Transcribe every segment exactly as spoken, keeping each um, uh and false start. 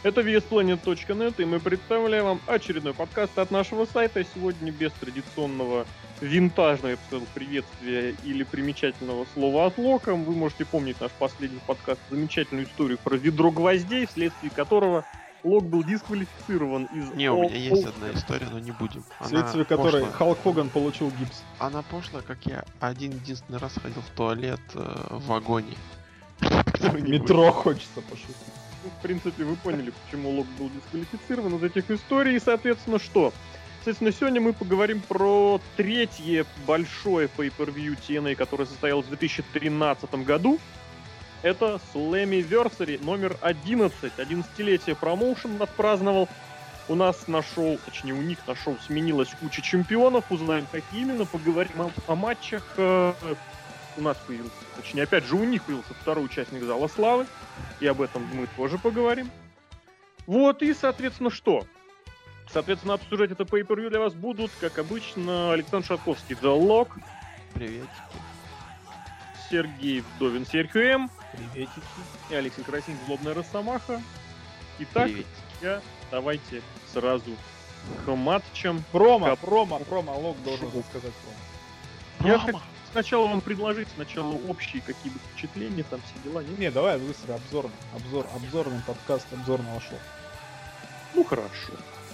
Это ви эс планет точка нет, и мы представляем вам очередной подкаст от нашего сайта. Сегодня без традиционного винтажного, я бы сказал, приветствия или примечательного слова от Лока. Вы можете помнить наш последний подкаст, замечательную историю про ведро гвоздей, вследствие которого Лок был дисквалифицирован из... Не, у меня есть одна история, но не будем. Вследствие которой Халк Хоган получил гипс. Она пошлая, как я один единственный раз ходил в туалет э, в вагоне. Метро хочется пошутить. Ну, в принципе, вы поняли, почему Лок был дисквалифицирован из этих историй. И, соответственно, что? Соответственно, сегодня мы поговорим про третье большое pay-per-view ти эн эй, которое состоялось в две тысячи тринадцатом году. Это Slammiversary номер одиннадцать. одиннадцатилетие промоушен отпраздновал. У нас нашел, точнее у них нашел, сменилась куча чемпионов. Узнаем, какие именно. Поговорим о, о матчах. У нас появился, точнее, опять же, у них появился второй участник Зала Славы. И об этом мы тоже поговорим. Вот, и, соответственно, что? Соответственно, обсуждать это pay-per-view для вас будут, как обычно, Александр Шатковский, The Lock. Приветики. Сергей Вдовин, Серхио М. Приветики. И Алексей Красин, Злобная Росомаха. Итак, я, давайте сразу к матчам. Промо, Кап... промо, промо, Лок должен сказать промо. Я хочу сначала вам предложить сначала общие какие-то впечатления, там все дела. Не, не давай быстро обзор, обзор, обзорный подкаст обзорного шоу. Ну хорошо.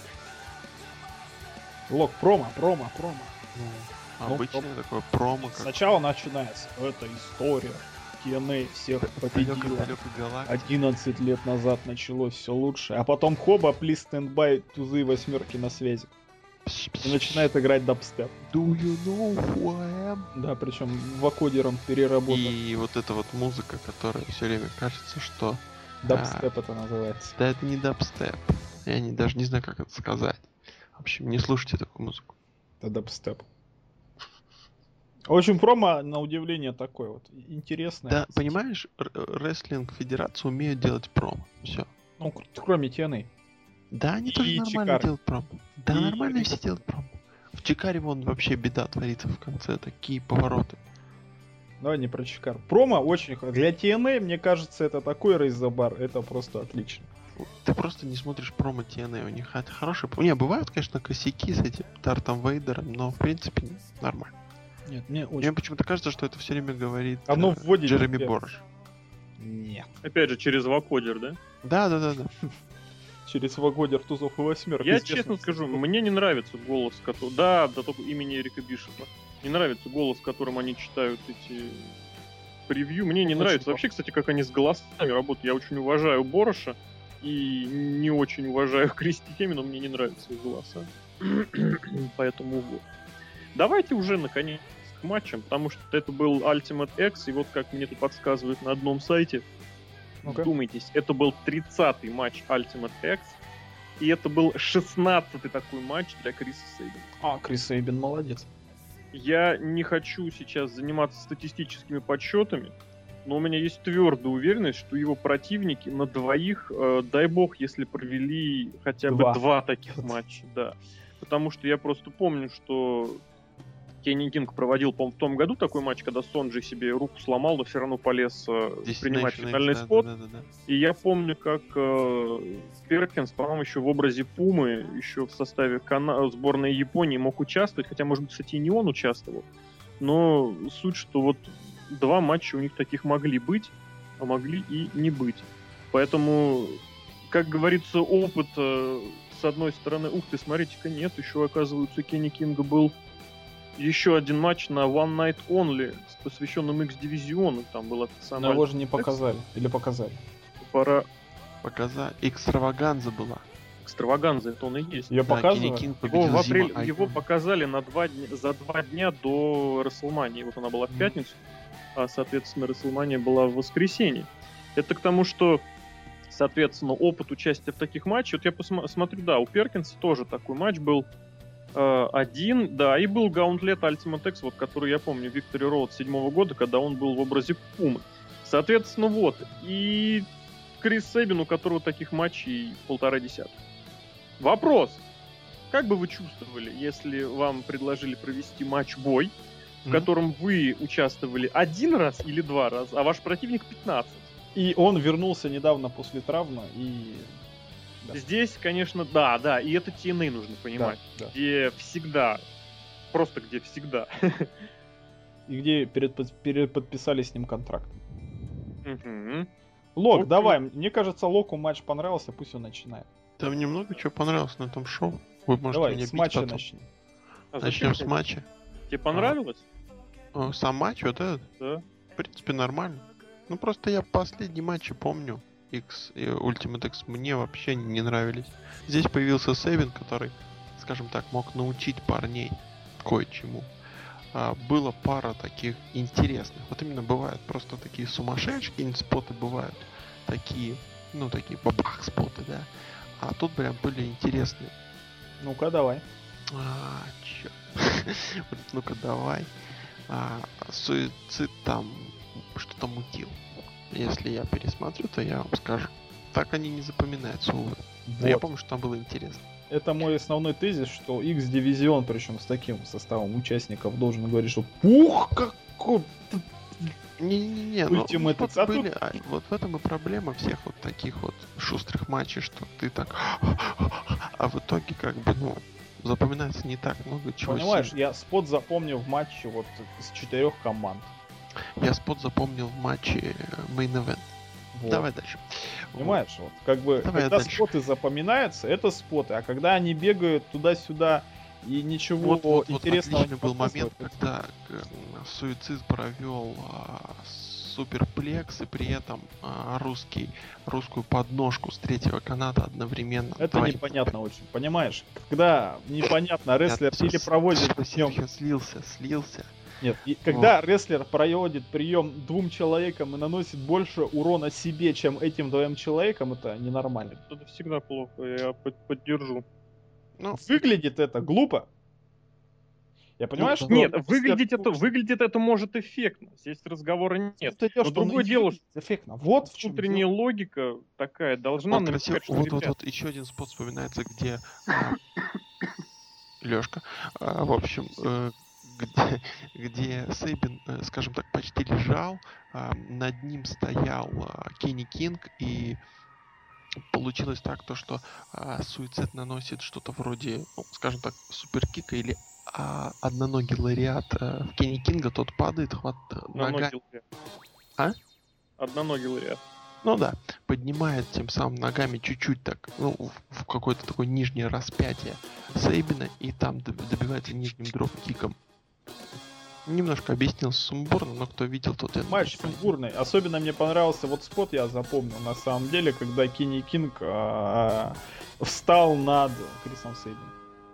Лок, промо, промо, промо. Ну, обычное ну, такое промо. Как... Сначала начинается. Это история. ти эн эй всех победила. одиннадцать лет назад началось все лучше. А потом хоба, please stand by, тузы восьмерки на связи. И начинает играть дабстеп. Do you know who I am? Да, причем вокодером переработан. И вот эта вот музыка, которая все время кажется, что... Дабстеп а, это называется. Да, это не дабстеп. Я не, даже не знаю, как это сказать. В общем, не слушайте такую музыку. Это дабстеп. В общем, промо, на удивление, такой вот интересный. Да, понимаешь, рестлинг федерация умеет делать промо. Все. Ну, кроме ти эн эй. Да, они и тоже нормально Чикар. делают промо. Да, и нормально и... все делают промо. В Чикаре вон вообще беда творится в конце, такие повороты. Давай не про Чикар. Промо очень хорошо. Для ти эн эй, мне кажется, это такой рейс за бар, это просто отлично. Ты просто не смотришь промо ти эн эй, у них это хорошие... Не, бывают, конечно, косяки с этим Дартом Вейдером, но в принципе нормально. Нет, мне очень... Мне почему-то кажется, что это все время говорит Оно э, вводит Джереми тебя. Борж. Нет. Опять же, через вокодер, да? Да, да, да, да. Через вокодер тузов и восьмерок. Я честно скажу, мне не нравится голос, который... Да, да, только имени Эрика Бишопа. Не нравится голос, которым они читают эти превью. Мне не нравится вообще, кстати, как они с голосами работают. Я очень уважаю Бороша и не очень уважаю Кристи Кеми, но мне не нравятся их голоса. Поэтому вот. Давайте уже, наконец, к матчам, потому что это был Ultimate X, и вот как мне тут подсказывают на одном сайте, ну-ка. Вдумайтесь, это был тридцатый матч Ultimate X, и это был шестнадцатый такой матч для Криса Сейбина. А, Крис Сейбин молодец. Я не хочу сейчас заниматься статистическими подсчетами, но у меня есть твердая уверенность, что его противники на двоих, э, дай бог, если провели хотя бы два, два таких матча, да. Потому что я просто помню, что Кенни Кинг проводил, по-моему, в том году такой матч, когда Сонджи себе руку сломал, но все равно полез э, принимать финальный да, спот. Да, да, да. И я помню, как э, Перкинс, по-моему, еще в образе Пумы, еще в составе кана- сборной Японии мог участвовать, хотя, может быть, кстати, и не он участвовал. Но суть, что вот два матча у них таких могли быть, а могли и не быть. Поэтому, как говорится, опыт э, с одной стороны, ух ты, смотрите-ка, нет, еще, оказывается, у Кенни Кинга был еще один матч на One Night Only, посвященным X-дивизиону. Там было самое... Но его же не показали. Или показали? Пора... Показали. Экстраваганза была. Экстраваганза, это он и есть. Ее да, показывали? Его, в апреле, его показали на два дня, за два дня до Расселмании. Вот она была в пятницу, а, соответственно, Расселмания была в воскресенье. Это к тому, что, соответственно, опыт участия в таких матчах... Вот я посмотрю, да, у Перкинса тоже такой матч был. Один, да, и был Gauntlet Ultimate X, вот, который я помню, Victory Road седьмого года, когда он был в образе Пумы. Соответственно, вот, и Крис Сейбин, у которого таких матчей полтора десятка. Вопрос. Как бы вы чувствовали, если вам предложили провести матч-бой, в mm-hmm. котором вы участвовали один раз или два раза, а ваш противник пятнадцать? И он вернулся недавно после травмы, и да. Здесь, конечно, да, да, и это ти эн эй нужно понимать, да, где да. всегда, просто где всегда. И где перед, переподписали с ним контракт. Угу. Лок, Лок, давай, мне кажется, Локу матч понравился, пусть он начинает. Там немного чего понравилось на этом шоу. Вы можете давай, меня с матча потом. начнем. А начнем с матча. Тебе понравилось? А, сам матч вот этот? Да. В принципе, нормально. Ну, просто я последние матчи помню. X и Ultimate X мне вообще не нравились. Здесь появился Сейбин, который, скажем так, мог научить парней кое-чему. А, было пара таких интересных. Вот именно бывают просто такие сумасшедшие споты бывают. Такие, ну, такие бабах споты, да. А тут прям были интересные. Ну-ка, давай. А, чё? Ну-ка, давай. А, суицид там что-то мутил. Если я пересмотрю, то я вам скажу. Так они не запоминаются, увы. Вот. Но я помню, что там было интересно. Это мой основной тезис, что X-дивизион, причем с таким составом участников, должен говорить, что пух, какой... Не-не-не, ну, вот, а были, тут... а, вот в этом и проблема всех вот таких вот шустрых матчей, что ты так... А в итоге как бы, ну, запоминается не так много чего. Понимаешь, сильно. Я спот запомнил в матче вот из четырех команд. Я спот запомнил в матче Main Event. Вот. Давай дальше. Понимаешь, вот, как бы, Давай когда дальше. Споты запоминаются, это споты, а когда они бегают туда-сюда и ничего вот, вот, интересного вот не был момент, когда Суицид провел а, суперплекс и при этом а, русский, русскую подножку с третьего каната одновременно. Это Давай непонятно не... очень, понимаешь? Когда непонятно, рестлер Я или проводит... Я слился, слился. Нет, и когда вот. Рестлер проводит прием двум человекам и наносит больше урона себе, чем этим двоим человекам, это ненормально. Это всегда плохо, я поддержу. Ну, выглядит это глупо. Я понимаю, ну, что... Нет, выглядит это, выглядит это может эффектно. Здесь разговора нет. Это Но другое дело, что эффектно. Вот в чем внутренняя дело. Логика такая должна вот, намекать, что, вот, вот, вот, еще один спот вспоминается, где... Лёшка. В общем... Где, где Сейбин, скажем так, почти лежал, над ним стоял Кенни Кинг, и получилось так, то, что Суицид наносит что-то вроде, ну, скажем так, суперкика или одноногий лариат в Кенни Кинга, тот падает, хват нога... А? Одноногий лариат. Ну да, поднимает тем самым ногами чуть-чуть так, ну, в какое-то такое нижнее распятие Сейбина, и там добивается нижним дроп-киком. Немножко объяснил сумбурно, но кто видел, тот... Матч сумбурный. Особенно мне понравился вот спот, я запомнил, на самом деле, когда Кенни Кинг а, встал над Крисом Сейбином.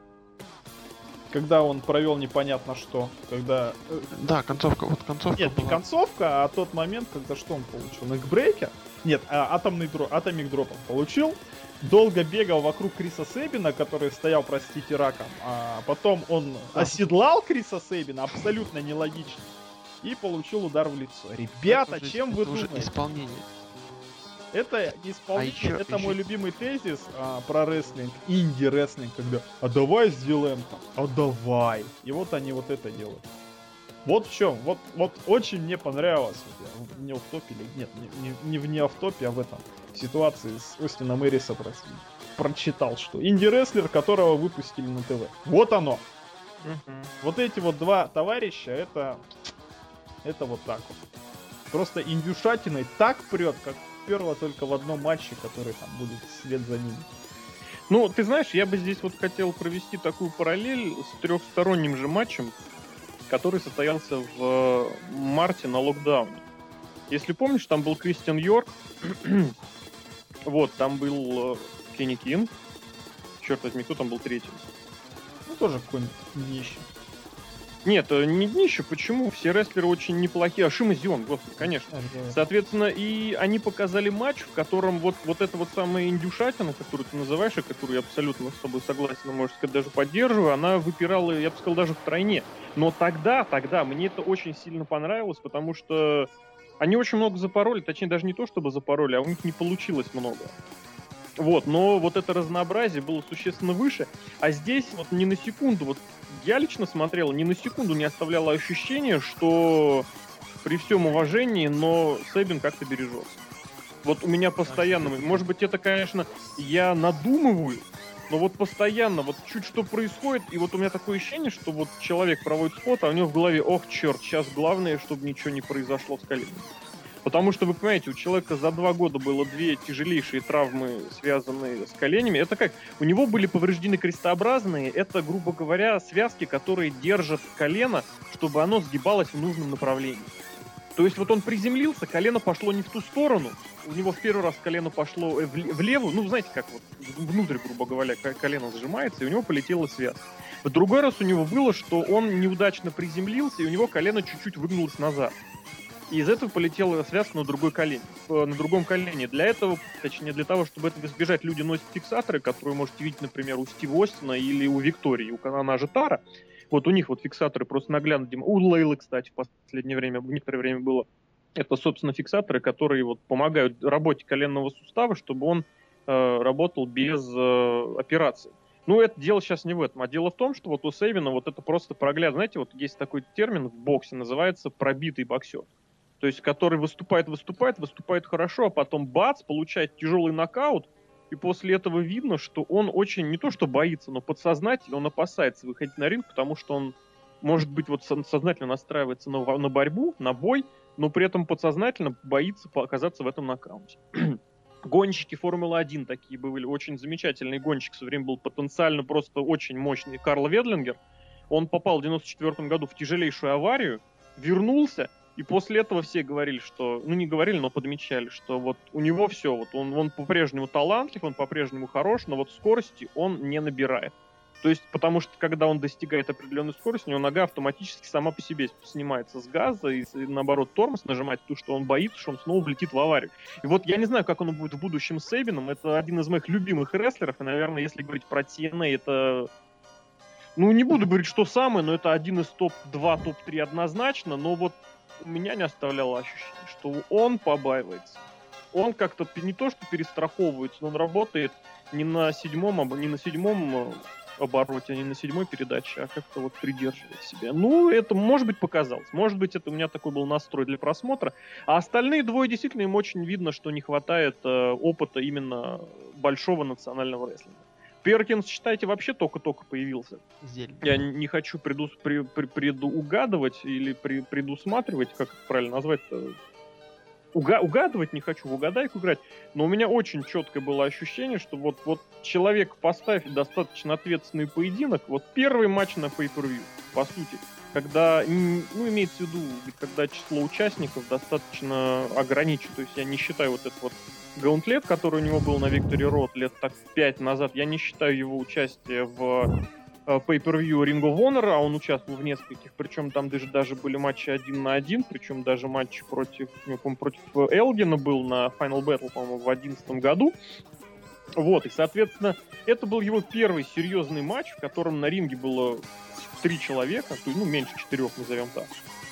Когда он провел непонятно что. Когда... Да, концовка, вот концовка Нет, была... не концовка, а тот момент, когда что он получил? Некбрейкер? Нет, а, атомный дроп, атомик дроп он получил. Долго бегал вокруг Криса Сейбина, который стоял, простите, раком. А потом он оседлал Криса Сейбина, абсолютно нелогично. И получил удар в лицо. Ребята, это чем уже, вы это думаете? Уже исполнение. Это исполнение, а еще, это еще... мой любимый тезис а, про рестлинг, инди-рестлинг, когда «а давай сделаем там», «а давай». И вот они вот это делают. Вот в чем, вот, вот очень мне понравилось, вот я, не в топе или нет, не, не, не в не в топе, а в этом, в ситуации с Остином Эриса просто прочитал, что инди-рестлер, которого выпустили на ТВ. Вот оно. Uh-huh. Вот эти вот два товарища, это, это вот так вот. Просто индюшатиной так прет, как перло только в одном матче, который там будет вслед за ними. Ну, ты знаешь, я бы здесь вот хотел провести такую параллель с трехсторонним же матчем, который состоялся в марте на локдауне. Если помнишь, там был Кристиан Йорк, вот, там был Кенни Кинг, черт возьми, кто там был третьим? Ну, тоже какой-нибудь днище. Нет, не днище, почему? Все рестлеры очень неплохие. А Шима Зион, господи, конечно. Соответственно, и они показали матч, в котором вот, вот эта вот самая индюшатина, которую ты называешь, и которую я абсолютно с тобой согласен, можно сказать, даже поддерживаю, она выпирала, я бы сказал, даже втройне. Но тогда, тогда мне это очень сильно понравилось, потому что они очень много запороли, точнее, даже не то, чтобы запороли, а у них не получилось много. Вот, но вот это разнообразие было существенно выше, а здесь вот ни на секунду, вот я лично смотрел, ни на секунду не оставляло ощущение, что при всем уважении, но Сейбин как-то бережется. Вот у меня постоянно, может быть, это, конечно, я надумываю, но вот постоянно, вот чуть что происходит, и вот у меня такое ощущение, что вот человек проводит спот, а у него в голове, ох, черт, сейчас главное, чтобы ничего не произошло с коленом. Потому что, вы понимаете, у человека за два года было две тяжелейшие травмы, связанные с коленями. Это как? У него были повреждены крестообразные, это, грубо говоря, связки, которые держат колено, чтобы оно сгибалось в нужном направлении. То есть вот он приземлился, колено пошло не в ту сторону, у него в первый раз колено пошло в, в левую, ну, знаете, как вот внутрь, грубо говоря, колено сжимается, и у него полетела связка. В другой раз у него было, что он неудачно приземлился, и у него колено чуть-чуть выгнулось назад. И из этого полетела связка на другой колени, на другом колене. Для этого, точнее, для того, чтобы этого избежать, люди носят фиксаторы, которые вы можете видеть, например, у Стива Остина или у Виктории, у она же Тара. Вот у них вот фиксаторы просто наглядно. У Лейлы, кстати, в последнее время, в некоторое время было. Это, собственно, фиксаторы, которые вот помогают работе коленного сустава, чтобы он э, работал без э, операции. Ну, это дело сейчас не в этом, а дело в том, что вот у Сейвина вот это просто прогляд. Знаете, вот есть такой термин в боксе, называется пробитый боксер. То есть, который выступает, выступает, выступает хорошо, а потом бац, получает тяжелый нокаут, и после этого видно, что он очень, не то что боится, но подсознательно он опасается выходить на ринг, потому что он, может быть, вот сознательно настраивается на, на борьбу, на бой, но при этом подсознательно боится оказаться в этом нокауте. Гонщики Формулы один такие были, очень замечательный гонщик, в свое время был потенциально просто очень мощный Карл Ведлингер. Он попал в девяносто четвёртом году в тяжелейшую аварию, вернулся, и после этого все говорили, что, ну не говорили, но подмечали, что вот у него все, вот он, он по-прежнему талантлив, он по-прежнему хорош, но вот скорости он не набирает. То есть, потому что когда он достигает определенной скорости, у него нога автоматически сама по себе снимается с газа, и наоборот тормоз нажимает, потому что он боится, что он снова влетит в аварию. И вот я не знаю, как он будет в будущем с Сейбином, это один из моих любимых рестлеров, и, наверное, если говорить про ти эн эй, это... Ну, не буду говорить, что самое, но это один из топ-два, топ-три однозначно, но вот у меня не оставляло ощущение, что он побаивается. Он как-то не то, что перестраховывается, но он работает не на седьмом, не на седьмом обороте, а не на седьмой передаче, а как-то вот придерживает себя. Ну, это, может быть, показалось. Может быть, это у меня такой был настрой для просмотра. А остальные двое, действительно, им очень видно, что не хватает э, опыта именно большого национального рестлинга. Перкинс, считайте, вообще только-только появился. Зелень. Я не хочу предус, при, при, предугадывать или при, предусматривать, как это правильно назвать-то. Уга, угадывать не хочу, в угадайку играть. Но у меня очень четкое было ощущение, что вот, вот человек поставит достаточно ответственный поединок. Вот первый матч на pay-per-view, по сути. Когда, ну, имеется в виду, когда число участников достаточно ограничено. То есть я не считаю вот этот вот гаунтлет, который у него был на Victory Road лет так пять назад, я не считаю его участие в pay-per-view Ring of Honor, а он участвовал в нескольких, причем там даже, даже были матчи один на один, причем даже матч против, ну, против Элгина был на Final Battle, по-моему, в две тысячи одиннадцатом году. Вот, и, соответственно, это был его первый серьезный матч, в котором на ринге было три человека, ну, меньше четырех, назовем так.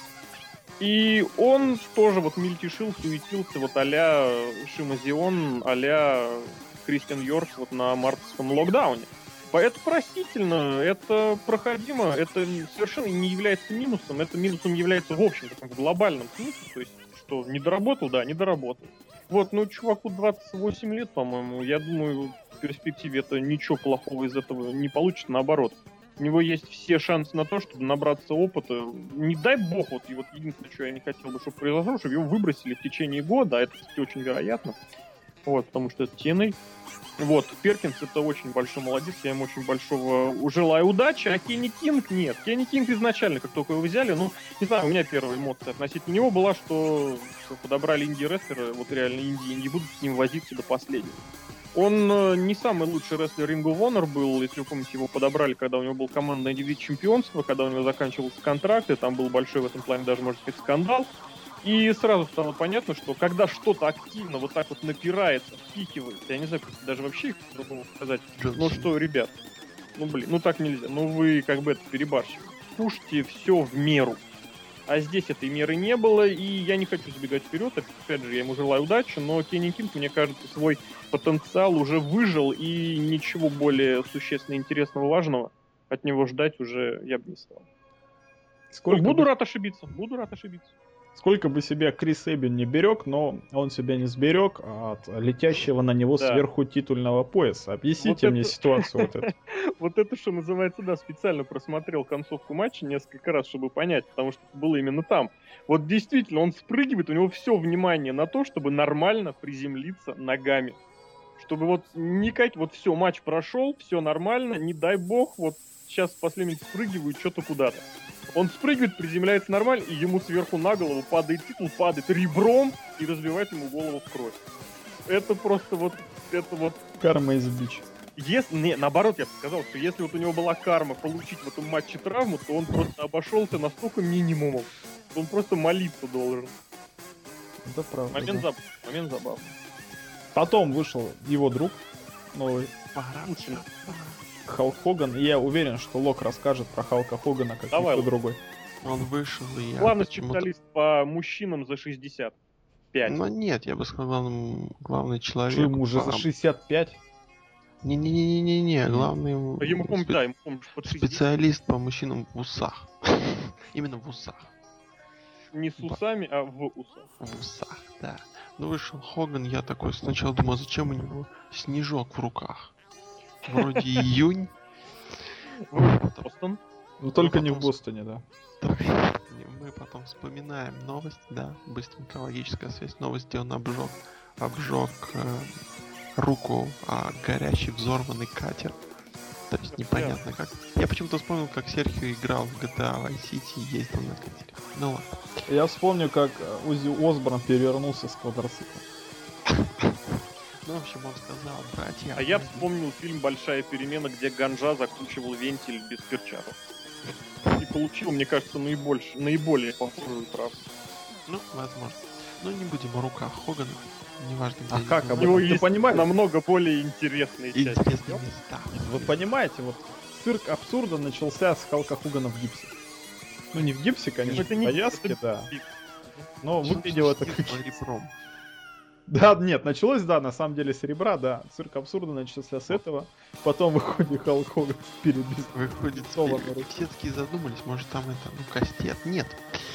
И он тоже вот мельтешил, суетился, вот а-ля Шимазион, а-ля Кристиан Йоркс вот на мартовском локдауне. Это простительно, это проходимо, это совершенно не является минусом, это минусом является в общем, в глобальном смысле, то есть, что не доработал, да, не доработал. Вот, ну, чуваку двадцать восемь лет, по-моему, я думаю, в перспективе это ничего плохого из этого не получится, наоборот. У него есть все шансы на то, чтобы набраться опыта. Не дай бог, вот, и вот единственное, что я не хотел бы, чтобы произошло, чтобы его выбросили в течение года, а это, кстати, очень вероятно. Вот, потому что это ти эн эй. Вот, Перкинс это очень большой молодец, я ему очень большого желаю удачи, а Кенни Кинг нет. Кенни Кинг изначально, как только его взяли, ну, не знаю, у меня первая эмоция относительно него была, что, что подобрали инди-рестлера, вот реально инди, инди будут с ним возиться до последнего. Он э, не самый лучший рестлер Ring of Honor был, если вы помните, его подобрали, когда у него был командный вид чемпионства, когда у него заканчивался контракт, и там был большой в этом плане даже, можно сказать, скандал. И сразу стало понятно, что когда что-то активно вот так вот напирается, впихивается, я не знаю, как даже вообще их по-другому сказать, ну что, ребят, ну блин, ну так нельзя, ну вы как бы это перебарщик, кушайте все в меру. А здесь этой меры не было, и я не хочу забегать вперед, опять же, я ему желаю удачи, но Кенни Кинг, мне кажется, свой потенциал уже выжил, и ничего более существенно интересного, важного от него ждать уже я бы не стал. Сколько буду бы... рад ошибиться, буду рад ошибиться. Сколько бы себя Крис Эббин не берег, но он себя не сберег от летящего на него Да. сверху титульного пояса. Объясните Вот мне это- ситуацию вот эту. Вот это, что называется, да, специально просмотрел концовку матча несколько раз, чтобы понять, потому что это было именно там. Вот действительно, он спрыгивает, у него все внимание на то, чтобы нормально приземлиться ногами. Чтобы вот никак, вот все, матч прошел, все нормально, не дай бог, вот сейчас в последний момент спрыгиваю что-то куда-то. Он спрыгивает, приземляется нормально, и ему сверху на голову падает титул, падает ребром и разбивает ему голову в кровь. Это просто вот, это вот Карма из бич. Если, не, наоборот, я бы сказал, что если вот у него была карма получить в этом матче травму, то он просто обошелся настолько минимумом, что он просто молиться должен. Это правда. Момент, да. заб... Момент забавный. Потом вышел его друг, новый Лучше. Халк Хоган. И я уверен, что Лок расскажет про Халка Хогана как Давай, никто Лок. другой. Он вышел, и я Главный почему-то- специалист по мужчинам за шестьдесят пять. Ну нет, я бы сказал, главным- главный человек. Что ему уже по- за шестьдесят пять? Не-не-не-не-не, главный А Ему, помню, спе- да, ему, помню, под шестьдесят. специалист по мужчинам в усах. Именно в усах. Не с усами, а в усах. В усах, да. Ну вышел Хоган, я такой сначала думал, зачем у него снежок в руках. Вроде июнь. Потом- Бостон. Ну только не в потом- Бостоне, да. Мы потом вспоминаем новость, да, быстренько логическая связь новости, он обжег, обжег э, руку о горящий взорванный катер. То есть непонятно как. Я почему-то вспомнил, как Серхио играл в джи ти эй Vice City и ездил на катере. Ну ладно. Я вспомню, как э, Узи Осборн перевернулся с квадроцикла. Ну, в общем, он сказал, братья... А я мы- вспомнил фильм «Большая перемена», где Ганжа закручивал вентиль без перчаток. И получил, мне кажется, наибольш... наиболее похожую травму. Ну, возможно. Но не будем о руках Хогана. Неважно, где А они как будут. об У него Ты есть понимаешь? намного более интересные части. Интересные места. Вы понимаете, вот цирк абсурда начался с Халка Хогана в гипсе. Ну не в гипсе, конечно, это в не- повязке, это- да. Но выглядело это как... ребром. Да, нет, началось, да, на самом деле с ребра, да. Цирк абсурда начался с этого. Потом выходит Халк Хоган вперед без... Выходит, Лицо все, вокруг. все такие задумались, может там это, ну, кастет. Нет.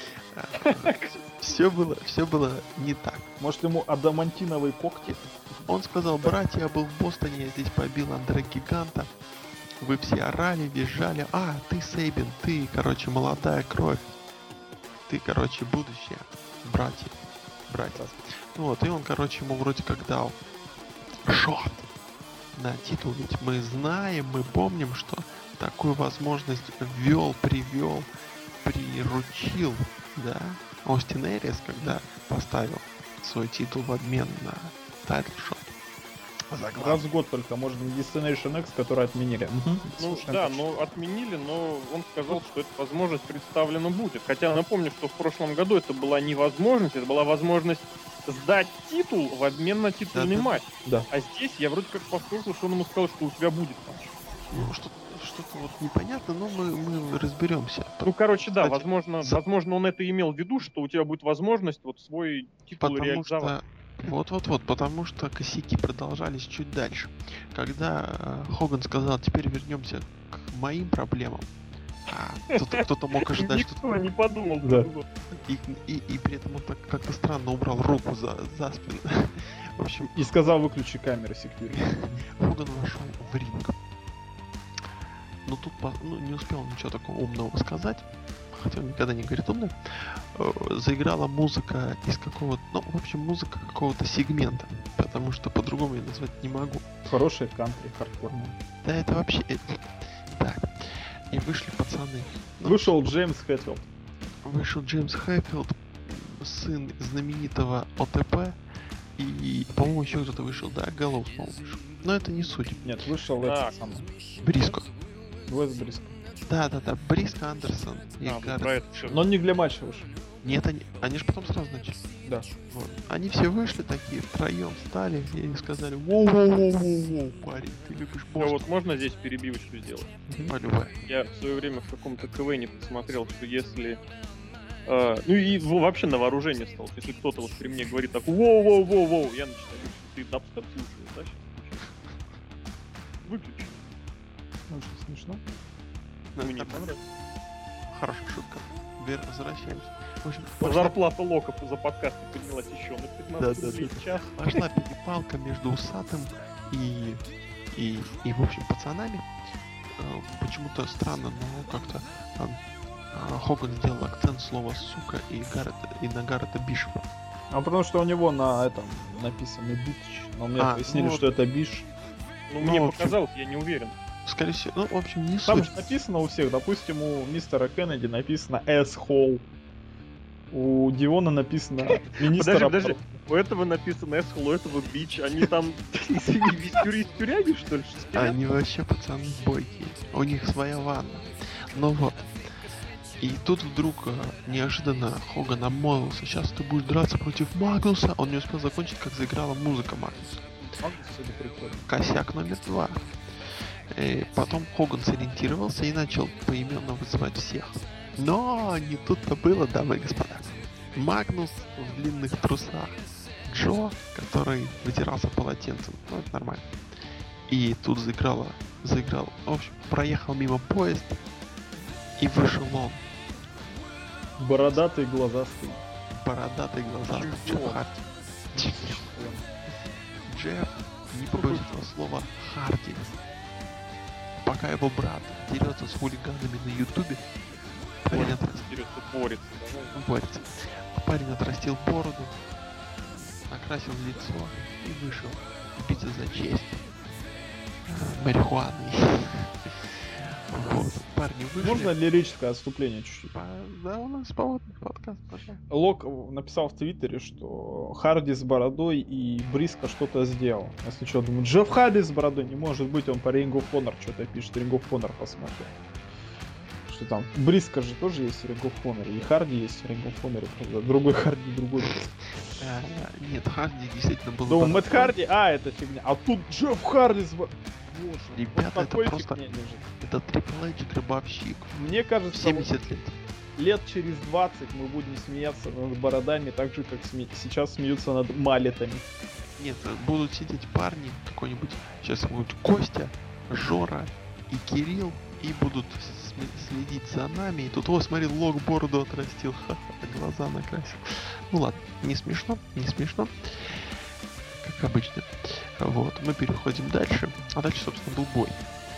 Все было, все было не так. Может ему адамантиновые когти? Он сказал, братья, я был в Бостоне, я здесь побил Андре Гиганта. Вы все орали, визжали. А, ты Сейбин, ты, короче, молодая кровь. Ты, короче, будущее. Братья. Братья. Ну вот, и он, короче, ему вроде как дал шот на титул. Ведь мы знаем, мы помним, что такую возможность ввел, привел, приручил, да, Остин Эриас, когда поставил свой титул в обмен на тайтл шот. Раз в год только, можно Destination X, который отменили. Мгм. Ну Слушай, да, это но отменили, но он сказал, что эта возможность представлена будет. Хотя напомню, что в прошлом году это была не возможность, это была возможность сдать титул в обмен на титульный Да-да. матч. Да. А здесь я вроде как послушал, что он ему сказал, что у тебя будет матч. Ну, что- что-то вот непонятно, но мы, мы разберемся. Ну, короче, да, Кстати, возможно, за- возможно, он это имел в виду, что у тебя будет возможность вот свой титул Потому реализовать. что... Вот-вот-вот, потому что косяки продолжались чуть дальше. Когда э, Хоган сказал, теперь вернемся к моим проблемам, а кто-то, кто-то мог ожидать, что... Никто не подумал. Да. что- И, и, и при этом он так как-то странно убрал руку за, за спину. В общем, И сказал, выключи камеры секьюрити. Хоган вошел в ринг. Но тут по- ну, не успел ничего такого умного сказать, хотя он никогда не говорит умно. Э, Заиграла музыка из какого-то, ну, в общем, музыка какого-то сегмента, потому что по-другому я назвать не могу. Хороший кантри, хардкорный. Да это вообще... э, Так. И вышли пацаны. Ну, Вышел Джеймс Хэтфилд. Вышел Джеймс Хайфилд, сын знаменитого ОТП, и, по-моему, еще кто-то вышел, да, Гэллоус, по-моему, вышел. Но это не суть. Нет, вышел Так. этот самый. Бриско. Уэс Бриско. Да-да-да, Бриско Андерсон и А, вот Гаррет. про это всё. Но он не для матча вышел. Нет, они, они же потом сразу начали. Да. Вот. Они все вышли такие, втроем стали и сказали, воу-воу-воу-воу, парень, ты любишь А Бостон. вот можно здесь перебивочку сделать? Полюбая. Я в свое время в каком-то КВНе посмотрел, что если... э, ну и в- вообще на вооружение стал. Если кто-то вот при мне говорит так воу-воу-воу-воу, я начинаю говорить, ты дабстеп слушаешь, да? Сейчас выключи. Очень смешно. Ну, Мне нормально. понравилось. Хорошая шутка. возвращаемся. В общем, пошла... Зарплата Лока за подкаст поднялась еще на пятнадцать да, рублей да, в час. Пошла перепалка между Усатым и, и, и, в общем, пацанами. Почему-то странно, но как-то Хоган сделал акцент слова «сука» и, Гаррет, и на Гаррета Бишопа. А потому что у него на этом написано «бич», но мне а, пояснили, ну, что это «биш». Ну, ну мне общем, показалось, я не уверен. Скорее всего, ну, в общем, не Там суть. же написано у всех, допустим, у мистера Кеннеди написано «asshole», у Диона написано «министр». Подожди, подожди, у этого написано «asshole», у этого «бич», они там, извини, из тюряги, что ли? Они вообще, пацаны, бойкие, у них своя ванна. Ну вот. И тут вдруг неожиданно Хоган обмолвился: сейчас ты будешь драться против Магнуса. Он не успел закончить, как заиграла музыка Магнуса. Косяк номер два. И потом Хоган сориентировался и начал поименно вызывать всех. Но не тут-то было, дамы и господа. Магнус в длинных трусах, Джо, который вытирался полотенцем. Ну, это нормально. И тут заиграла, заиграл, в общем, проехал мимо поезд, и вышел он. Бородатый глазастый. Бородатый глазастый Джефф Харди. Джефф, не побоюсь этого слова, Харди. Пока его брат дерется с хулиганами на ютубе, парень отрастил... борется, борется. Парень отрастил бороду, накрасил лицо и вышел биться за честь марихуаной. Вот, парни вышли. Можно лирическое отступление чуть-чуть? По... Да, у нас поводный подкаст, пожалуйста. Лок написал в Твиттере, что Харди с бородой и Бриско что-то сделал. Если что, думаю, Джефф Харди с бородой не может быть, он по Ring of Honor что-то пишет, Ring of Honor посмотрел. Что там, Бриско же тоже есть в Ring of Honor, и Харди есть в Ring of Honor, правда, другой Харди, другой Бриско. А, нет, Харди действительно был... Думаю, Мэтт Харди, а, это фигня, а тут Джефф Харди с бородой. Боже, ребята, вот это просто... Это Triple H гробовщик. Мне кажется, семьдесят лет. Лет через двадцать мы будем смеяться над бородами так же, как сме... сейчас смеются над малетами. Нет, будут сидеть парни, какой-нибудь, сейчас будут Костя, Жора и Кирилл, и будут следить за нами. И тут, о, смотри, Лок бороду отрастил, ха-ха, глаза накрасил. Ну ладно, не смешно, не смешно. Как обычно. Вот, мы переходим дальше. А дальше, собственно, был бой.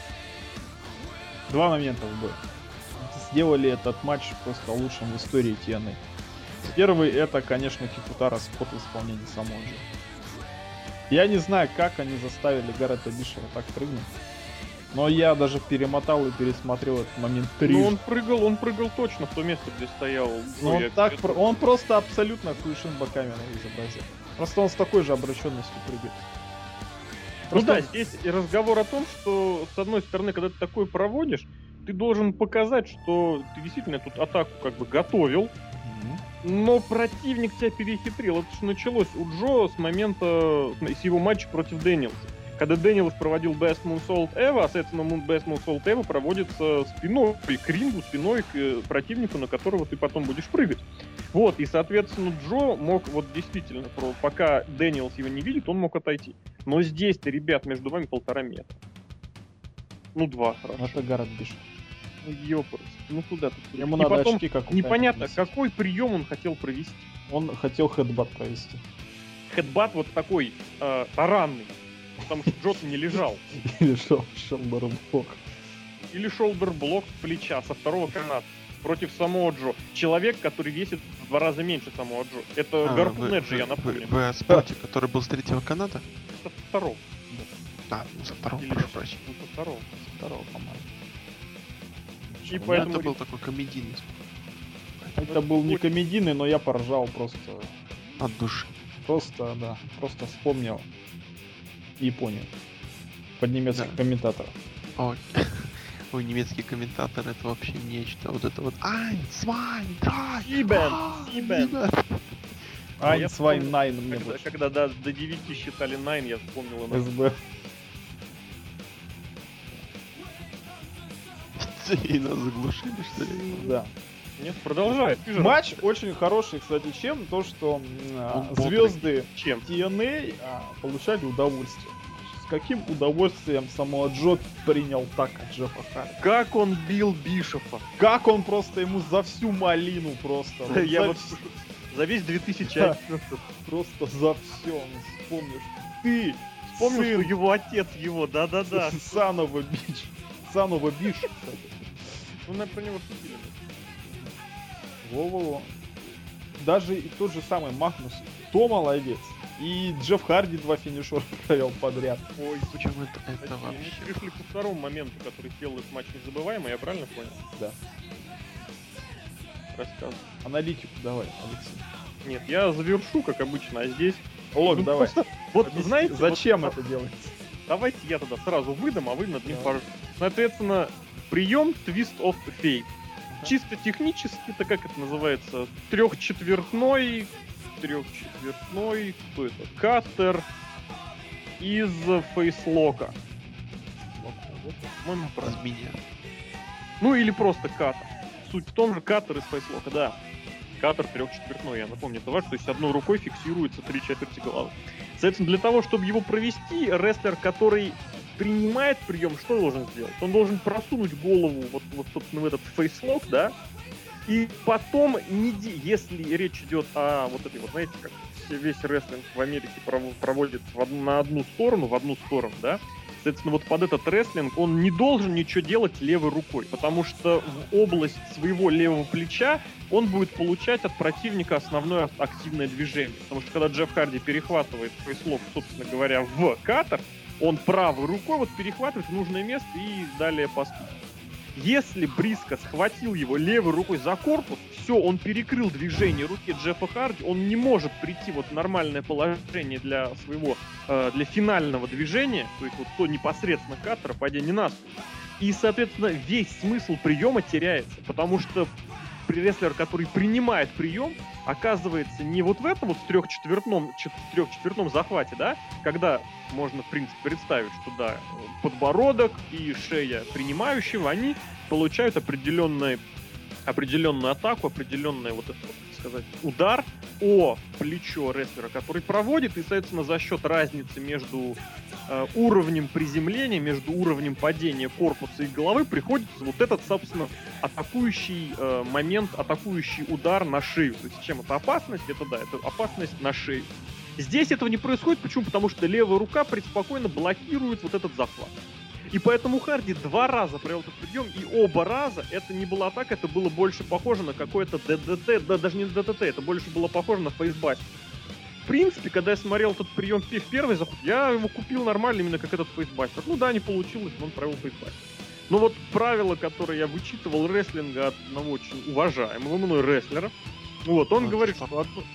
Два момента в бой. Сделали этот матч просто лучшим в истории ти эн эй. Первый — это, конечно, Кикутара спот в исполнении Самоджи. Я не знаю, как они заставили Гаррета Бишопа так прыгнуть. Но я даже перемотал и пересмотрел этот момент трижды. Ну он прыгал, он прыгал точно в то место, где стоял. Ну, он, так, он просто абсолютно Куишин Бакамина изобразил. Просто он с такой же обращенностью прыгает. Просто... Ну да, здесь разговор о том, что, с одной стороны, когда ты такое проводишь, ты должен показать, что ты действительно тут атаку как бы готовил, mm-hmm. но противник тебя перехитрил. Это же началось у Джо с момента, с его матча против Дэниелса. Когда Дэниелс проводил Best Moonsault Ever, а, соответственно, Best Moonsault Ever проводится спиной к рингу, спиной к противнику, на которого ты потом будешь прыгать. Вот, и, соответственно, Джо мог вот действительно, пока Дэниелс его не видит, он мог отойти. Но здесь-то, ребят, между вами полтора метра. Ну, два, хорошо. Это Гаррет Бишоп. Ну, ёпарас. Ну, куда ты? Ему и надо потом очки, как непонятно, какой прием он хотел провести. Он хотел хедбат провести. Хедбат вот такой, э, таранный. Потому что Джо-то не лежал. Или шолдер-блок. Или шолдер-блок с плеча, со второго каната. Против самого Джо. Человек, который весит в два раза меньше самого Джо. Это а, Гарпун Эджи, я напомню. Вы о споте, который был с третьего каната? Со второго. А, ну со второго, прошу прощения. Ну со второго. Со второго, по-моему. И поэтому... Это был такой комедийный спот. Это был не комедийный, но я поржал просто... От души. Просто, да, просто вспомнил Японию. Под немецких да. комментаторов. Ой. Ой, немецкий комментатор, это вообще нечто. Вот это вот Ein, zwei, drei, Сибен, Сибен. Ein, zwei, nine. Когда, когда до, до девяти считали nine, я вспомнил эс бэ. И нас заглушили, что ли? Да. Нет, продолжай. Матч очень хороший, кстати, чем то, что а, звезды чем? ти эн эй а, получали удовольствие. с каким удовольствием Самоа Джо принял так от Джеффа Харди. Как он бил Бишофа. Как он просто ему за всю малину просто. Да, я за... вот за весь две тысячи одиннадцатый. Да, просто за все. Он вспомнишь. Ты вспомнил, сын, что его отец его, да-да-да. Санова Бич. Санова Биш. Ну, мы про него шутили. Во-во-во. Даже и тот же самый Магнус, то молодец. И Джефф Харди два финишера провел подряд. Ой, почему это, это вообще? Мы перешли ко второму моменту, который сделал этот матч незабываемый, я правильно понял? Да. Рассказывай. Аналитику давай, Алексей. Нет, я завершу, как обычно, а здесь... Лог, ну, давай. Просто, вот, объясни, знаете... Зачем вот, это делается? Давайте я тогда сразу выдам, а вы над ним пор... Соответственно, прием Twist of Fate. Uh-huh. Чисто технически, это как это называется? Трехчетвертной... Трехчетвертной... Кто это? Каттер из фейслока. По-моему, про меня. Ну или просто каттер. Суть в том же, каттер из фейслока, да. Каттер трехчетвертной, я напомню, это важно, то есть одной рукой фиксируется три четверти головы. Соответственно, для того, чтобы его провести, рестлер, который принимает прием, что должен сделать? Он должен просунуть голову вот, вот собственно, в этот фейслок, да, и потом, если речь идет о вот этой вот, знаете, как весь рестлинг в Америке проводит в одну, на одну сторону, в одну сторону, да, соответственно, вот под этот рестлинг он не должен ничего делать левой рукой, потому что в область своего левого плеча он будет получать от противника основное активное движение. Потому что когда Джефф Харди перехватывает фейслок, собственно говоря, в каттер, он правой рукой вот перехватывает в нужное место и далее по спине. Если Бриско схватил его левой рукой за корпус, все, он перекрыл движение руки Джеффа Харди, он не может прийти вот в нормальное положение для своего, э, для финального движения, то есть вот то непосредственно каттера, падение на спину. И, соответственно, весь смысл приема теряется, потому что рестлер, который принимает прием, оказывается не вот в этом вот трехчетвертном, трехчетвертном захвате, да, когда можно, в принципе, представить, что, да, подбородок и шея принимающего, они получают определенный, определенную атаку, определенный, вот это, так сказать, удар о плечо рестлера, который проводит, и, соответственно, за счет разницы между э, уровнем приземления, между уровнем падения корпуса и головы приходится вот этот, собственно, атакующий э, момент, атакующий удар на шею. То есть чем это опасность? Это, да, это опасность на шею. Здесь этого не происходит. Почему? Потому что левая рука преспокойно блокирует вот этот захват. И поэтому Харди два раза провел этот прием, и оба раза это не была атака, это было больше похоже на какое-то ДДТ, да даже не ДДТ, это больше было похоже на фейсбаст. В принципе, когда я смотрел этот прием в первый заход, я его купил нормально, именно как этот фейсбастер. Ну да, не получилось, но он провел фейсбастер. Но вот правило, которое я вычитывал рестлинга от одного очень уважаемого мной рестлера, вот, он Лэнс говорит, Шторм. что... Одно...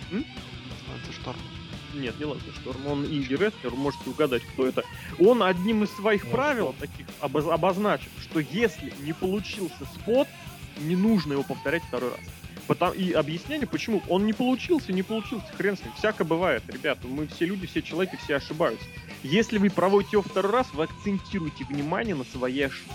Лэнс Шторм. Нет, не Лэнс Шторм, он инди-рестлер, можете угадать, кто это. Он одним из своих Лэнс правил Шторм. таких обоз- обозначил, что если не получился спот, не нужно его повторять второй раз. Потому... И объяснение, почему. Он не получился, не получился, хрен с ним. Всяко бывает, ребята, мы все люди, все человеки, все ошибаются. Если вы проводите его второй раз, вы акцентируете внимание на своей ошибке.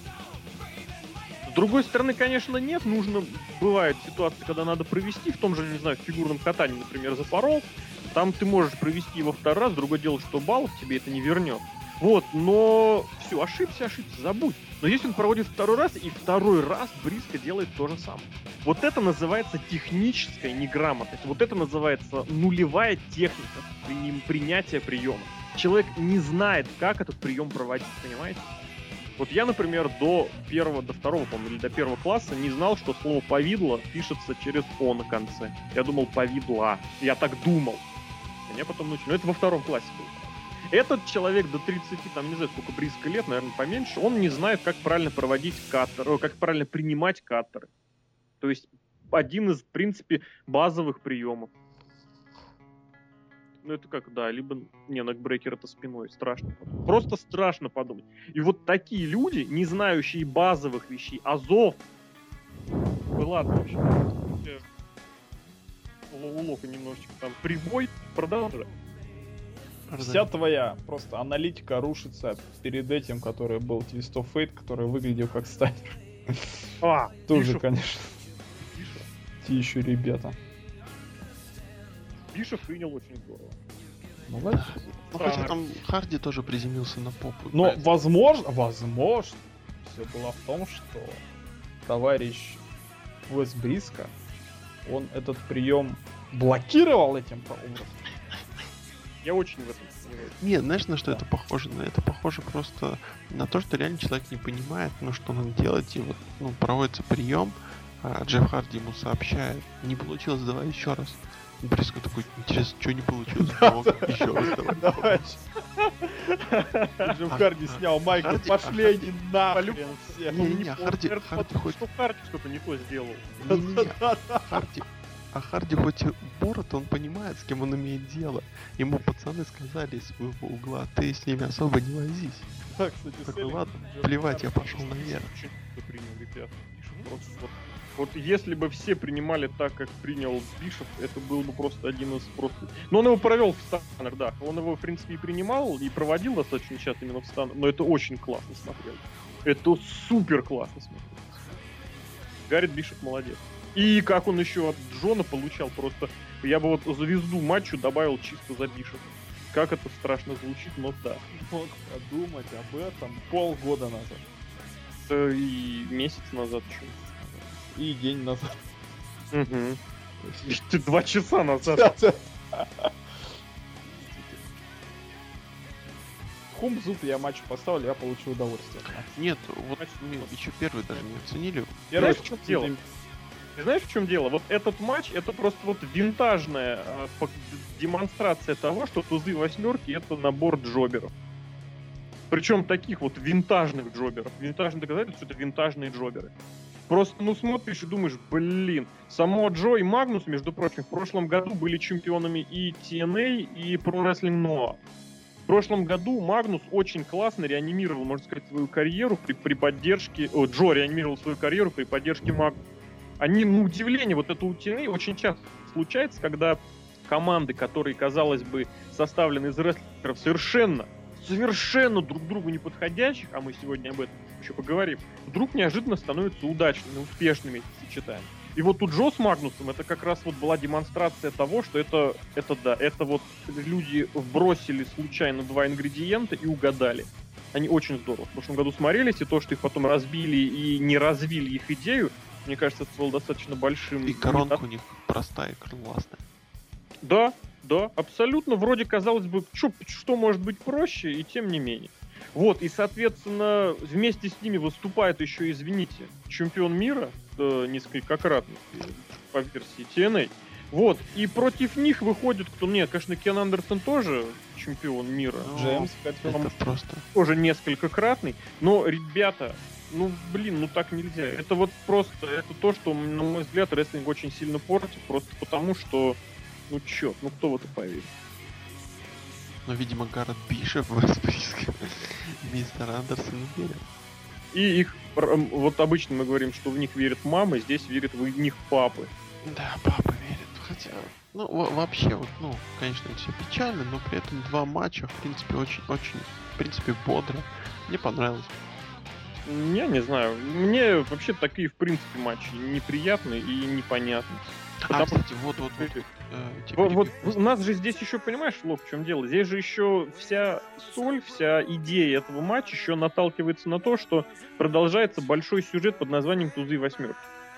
С другой стороны, конечно, нет. Нужно, бывают ситуации, когда надо провести, в том же, не знаю, в фигурном катании, например, запорол. Там ты можешь провести его второй раз, другое дело, что баллов тебе это не вернет. Вот, но все, ошибся, ошибся, забудь. Но если он проводит второй раз, и второй раз Бриско делает то же самое. Вот это называется техническая неграмотность. Вот это называется нулевая техника при... принятия приема. Человек не знает, как этот прием проводить, понимаете? Вот я, например, до первого, до второго, по-моему, или до первого класса не знал, что слово «повидло» пишется через «о» на конце. Я думал «повидла». Я так думал. Меня потом научили. Но это во втором классе было. Этот человек до тридцати, там, не знаю, сколько Бриско лет, наверное, поменьше, он не знает, как правильно проводить каттеры, как правильно принимать каттеры. То есть один из, в принципе, базовых приемов. Ну, это как, да, либо... Не, нокбрейкер это спиной. Страшно подумать. Просто страшно подумать. И вот такие люди, не знающие базовых вещей, азов... Ой, ладно, в общем. Уловка немножечко там. Прибой, продолжай. Вся твоя просто аналитика рушится перед этим, который был Twist of Fate, который выглядел как стайнер. А, тоже, Бишоф. конечно. Те еще ребята. Бишоф принял очень здорово. Молодец. Ну, хотя там Харди тоже приземлился на попу. Но, возможно, возможно, все было в том, что товарищ Уэс Бриско, он этот прием блокировал этим образом. Я очень в этом сомневаюсь. Нет, знаешь, на что да. это похоже? На это похоже просто на то, что реально человек не понимает, ну, что надо делать, и вот, ну, проводится прием, а Джефф Харди ему сообщает, не получилось, давай еще раз. Бриско такой, интересно, что не получилось? Еще раз давай. Джефф Харди снял майку, пошли они нахрен все. Не-не-не, Харди хоть... Что Харди что-то не то сделал. Не-не-не, Харди... А Харди хоть и борот, он понимает, с кем он имеет дело. Ему пацаны сказали из своего угла, ты с ними особо не возись. Да, кстати, такой, ладно, плевать, я пошел наверх. Принял, ребят. Вот, вот, вот если бы все принимали так, как принял Бишоп, это был бы просто один из просто... Но он его провел в Станнер, да. Он его, в принципе, и принимал, и проводил достаточно часто именно в Станнер, но это очень классно смотрелось. Это супер классно смотрелось. Гаррет Бишоп молодец. И как он еще от Джона получал просто... Я бы вот звезду матчу добавил чисто за Бишопа. Как это страшно звучит, но да. Мог подумать об этом полгода назад. Это и месяц назад еще. И день назад. Угу. Ты два часа назад. Хум-зуб я матч поставил, я получил удовольствие. Нет, вот еще первый даже не оценили. Знаешь, в чем дело? Ты знаешь, в чем дело? Вот этот матч, это просто вот винтажная э, демонстрация того, что тузы восьмерки — это набор джоберов. Причем таких вот винтажных джоберов. Винтажные доказательства, что это винтажные джоберы. Просто, ну, смотришь и думаешь, блин, само Джо и Магнус, между прочим, в прошлом году были чемпионами и ти эн эй, и Pro Wrestling Noah. В прошлом году Магнус очень классно реанимировал, можно сказать, свою карьеру при, при поддержке... О, Джо реанимировал свою карьеру при поддержке Магнуса. Они, на удивление, вот это у ти эн эй очень часто случается, когда команды, которые, казалось бы, составлены из рестлеров совершенно, совершенно друг другу не подходящих, а мы сегодня об этом еще поговорим, вдруг неожиданно становятся удачными, успешными эти сочетания. И вот у Джо с Магнусом это как раз вот была демонстрация того, что это, это да, это вот люди вбросили случайно два ингредиента и угадали. Они очень здорово в прошлом году смотрелись, и то, что их потом разбили и не развили их идею, мне кажется, это было достаточно большим... И коронка у них простая и классная. Да, да, абсолютно. Вроде, казалось бы, чё, что может быть проще, и тем не менее. Вот, и, соответственно, вместе с ними выступает еще, извините, чемпион мира, да, несколькократный, по версии ти эн эй. Вот, и против них выходит, кто... Нет, конечно, Кен Андерсон тоже чемпион мира. Джеймс, это просто... Тоже несколькократный. Но, ребята... Ну, блин, ну так нельзя. Это вот просто, это то, что, на мой взгляд, рестлинг очень сильно портит, просто потому что, ну чё, ну кто в это поверит? Ну, видимо, Гаррет Бишоп в списке. Мистер Андерсон не верит. И их, вот обычно мы говорим, что в них верят мамы, здесь верят в них папы. Да, папа верит. Хотя, ну, вообще, вот, ну, конечно, это все печально, но при этом два матча, в принципе, очень-очень, в принципе, бодро. Мне понравилось. Я не знаю. Мне вообще такие, в принципе, матчи неприятные и непонятные. А, кстати, вот-вот. Вот, э, вот, вот у нас же здесь еще, понимаешь, Лок, в чем дело? Здесь же еще вся соль, вся идея этого матча еще наталкивается на то, что продолжается большой сюжет под названием «Тузы восьмерки».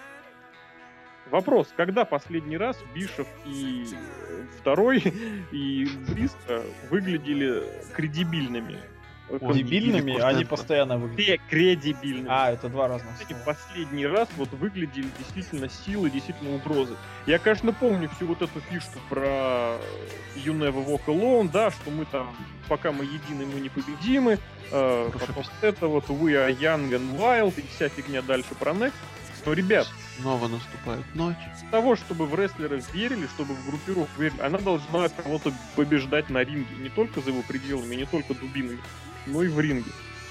Вопрос, когда последний раз Бишоп и второй, и Бриско выглядели кредибильными? Кредибильными, они постоянно выглядят. Кредибильными. А, это два разных. Кстати, последний раз вот выглядели действительно силы, действительно угрозы. Я, конечно, помню всю вот эту фишку про You Never Walk Alone, да, что мы там, пока мы едины, мы непобедимы. Э, потом это вот We Are Young and Wild и вся фигня дальше про Next. Но, ребят, снова наступает ночь. Для того, чтобы в рестлеров верили, чтобы в группировку верили, она должна кого-то побеждать на ринге. Не только за его пределами, не только дубинами, но и в ринге.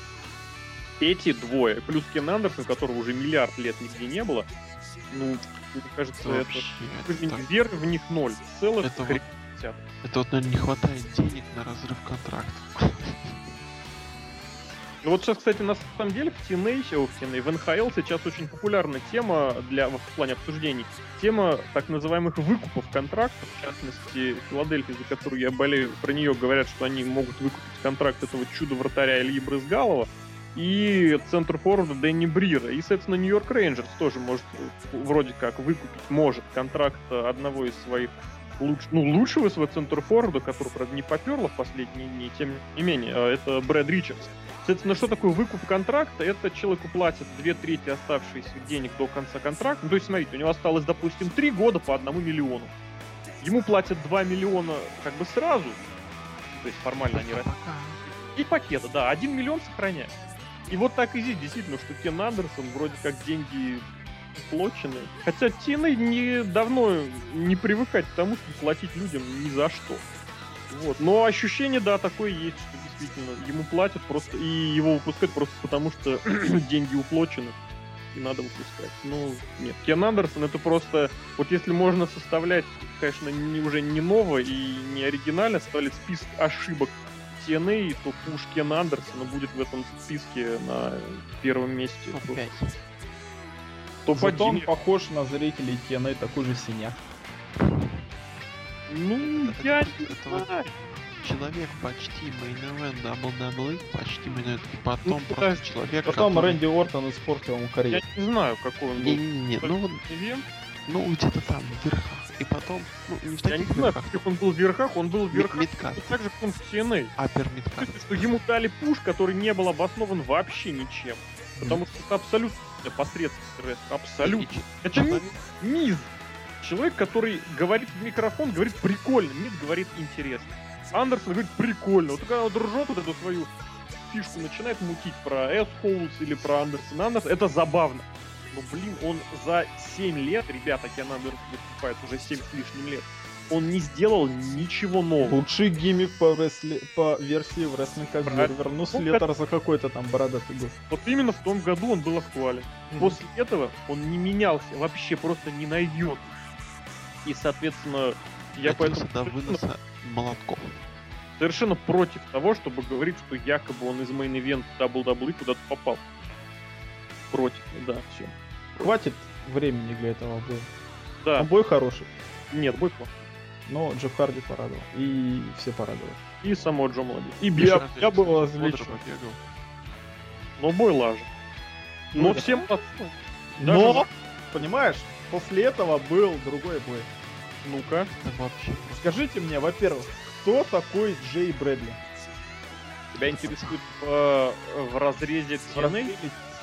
Эти двое, плюс Кен Андерсон, которого уже миллиард лет нигде не было, ну, мне кажется, это, это так... веры в них ноль. Целых это, вот, это вот, наверное, не хватает денег на разрыв контракта. Ну вот сейчас, кстати, на самом деле в ти эн эй, о, в ти эн эй, в эн эйч эл сейчас очень популярная тема для, в плане обсуждений. Тема так называемых выкупов контрактов, в частности, Филадельфия, за которую я болею, про нее говорят, что они могут выкупить контракт этого чудо-вратаря Ильи Брызгалова и центр-форварда Дэнни Брира. И, соответственно, Нью-Йорк Рейнджерс тоже может вроде как выкупить, может, контракт одного из своих луч, ну, лучшего своего центр-форварда, который, правда, не поперло в последние дни, тем не менее, это Брэд Ричардс. Соответственно, что такое выкуп контракта? Это человеку платят две трети оставшихся денег до конца контракта. Ну, то есть, смотрите, у него осталось, допустим, три года по одному миллиону. Ему платят два миллиона как бы сразу. То есть формально они... И пакета, да, один миллион сохраняют. И вот так и здесь действительно, что Кен Андерсон вроде как деньги уплочены. Хотя ти эн эй не, давно не привыкать к тому, чтобы платить людям ни за что. Вот. Но ощущение, да, такое есть, что действительно ему платят просто, и его выпускают просто потому, что деньги уплочены, и надо выпускать. Ну, нет. Кен Андерсон это просто, вот если можно составлять, конечно, не, уже не ново и не оригинально, составлять список ошибок ти эн эй, то пуш Кена Андерсона будет в этом списке на первом месте. топ пять. топ один. Он похож на зрителей ти эн эй, такой же синяк. Ну, это, я это, не это знаю. Вот человек почти мейн-эвент дабл ю дабл ю и, почти мейн-эвент, и потом Ну, просто да, человек, Потом который... Рэнди Ортон испортил ему карьеру. Я не знаю, какой он был. Не-не-не, ну вот, Ивент. ну где-то там, в верхах. И потом, ну не в Я не таких знаю, верхах, как он был в верхах, он был в верхах мидкарт, так же, как он в ти эн эй. апер мидкарт. Что ему дали пуш, который не был обоснован вообще ничем. Потому что это абсолютно посредственность рестлинга. Абсолютно. Это ми- миз. Человек, который говорит в микрофон, говорит прикольно. Миз говорит интересно. Андерсон говорит прикольно. Вот когда он ржет вот эту свою фишку, начинает мутить про Эсхоулс или про Андерсона Андерсона, это забавно. Но, блин, он за семь лет, ребята, Кен Андерсон выступает уже семь с лишним лет, он не сделал ничего нового. Лучший гиммик по, рессли... по версии в Wrestling Observer. Ну, Слетер за какой-то там бородатый был. Вот именно в том году он был актуален. Mm-hmm. После этого он не менялся, вообще просто не найдет. И, соответственно, я Готовился поэтому... до выноса молотков. Совершенно против того, чтобы говорить, что якобы он из мейн-ивента дабл ю дабл ю и куда-то попал. Против, да, все. Хватит времени для этого боя. Да. А бой хороший. Нет, бой плохой. Но Джефф Харди порадовал. И все порадовали. И само Джо молодец. И Я, Бишоп. я был развлечен. Но бой лажен. Но Ну, всем... да. Даже... Но, понимаешь, после этого был другой бой. Ну-ка. Это вообще... Скажите мне, во-первых, кто такой Джей Брэдли? Тебя интересует в, в разрезе ти эн эй?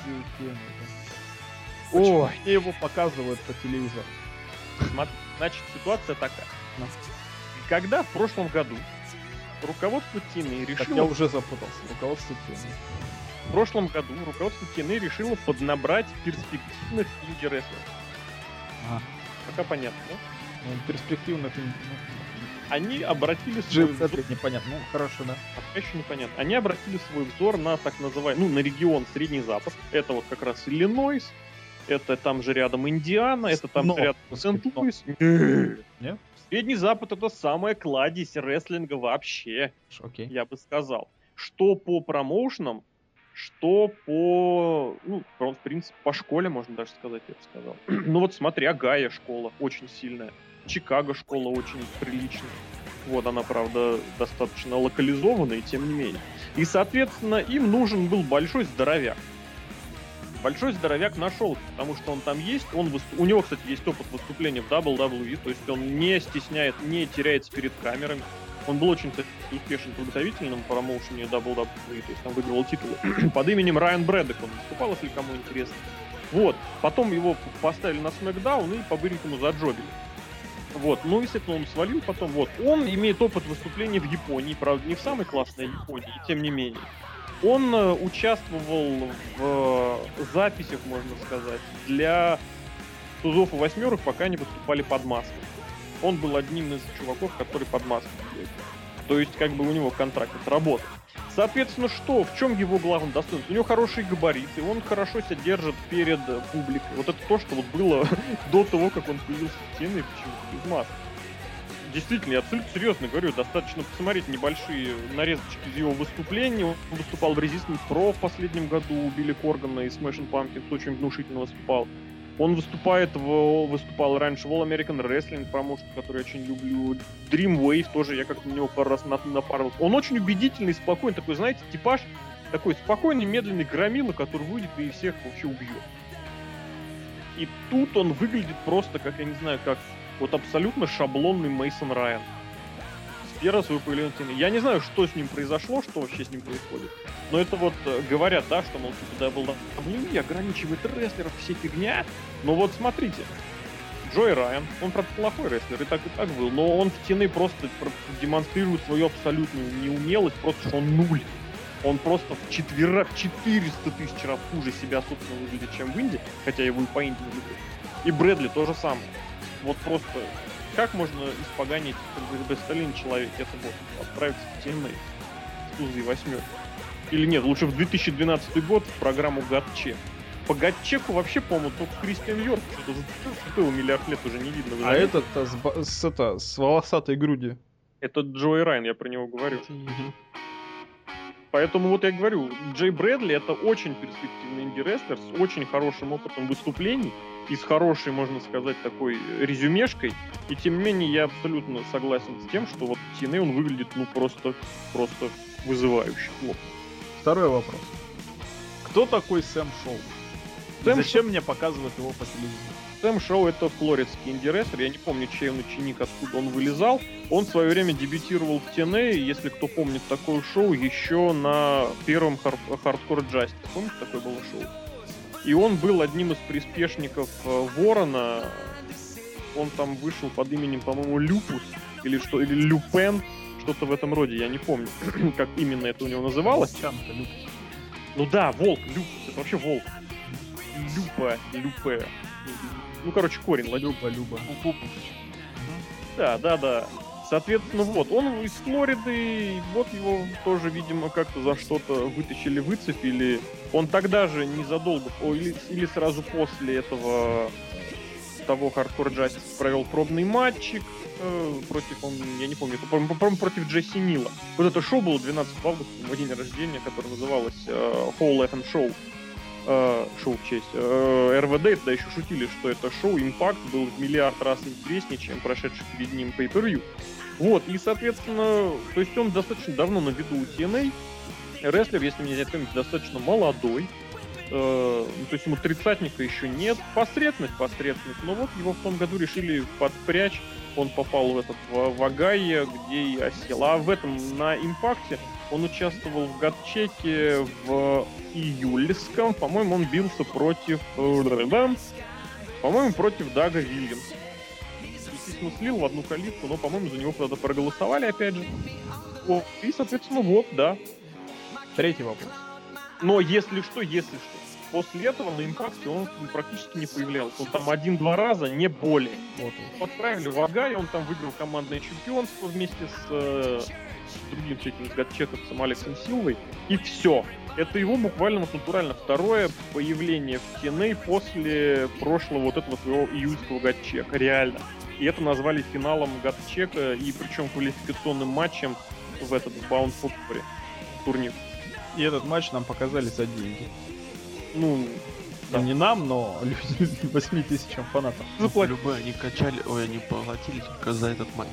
Ой, мне его показывают по телевизору. Смотри, значит, ситуация такая. Ну. Когда в прошлом году руководство ти эн эй Так решило... я уже запутался. Руководство ти эн эй. В прошлом году руководство ти эн эй решило поднабрать перспективных инди-рестлеров. Ага. Пока понятно, да? Ну, перспективных... Ну, Они обратили свой Джей взор... Брэдли непонятно. Ну, хорошо, да. Пока еще непонятно. Они обратили свой взор на так называемый, ну, на регион Средний Запад. Это вот как раз Иллинойс, это там же рядом Индиана, это там Но, же рядом господи, Сент-Луис. Нет? Нет? Средний Запад — это самая кладезь рестлинга вообще, Окей. я бы сказал. Что по промоушенам, что по, ну, в принципе, по школе, можно даже сказать, я бы сказал. Ну вот смотри, Огайо школа очень сильная, Чикаго школа очень приличная. Вот она, правда, достаточно локализованная, тем не менее. И, соответственно, им нужен был большой здоровяк. Большой здоровяк нашел, потому что он там есть. Он выступ... У него, кстати, есть опыт выступления в дабл ю дабл ю и, то есть он не стесняет, не теряется перед камерами. Он был очень, кстати, успешен в подготовительном промоушене дабл ю дабл ю и, то есть там выигрывал титулы. Под именем Райан Брэддок он выступал, если кому интересно. Вот. Потом его поставили на Смэкдаун и по-быренькому заджобили. Вот. Ну, естественно, он свалил потом. Вот. Он имеет опыт выступления в Японии, правда, не в самой классной Японии, тем не менее. Он э, участвовал в э, записях, можно сказать, для тузов и восьмерок, пока они выступали под маской. Он был одним из чуваков, который под маской. То есть, как бы у него контракт отработал. Соответственно, что? В чем его главное достоинство? У него хорошие габариты, он хорошо себя держит перед публикой. Вот это то, что вот было до того, как он появился в ти эн эй, почему-то без маски. Действительно, я абсолютно серьезно говорю, достаточно посмотреть небольшие нарезочки из его выступлений. Он выступал в Resistance Pro в последнем году у Билли Коргана и Smashing Pumpkins, очень внушительно выступал. Он выступает в, выступал раньше в All American Wrestling Promotion, который я очень люблю. Dream Wave тоже, я как-то на него пару раз напарывал. Он очень убедительный, спокойный, такой, знаете, типаж, такой спокойный, медленный громила, который выйдет и всех вообще убьет. И тут он выглядит просто, как, я не знаю, как вот абсолютно шаблонный Мейсон Райан. С первого своего появления. Я не знаю, что с ним произошло, что вообще с ним происходит. Но это вот говорят, да, что, мол, типа, дабл ю дабл ю и ограничивает рестлеров, все фигня. Но вот смотрите, Джой Райан, он, правда, плохой рестлер, и так и так был, но он в Ти Эн Эй просто демонстрирует свою абсолютную неумелость, просто что он нуль. Он просто в четверо, четыреста тысяч раз хуже себя, собственно, выглядит, чем в Инди, хотя его и по Инди не люблю. И Брэдли то же самое. Вот просто как можно испоганить бестселлинг человек, это вот отправиться в Ти Эн Эй с тузой восьмерки. Или нет, лучше в две тысячи двенадцатый год в программу Гатчек. По Гатчеку вообще, по-моему, только Кристиан Йорк, что-то что его миллиард лет уже не видно. А этот-то с, с, это, с волосатой грудью. Это Джой Райан, я про него говорю. Угу. Поэтому вот я говорю, Джей Брэдли это очень перспективный инди-рестлер с очень хорошим опытом выступлений и с хорошей, можно сказать, такой резюмешкой. И тем не менее я абсолютно согласен с тем, что вот в Ти Эн Эй он выглядит ну просто, просто вызывающе плохо. Второй вопрос. Кто такой Сэм Шоу? Сэм Зачем Шоу... мне показывают его по телевизору? Сэм Шоу это флоридский инди-рестлер, я не помню, чей он ученик, откуда он вылезал. Он в свое время дебютировал в Ти Эн Эй, если кто помнит такое шоу, еще на первом Hardcore Justice. Помните, такое было шоу? И он был одним из приспешников Ворона. Он там вышел под именем, по-моему, Люпус или что, или Люпен, что-то в этом роде, я не помню, как именно это у него называлось. Ну да, волк, Люпус, это вообще волк. Люпа, Люпе. Ну, короче, корень. Люба, Люба. Да, да, да. Соответственно, вот, он из Флориды, и вот его тоже, видимо, как-то за что-то вытащили, выцепили. Он тогда же, незадолго, о, или, или сразу после этого, того Hardcore Justice провел пробный матчик э, против, он, я не помню, по-моему, против Джесси Нила. Вот это шоу было двенадцатого августа, мой день рождения, которое называлось э, Whole эф эм Show. Шоу в честь эр вэ дэ, тогда еще шутили, что это шоу Impact был в миллиард раз интереснее, чем прошедший перед ним pay-per-view. Вот, и, соответственно, то есть он достаточно давно на виду у Ти Эн Эй. Рестлер, если мне не помнить, достаточно молодой. Э, то есть ему тридцатника еще нет. Посредственность, посредственность. Но вот его в том году решили подпрячь. Он попал в этот в, в Огайо, где и осел. А в этом, на Импакте, он участвовал в Гатчеке в июльском. По-моему, он бился против... По-моему, против Дага Вильямса. Естественно, слил в одну калитку, но, по-моему, за него куда-то проголосовали, опять же. Вот. И, соответственно, вот, да. Третий вопрос. Но если что, если что, после этого на Импакте он практически не появлялся. Он там один-два раза, не более. Вот. Отправили в Огайо, он там выиграл командное чемпионство вместе с, э, с другим этим гатчековцем Алексом Силвой. И все. Это его буквально вот натурально второе появление в Ти Эн Эй после прошлого вот этого своего июльского гатчека. Реально. И это назвали финалом гатчека, и причем квалификационным матчем в этот Bound for Glory турнир. И этот матч нам показали за деньги. Ну, да. Не нам, но восьми тысячам фанатов. Заплатили. Любые они качали, ой, они платили только за этот матч.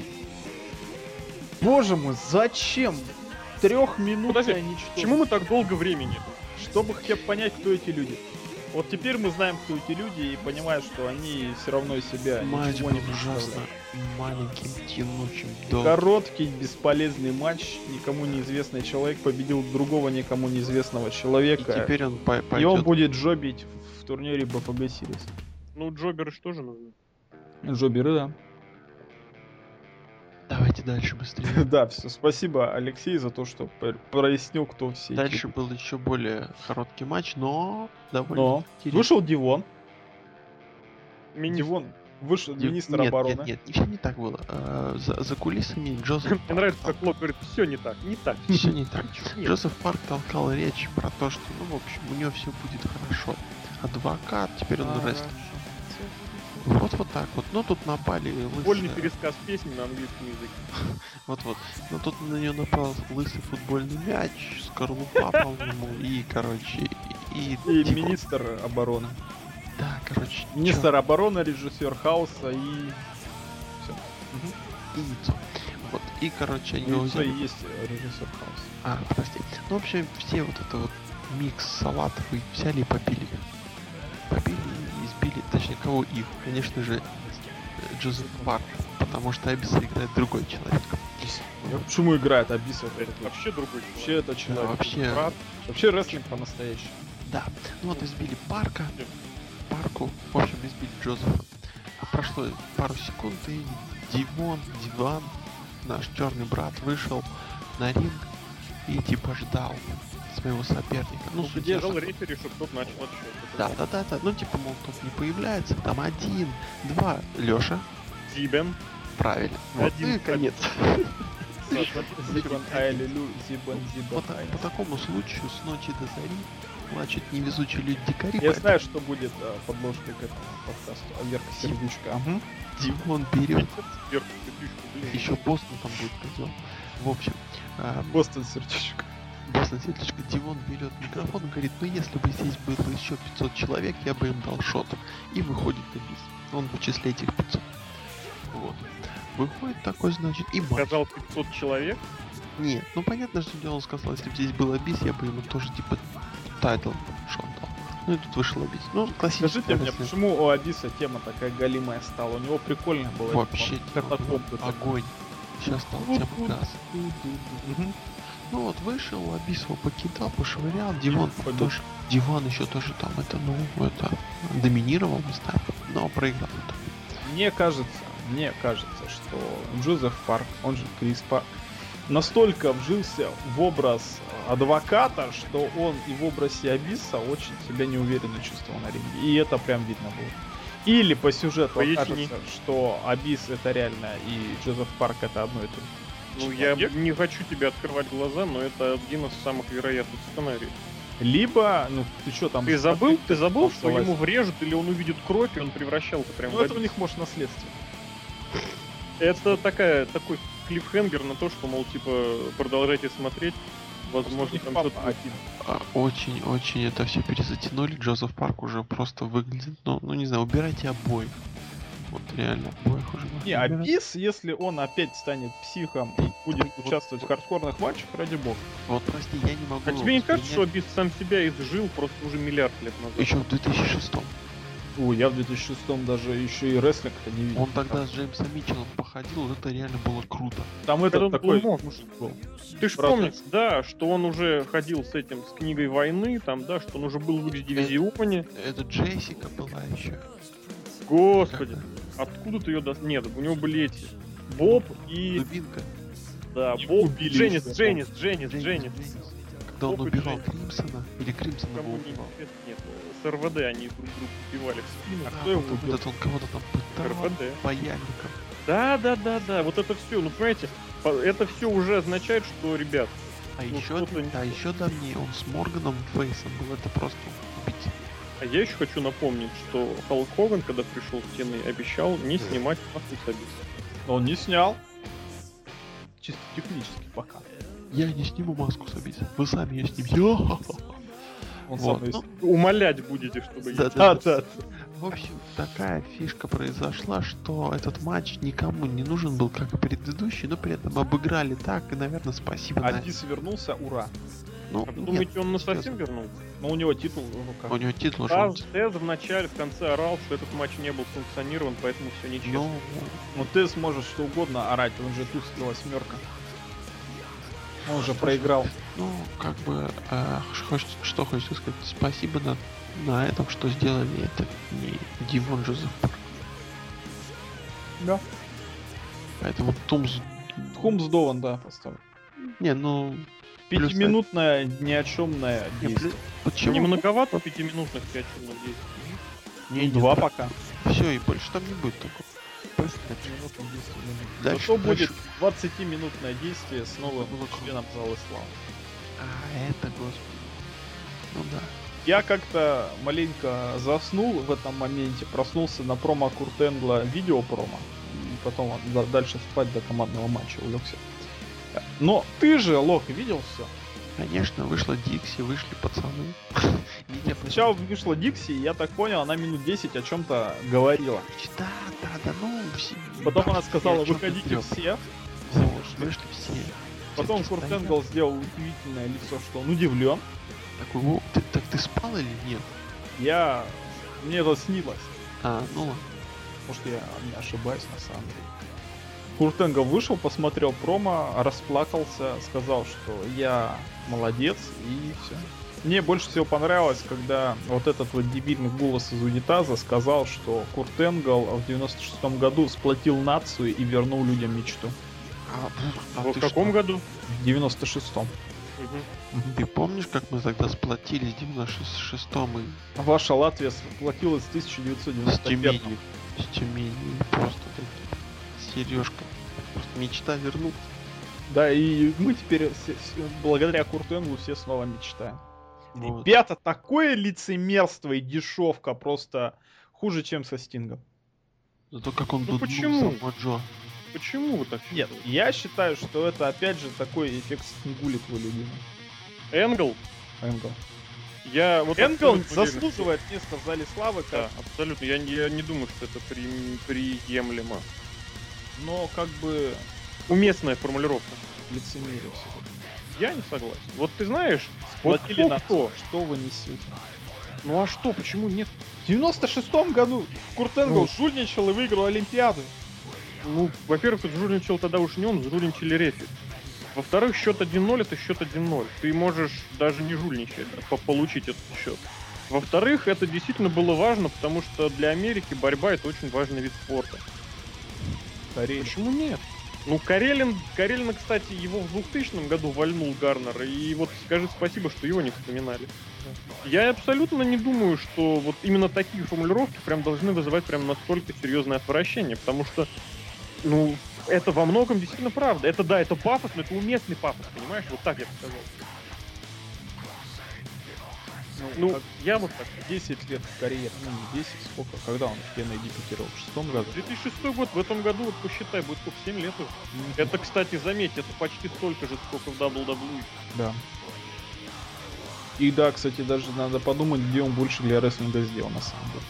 Боже мой, зачем? Трех минут. Подожди, почему мы так долго времени? Чтобы хотя бы понять, кто эти люди. Вот теперь мы знаем, кто эти люди, и понимаем, что они все равно из себя матч ничего не ужасно маленьким, тянучим, долгим. Короткий, бесполезный матч. Никому неизвестный человек победил другого никому неизвестного человека. И теперь он по- пойдет... И он будет джобить в турнире би эф би Series. Ну, джоберы что же нужны? Джоберы, да. Давайте дальше быстрее. Да, все. Спасибо, Алексей, за то, что прояснил, кто все. Дальше был еще более короткий матч, но довольно но. интересный. Вышел Дивон. Мини... Дивон вышел Див... министр нет, обороны. Нет, нет, все не так было. А, за, за кулисами Джозеф Мне Парк нравится, толкал... как Лок говорит, все не так, не так. Все не так. Нет. Джозеф Парк толкал речь про то, что, ну, в общем, у него все будет хорошо. Адвокат, теперь он рестлер. Вот вот так вот. Ну тут напали Футбольный лысые... пересказ песни на английском языке. Вот-вот. Ну тут на нее напал лысый футбольный мяч, скорлупа, по-моему, и, короче, и... И министр обороны. Да, короче. Министр чё? обороны, режиссер Хауса и... Все. Угу. И яйцо. Вот. И, короче, они яйцо взяли... и есть режиссер Хауса. А, прости. Ну, вообще, все вот это вот микс салатовый взяли и побили. Побили и избили, точнее, кого их? Конечно же, Джозеф Парк, потому что Абиса играет другой человек. А почему играет Абиса? Это вообще другой человек. Вообще это человек. Да, вообще... Брат. Вообще рестлинг по-настоящему. Да. Ну вот избили Парка. Парку, в общем, избили Джозефа. Прошло пару секунд, и Дивон, Диван, наш черный брат, вышел на ринг и типа ждал своего соперника. Ну, ну где ждал рефери, чтобы тот начал отсчет. Да, да, да, да. Ну, типа, мол, тот не появляется. Там один, два. Леша. Зибен. Правильно. Вот, один, и конец. Зибен, Айлилю, Зибен, Зибен. По такому случаю с ночи до зари плачут невезучие люди дикари. Я знаю, что будет подложкой к этому подкасту. Верка сердючка. Димон берет. Еще Бостон там будет козел. В общем. Бостон сердючка. Бостон сердючка. Димон берет микрофон и говорит, ну если бы здесь было еще пятьсот человек, я бы им дал шот. И выходит на бис. Он в числе этих пятисот. Вот. Выходит такой, значит, и матч. Сказал пятьсот человек? Нет, ну понятно, что дело он сказал, если бы здесь был бис, я бы ему тоже типа тайтл шот дал. Ну и тут вышел Абис. Ну, классический. Скажите мне, почему у Абиса тема такая галимая стала? У него прикольно было. Вообще, огонь. Сейчас стал тема газ. Ну вот вышел, Абис его покидал, пошвырял, Диван тоже. Диван еще тоже там это, ну, это доминировал местами, но проиграл. Мне кажется, мне кажется, что Джозеф Парк, он же Крис Парк, настолько вжился в образ адвоката, что он и в образе Абиса очень себя неуверенно чувствовал на ринге. И это прям видно было. Или по сюжету Поясни. Кажется, что Абис это реально и Джозеф Парк это одно и то же. Ну, я не хочу тебе открывать глаза, но это один из самых вероятных сценариев. Либо, ну, ты что там... Ты забыл, ты забыл, что ему врежут, или он увидит кровь, и он превращался прям ну, в... это у них, может, наследство. Это такая, такой клиффхенгер на то, что, мол, типа, продолжайте смотреть. Возможно, там что-то... Очень-очень это все перезатянули. Джозеф Парк уже просто выглядит, ну, ну не знаю, убирайте обоих. Вот реально, обоих уже. Не, Абис, если он опять станет психом и будет вот, участвовать вот, в хардкорных матчах, ради бога. Вот прости, я не могу... А тебе не кажется, что Абис сам себя изжил просто уже миллиард лет назад? Еще в две тысячи шестом. Ой, я в две тысячи шестом даже еще и рестлинг-то не видел. Он тогда с Джеймсом Митчеллом походил, это реально было круто. Там этот такой мужик был. Ты ж помнишь, да, что он уже ходил с этим, с книгой войны, там, да, что он уже был в X-дивизионе. Это Джессика была еще. Господи, откуда ты ее до... Нет, у него были эти, Боб и... Дубинка. Да, и Боб, убили Дженнис, его. Дженнис, Дженнис, Дженнис. Когда он убивал Кримсона, или Кримсона его убивал. Нет, нет, с РВД они друг друга убивали в спину. А кто его убил? Этот он кого-то там пытал, РВД. паяльником. Да, да, да, да, вот это все, ну понимаете, это все уже означает, что, ребят... А ну, еще, а еще давнее он с Морганом Фейсом был, это просто убить. А я еще хочу напомнить, что Халк Хоган, когда пришел в стены, обещал не снимать маску с Абиса. Но он не снял. Чисто технически пока. Я не сниму маску с Абиса. Вы сами ее снимете. Он вот. Ну, умолять будете, чтобы да, я... Да, да, да. В общем, такая фишка произошла, что этот матч никому не нужен был, как и предыдущий, но при этом обыграли так, и, наверное, спасибо. Абис на... вернулся, ура. Ну, а вы думаете, он на совсем вернулся? Ну, у него титул, ну как? У него титул да, Тез в начале, в конце орал, что этот матч не был санкционирован, поэтому все нечестно. Но... Ну, Тез может что угодно орать, он же тусклая восьмерка. Он уже проиграл. Ну, как бы, э, хочет, что хочется сказать, спасибо на, на этом, что сделали это не Дивон Джозеф. Да. Поэтому Тумс... Тумс Дован, да, поставил. Не, ну... Пятиминутное ни о чемное действие. Почему? Не многовато пятиминутных ни о чемных действий? Не, два нет, пока. Все, и больше там не будет такого. Дальше что будет двадцатиминутное действие с новым членом зала славы. А это, господи. Ну да. Я как-то маленько заснул в этом моменте, проснулся на промо Курт Энгла, видео промо, и потом дальше спать до командного матча улегся. Но ты же, Лок, видел все? Конечно, вышла Дикси, вышли пацаны. Сначала вышла Дикси, и я так понял, она минут десять о чем-то говорила. Да, да, да, ну все. Потом она сказала, выходите все. Вот, вышли все. Потом Курт Энгл сделал удивительное лицо, что он удивлен. Такой, ну, ты, так ты спал или нет? Я... Мне это снилось. А, ну ладно. Может, я не ошибаюсь на самом деле. Курт Энгл вышел, посмотрел промо, расплакался, сказал, что я молодец, и все. Мне больше всего понравилось, когда вот этот вот дебильный голос из унитаза сказал, что Курт Энгл в девяносто шестом году сплотил нацию и вернул людям мечту. А, а в каком что? году? В девяносто шестом. Угу. Ты помнишь, как мы тогда сплотились в девяносто шестом? И... Ваша Латвия сплотилась в тысяча девятьсот девяносто первом. С Тюменью. Просто такие. Сережка. Просто мечта вернуться. Да, и мы теперь благодаря Курту Энглу все снова мечтаем. Вот. Ребята, такое лицемерство и дешевка просто хуже, чем со Стингом. Зато как он ну, тут почему? Джо. Почему вы так Нет, считаете? я считаю, что это опять же такой эффект Стингули твой любимый. Энгл? Энгл. Я вот Энгл заслуживает места в зале славы. Как... Да, абсолютно. Я, я не думаю, что это при, приемлемо. Но как бы... Уместная формулировка. Лицемерие все-таки. Я не согласен. Вот ты знаешь, сплотили вот нас. Кто? Что вы несете? Ну а что, почему нет? В девяносто шестом году Курт Энгл ну, жульничал и выиграл Олимпиаду. Ну, во-первых, тут жульничал тогда уж не он, жульничали рефи. Во-вторых, счет один ноль это счет один ноль. Ты можешь даже не жульничать, а получить этот счет. Во-вторых, это действительно было важно, потому что для Америки борьба это очень важный вид спорта. Карелин. Почему нет? Ну, Карелин, Карелина, кстати, его в двухтысячном году вальнул Гарнер, и вот скажи спасибо, что его не вспоминали. Я абсолютно не думаю, что вот именно такие формулировки прям должны вызывать прям настолько серьезное отвращение, потому что, ну, это во многом действительно правда. Это, да, это пафос, но это уместный пафос, понимаешь? Вот так я бы сказал. Ну, ну я вот так. десять лет в карьере, ну не десять, сколько, когда он в Кеннеди дебютировал? В шестом году? две тысячи шестой год, в этом году, вот посчитай, будет сколько, семь лет уже. Mm-hmm. Это, кстати, заметь, это почти столько же, сколько в дабл ю дабл ю и. Да. И да, кстати, даже надо подумать, где он больше для рестлинга сделал, на самом деле.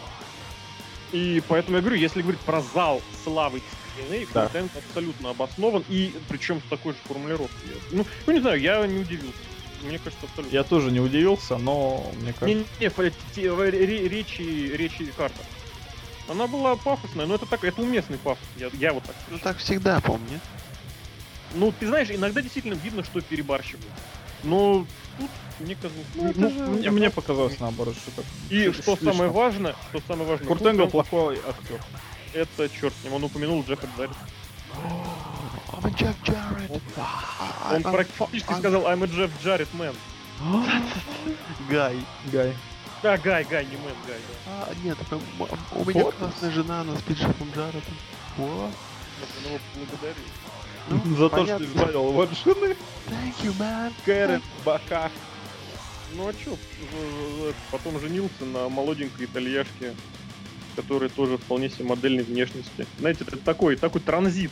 И поэтому я говорю, если говорить про зал славы ТНА, да. контент абсолютно обоснован, и причем с такой же формулировкой. Ну, ну, не знаю, я не удивился. Мне кажется, абсолютно. Я тоже не удивился, но мне кажется... Не, не, речи, речи Картер. Она была пафосная, но это так, это уместный пафос. Я, я вот так. Ну так всегда, помню. Ну, ты знаешь, иногда действительно видно, что перебарщивают. Но тут мне казалось... Ну, ну, же... мне, мне показалось наоборот, что так... И что слишком. самое важное, что самое важное... Курт Энгл плохой актер. Это черт с ним, он упомянул Джеффа Джаррета. I'm a Jeff Jarrett. Он I'm практически I'm... сказал I'm a Jeff Jarrett man. Гай. Гай. Да, Гай, Гай, не мэн, Гай. Да. А, нет, у меня вот. Классная жена, она с Джеффом Джарреттом. О. Я его благодарю. Ну, за понятно. То, что избавил его от жены. Thank you, man. Кэррет, баках. Ну а чё, потом женился на молоденькой итальяшке, которая тоже вполне себе модельной внешности. Знаете, это такой, такой транзит.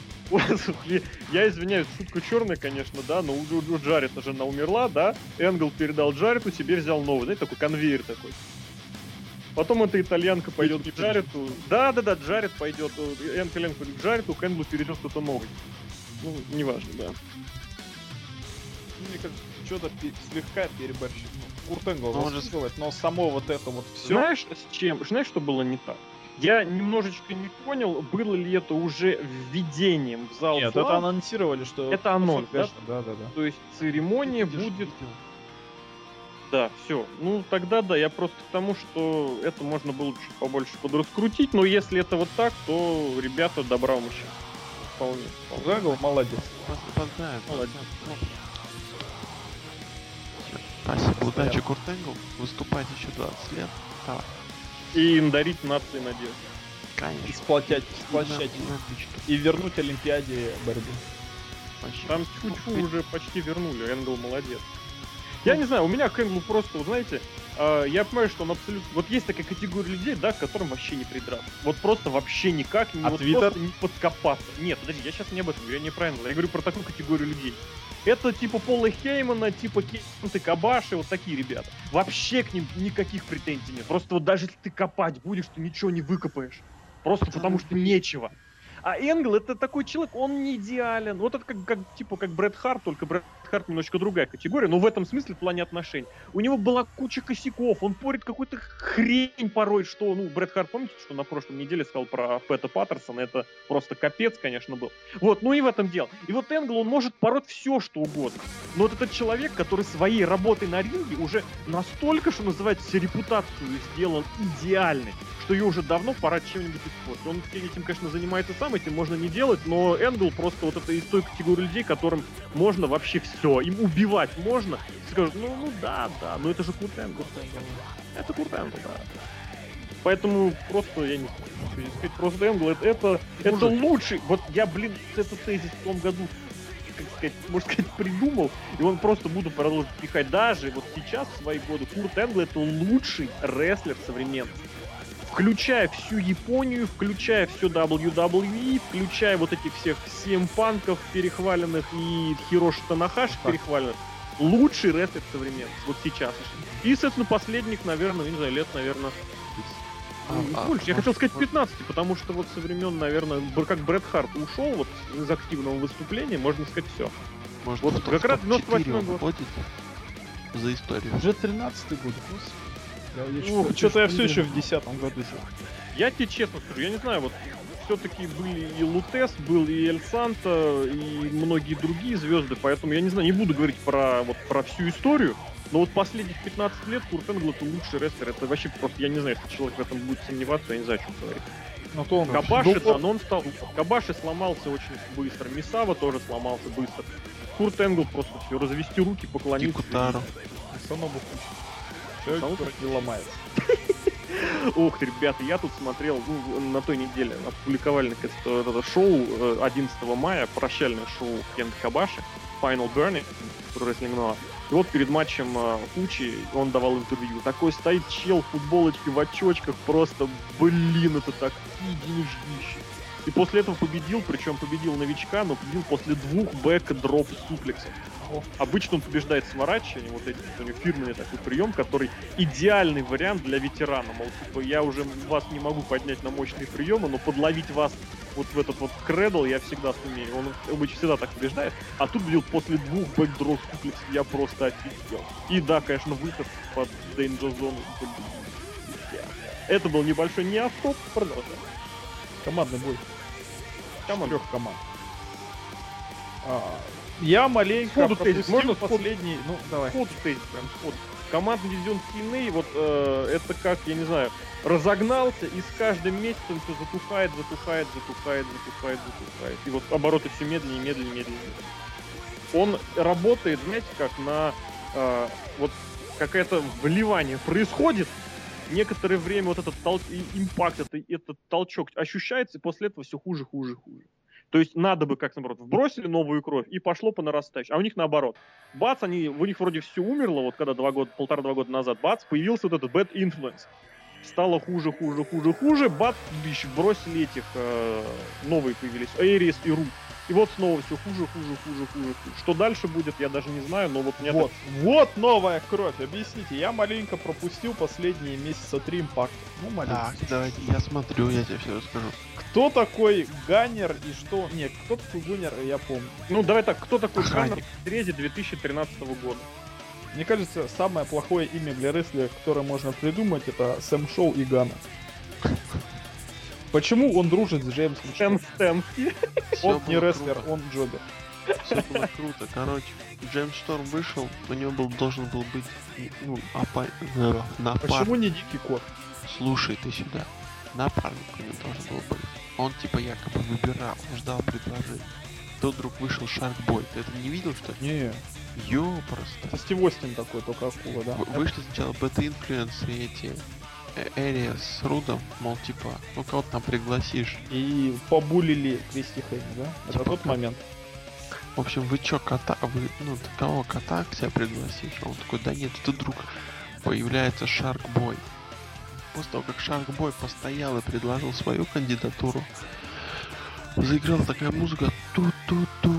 Я извиняюсь, шутка черная, конечно, да, но у, у Джаррета жена умерла, да, Энгл передал Джаррету, себе взял новый, знаете, такой конвейер такой. Потом эта итальянка пойдет к Джаррету, да-да-да, Джаррет пойдет, Энгл пойдет к Джаррету, к Энглу перейдет кто-то новый. Ну, неважно, да. Мне кажется, что-то слегка переборщил. Курт Энгл заслуживает, но само вот это вот все. Знаешь, с чем? Знаешь, что было не так? Я немножечко не понял, было ли это уже введением в зал. Нет, это анонсировали, что... Это анонс, да? Да, да, да. То есть церемония будет... Да, все. Ну, тогда да, я просто к тому, что это можно было чуть побольше подраскрутить, но если это вот так, то ребята добра вам еще. Вполне. Загл молодец. Поздравляю. Молодец. Спасибо. Удачи, Курт Энгл. Выступать еще двадцать лет. Давай. И дарить нации надежду. Конечно. И сплотять, сплощать. И вернуть Олимпиаде борьбу. Там чуть-чуть уже почти вернули. Энгл молодец. Я не знаю, у меня к Энглу просто, вот знаете, э, я понимаю, что он абсолютно... Вот есть такая категория людей, да, к которым вообще не придраться. Вот просто вообще никак, не, а вот Твиттер? просто не подкопаться. Нет, подожди, я сейчас не об этом говорю, я не про Энгла, я говорю про такую категорию людей. Это типа Пола Хеймана, типа Кенты Кабаши, вот такие ребята. Вообще к ним никаких претензий нет. Просто вот даже если ты копать будешь, ты ничего не выкопаешь. Просто потому, потому что нечего. А Энгл это такой человек, он не идеален. Вот это как, как типа как Брэд Харт, только Брэд Харт немножечко другая категория, но в этом смысле в плане отношений. У него была куча косяков, он порит какую-то хрень порой, что, ну, Брэд Харт, помните, что на прошлой неделе сказал про Пэта Паттерсона, это просто капец, конечно, был. Вот, ну и в этом дело. И вот Энгл, он может пороть все, что угодно. Но вот этот человек, который своей работой на ринге уже настолько, что называется, репутацию сделал идеальной, что ее уже давно пора чем-нибудь испортить. Он этим, конечно, занимается сам, этим можно не делать, но Энгл просто вот это из той категории людей, которым можно вообще все, им убивать можно. Скажут, ну, ну да, да, но это же Курт Энгл. Это Курт Энгл, да. Поэтому просто, я не знаю, что здесь сказать, просто Энгл, это, это, это лучший. Вот я, блин, этот тезис в том году, как сказать, можно сказать, придумал, и он просто буду продолжить пихать. Даже вот сейчас, в свои годы, Курт Энгл это лучший рестлер современный. Включая всю Японию, включая все дабл ю дабл ю и, включая вот этих всех си эм Панков перехваленных и Хироши Танахаши перехваленных. Лучший рестлер современный, вот сейчас. И, соответственно, последних, наверное, не знаю, лет, наверное, а, а, больше. Я хотел сказать пятнадцать, потому что вот со времен, наверное, как Брэд Харт ушел вот из активного выступления, можно сказать, все. Может, вот как раз девяносто восьмой год. За историю. Уже тринадцатый год, господи. Я, я ну, что-то, что-то я все еще в десятом году сидел. Я тебе честно скажу, я не знаю, вот все-таки были и Лутес, был и Эль Санто, и многие другие звезды, поэтому я не знаю, не буду говорить про, вот, про всю историю, но вот последних пятнадцать лет Курт Энгл это лучший рестлер, это вообще просто, я не знаю, если человек в этом будет сомневаться, я не знаю, о чем говорить. Ну, то он Кабаши, да, но он стал... Кабаши сломался очень быстро, Мисава тоже сломался быстро. Курт Энгл просто все, развести руки, поклониться. Кикутаро. Человек не ломается. Ох ты, ребята, я тут смотрел, ну, на той неделе опубликовали это, это шоу одиннадцатого мая, прощальное шоу Кента Кабаши, Final Burning, Wrestling Noah. И вот перед матчем Фучи он давал интервью. Такой стоит чел в футболочке, в очочках, просто, блин, это так денежище. И после этого победил, причем победил новичка, но победил после двух бэк-дроп суплексов. Обычно он побеждает сворачиванием, вот этим, у него фирменный такой прием, который идеальный вариант для ветерана. Мол, типа, я уже вас не могу поднять на мощные приемы, но подловить вас вот в этот вот кредл я всегда сумею. Он обычно всегда так побеждает. А тут бил после двух бэкдроп суплексов, я просто офигел. И да, конечно, выход под Danger Zone. Это был небольшой не автоп, продолжаем. Командный бой. Команд. Трех команд. А, я маленько пропустил можно последний... Ну, давай. Вход в тезис, прям вход. Командный дивизион ти эн эй, вот э, это как, я не знаю, разогнался, и с каждым месяцем все затухает, затухает, затухает, затухает, затухает. И вот обороты все медленнее, медленнее, медленнее. Он работает, знаете, как на... Э, вот какое-то вливание происходит, некоторое время вот этот тол- импакт, этот, этот толчок ощущается, и после этого все хуже, хуже, хуже. То есть надо бы, как наоборот, вбросили новую кровь, и пошло по нарастающей. А у них наоборот. Бац, они, у них вроде все умерло, вот когда два года, полтора-два года назад, бац, появился вот этот bad influence. Стало хуже, хуже, хуже, хуже, бац, бич, бросили этих, э, новые появились, Эйрис и Ру. И вот снова все хуже, хуже, хуже, хуже, хуже. Что дальше будет, я даже не знаю, но вот мне вот, так... вот новая кровь, объясните. Я маленько пропустил последние месяца три импакта. Ну, маленько. Так, давайте, я смотрю, я тебе все расскажу. Кто такой Ганнер и что... Нет, кто такой Ганнер, я помню. Ну, давай так, кто такой Ганнер в срезе две тысячи тринадцатого года? Мне кажется, самое плохое имя для рестлера, которое можно придумать, это Сэм Шоу и Ганна. Почему он дружит с Джеймсом Сэм Стэнски. Он не рестлер, он джобер. Все было круто. Короче, Джеймс Шторм вышел, у него был, должен был быть, ну, опа... напарник. Почему не Дикий Кот? Слушай, ты сюда. Напарник у него должен был быть. Он типа якобы выбирал, ждал предложения. Тут вдруг вышел Шаркбой. Ты это не видел, что ли? Не. Ё, просто. Это Стив Остин такой, только акула, да? В- вышли сначала бета-инфлюенсы эти... Эрия с Рудом, мол, типа, ну кого ты там пригласишь. И побулили Кристи Хейна, да? Это Типа тот как? момент. В общем, вы чё, кота, вы, ну, ты кого, кота к себе пригласишь? Он такой, да нет, это друг. Появляется Шаркбой. После того, как Шаркбой постоял и предложил свою кандидатуру, заиграла такая музыка ту-ту-ту.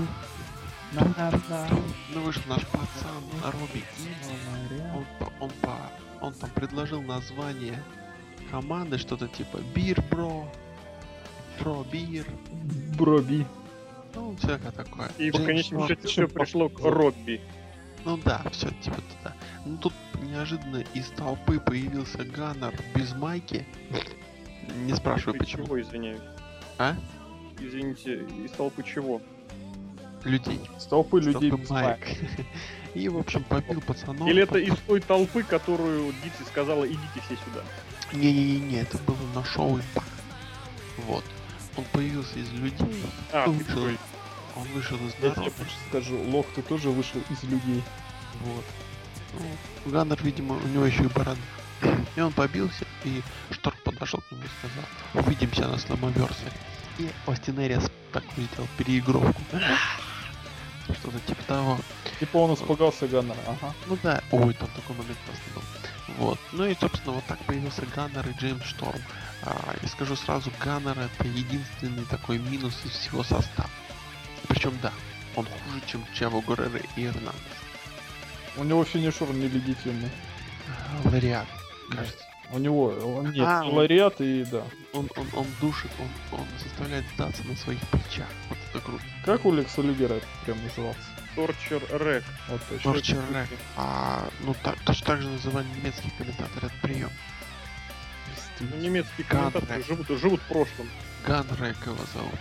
Ну вышел наш пацан Робби Ин. Он, он, по, он там предложил название команды, что-то типа Бир Бро, Бро Бир, Броби. ну всякое такое. И в конечном счете все пришло к Робби. Ну да, все типа туда. Ну тут неожиданно из толпы появился Ганнер без майки. Не спрашивай почему. Чего, извиняюсь? А? Извините, из толпы чего? Людей. С толпы людей Толпы без майк. майк. И, в общем, побил пацанов. Или это из той толпы, которую Дитси сказала, идите все сюда? Не-не-не, это было на шоу Impact. Вот. Он появился из людей. А, он, ты вышел, такой. он вышел из Я тебе народа. больше скажу, Лох, ты тоже вышел из людей. Вот. Ну, Ганнер, видимо, у него еще и борода. И он побился, и Шторм подошел к нему и сказал: увидимся на сломоверсе. И Остин Эриас такой сделал переигровку. Что-то типа того. Типа он испугался Ганнера, ага. Ну да, ой, там такой момент просто был. Вот. Ну и, собственно, вот так появился Ганнер и Джеймс Шторм. А, я скажу сразу, Ганнер это единственный такой минус из всего состава. Причем, да, он хуже, чем Чаво Геррера и Эрнандес. У него финишер нелегитимный. А, Лариат, кажется. У него, он нет, А, он- лариат и да. Он, он, он душит, он, он заставляет сдаться на своих плечах. Вот это круто. Как у Лекса Люгера это прям назывался? Торчер Рэк. Вот точно. Торчер Рэк. А, ну так, точно так же называли немецкие комментаторы этот прием. Ну, немецкие Ган комментаторы Рэк. живут, живут в прошлом. Ган Рэк его зовут.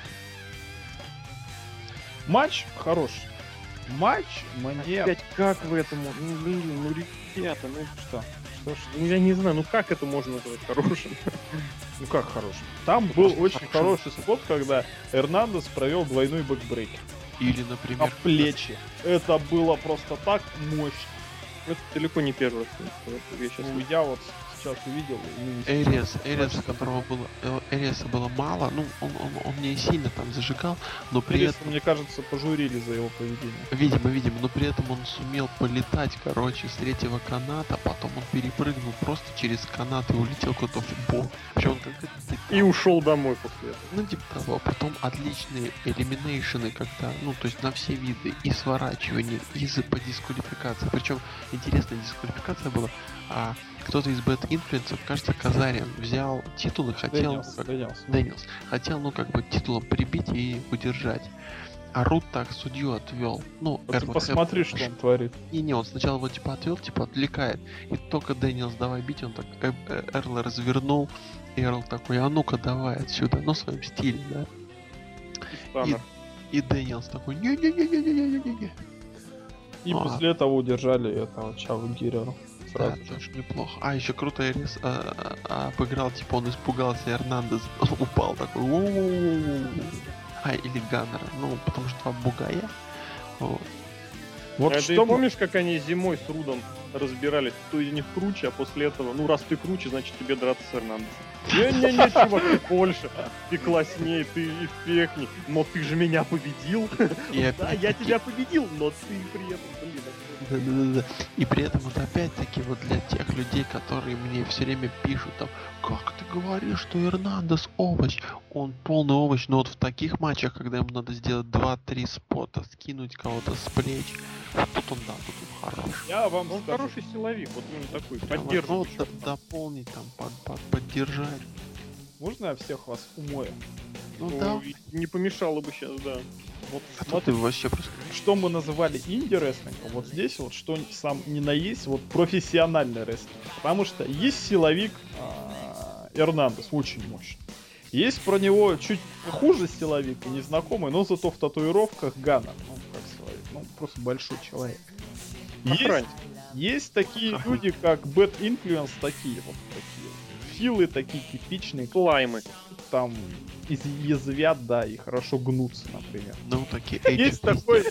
Матч хороший. Матч мне... Опять как вы это можете? Ну, блин, ну, ребята, ну Что? Что ж? ну, я не знаю, ну как это можно назвать хорошим? Ну как хороший? Там был Просто очень хорошо. хороший спот, когда Эрнандес провел двойной бэкбрейк. Или, На например, плечи. Это было просто так мощно. Это далеко не первый раз. Я сейчас... Ну, я вот сейчас увидел. и- Эриас, Эриас, у которого было, э, Эриаса было мало, ну, он, он, он не сильно там зажигал, но при Эриса, этом, мне кажется, пожурили за его поведение. видимо, видимо, но при этом он сумел полетать, короче, с третьего каната, потом он перепрыгнул просто через канат и улетел куда-то в бок. Причем он как-то... И ушел домой после этого. Ну, типа того. Потом отличные элиминейшены, когда, ну, то есть на все виды, и сворачивание, и за по дисквалификации. Причем интересная дисквалификация была. А, кто-то из Bad Influence, кажется, Казарин, взял титул и хотел... Дэнилс, как- Дэнилс. Дэнилс. Хотел, ну, как бы, титулом прибить и удержать. А Рут так судью отвел. Ну, Вот ты Эрл посмотри, Хэп- что он творит. Не-не, он сначала его типа отвел, типа отвлекает. И только Дэнилс давай бить, он так э- э- Эрла развернул. И Эрл такой, а ну-ка давай отсюда, ну в своем стиле, да. Станнер. И Дэнилс такой, не-не-не-не-не-не-не-не. И А. после этого удержали этого Чаву Гирера. Да, Сразу же. тоже неплохо. А, еще круто Эрис а, а, обыграл, типа он испугался, Эрнандес упал такой. «У-у-у-у-у». А, или Ганнера, ну, потому что два бугая. Вот. Вот А ты что мы... помнишь, как они зимой с Рудом разбирались, кто из них круче, а после этого, ну раз ты круче, значит тебе драться с Эрнандесом. Не-не-не, чувак, ты больше, ты класснее, ты эффектней, но ты же меня победил. И Да, опять я тебя победил, но ты при этом, блин, это- Да-да-да. И при этом вот опять-таки вот для тех людей, которые мне все время пишут там, как ты говоришь, что Эрнандес овощ, он полный овощ, но вот в таких матчах, когда ему надо сделать два-три спота, скинуть кого-то с плеч, вот тут он, да, тут он хорош. Я вам Он скажу. хороший силовик, вот именно такой, Прям вот, ну, поддерживающий. вот д- дополнить там, под- под- поддержать. Можно я всех вас умою? Ну Ну, да. и не помешало бы сейчас, да. Вот А тут смотри, ты вообще просто... что мы называли инди-рестлингом, вот здесь вот что сам не на есть, вот профессиональный рестлинг. Потому что есть силовик а, Эрнандес, очень мощный. Есть про него чуть хуже силовик и незнакомый, но зато в татуировках Ганнер. Ну, как силовик, ну, просто большой человек. Есть, Охранник. есть такие Ага. люди, как Bad Influence, такие вот такие. Филы такие типичные, Слаймы. там из- язвят, да, и хорошо гнутся, например. Ну, такие Есть эйджи такой...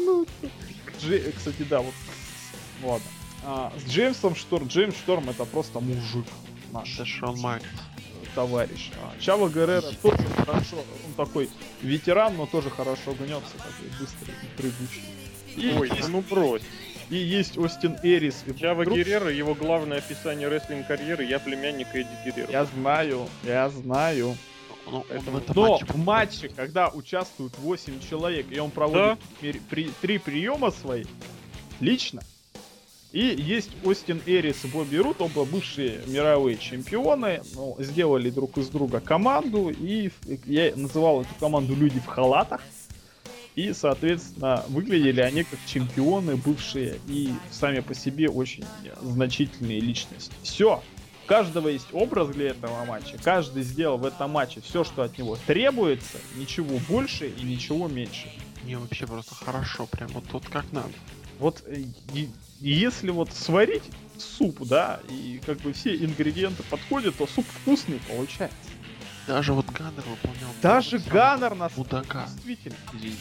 Дже- Кстати, да, вот... Ладно. А, с Джеймсом Шторм. Джеймс Шторм это просто мужик наш. Это Шон Майклс. товарищ. А Чаво Геррера тоже хорошо, он такой ветеран, но тоже хорошо гнется, такой быстрый и прыгучий. И Ой, есть, ну брось. и есть Остин Эрис. И Чаво вдруг... Геррера, его главное описание рестлинг-карьеры, я племянник Эдди Геррера. Я знаю, я знаю. Ну, Поэтому... Но матче... в матче, когда участвуют восемь человек, и он проводит да? при... три приема свои, лично, и есть Остин Эрис и Бобби Рут, оба бывшие мировые чемпионы, ну, сделали друг из друга команду, и я называл эту команду «Люди в халатах», и, соответственно, выглядели они как чемпионы бывшие и сами по себе очень значительные личности. Все. У каждого есть образ для этого матча, каждый сделал в этом матче все, что от него требуется, ничего больше и ничего меньше. Не, вообще просто хорошо, прям вот, вот как надо. Вот и, и если вот сварить суп, да, и как бы все ингредиенты подходят, то суп вкусный получается. Даже вот Ганнер выполнял. Даже Ганнер нас мудака. Действительно.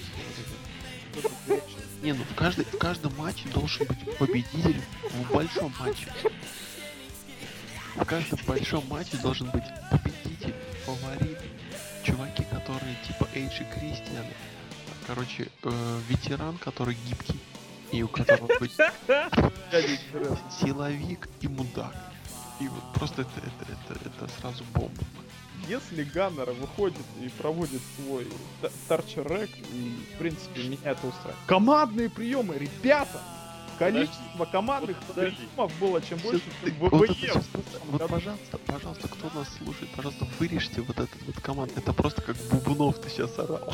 Не, ну в, каждой, в каждом матче должен быть победитель в большом матче. В каждом большом матче должен быть победитель, фаворит, чуваки, которые типа Эйдж и Кристиан. Короче, э, ветеран, который гибкий, и у которого быть силовик и мудак. И вот просто это, это, это, это сразу бомба. Если Ганнер выходит и проводит свой торчер-рек, и в принципе меня это устраивает. Командные приемы, ребята! Количество Подожди. командных Вот приемов было чем больше, чем в Вот, ВВЕ. это, вот, пожалуйста, пожалуйста, кто нас слушает, пожалуйста, вырежьте вот этот вот команд. Это просто как Бубнов ты сейчас орал.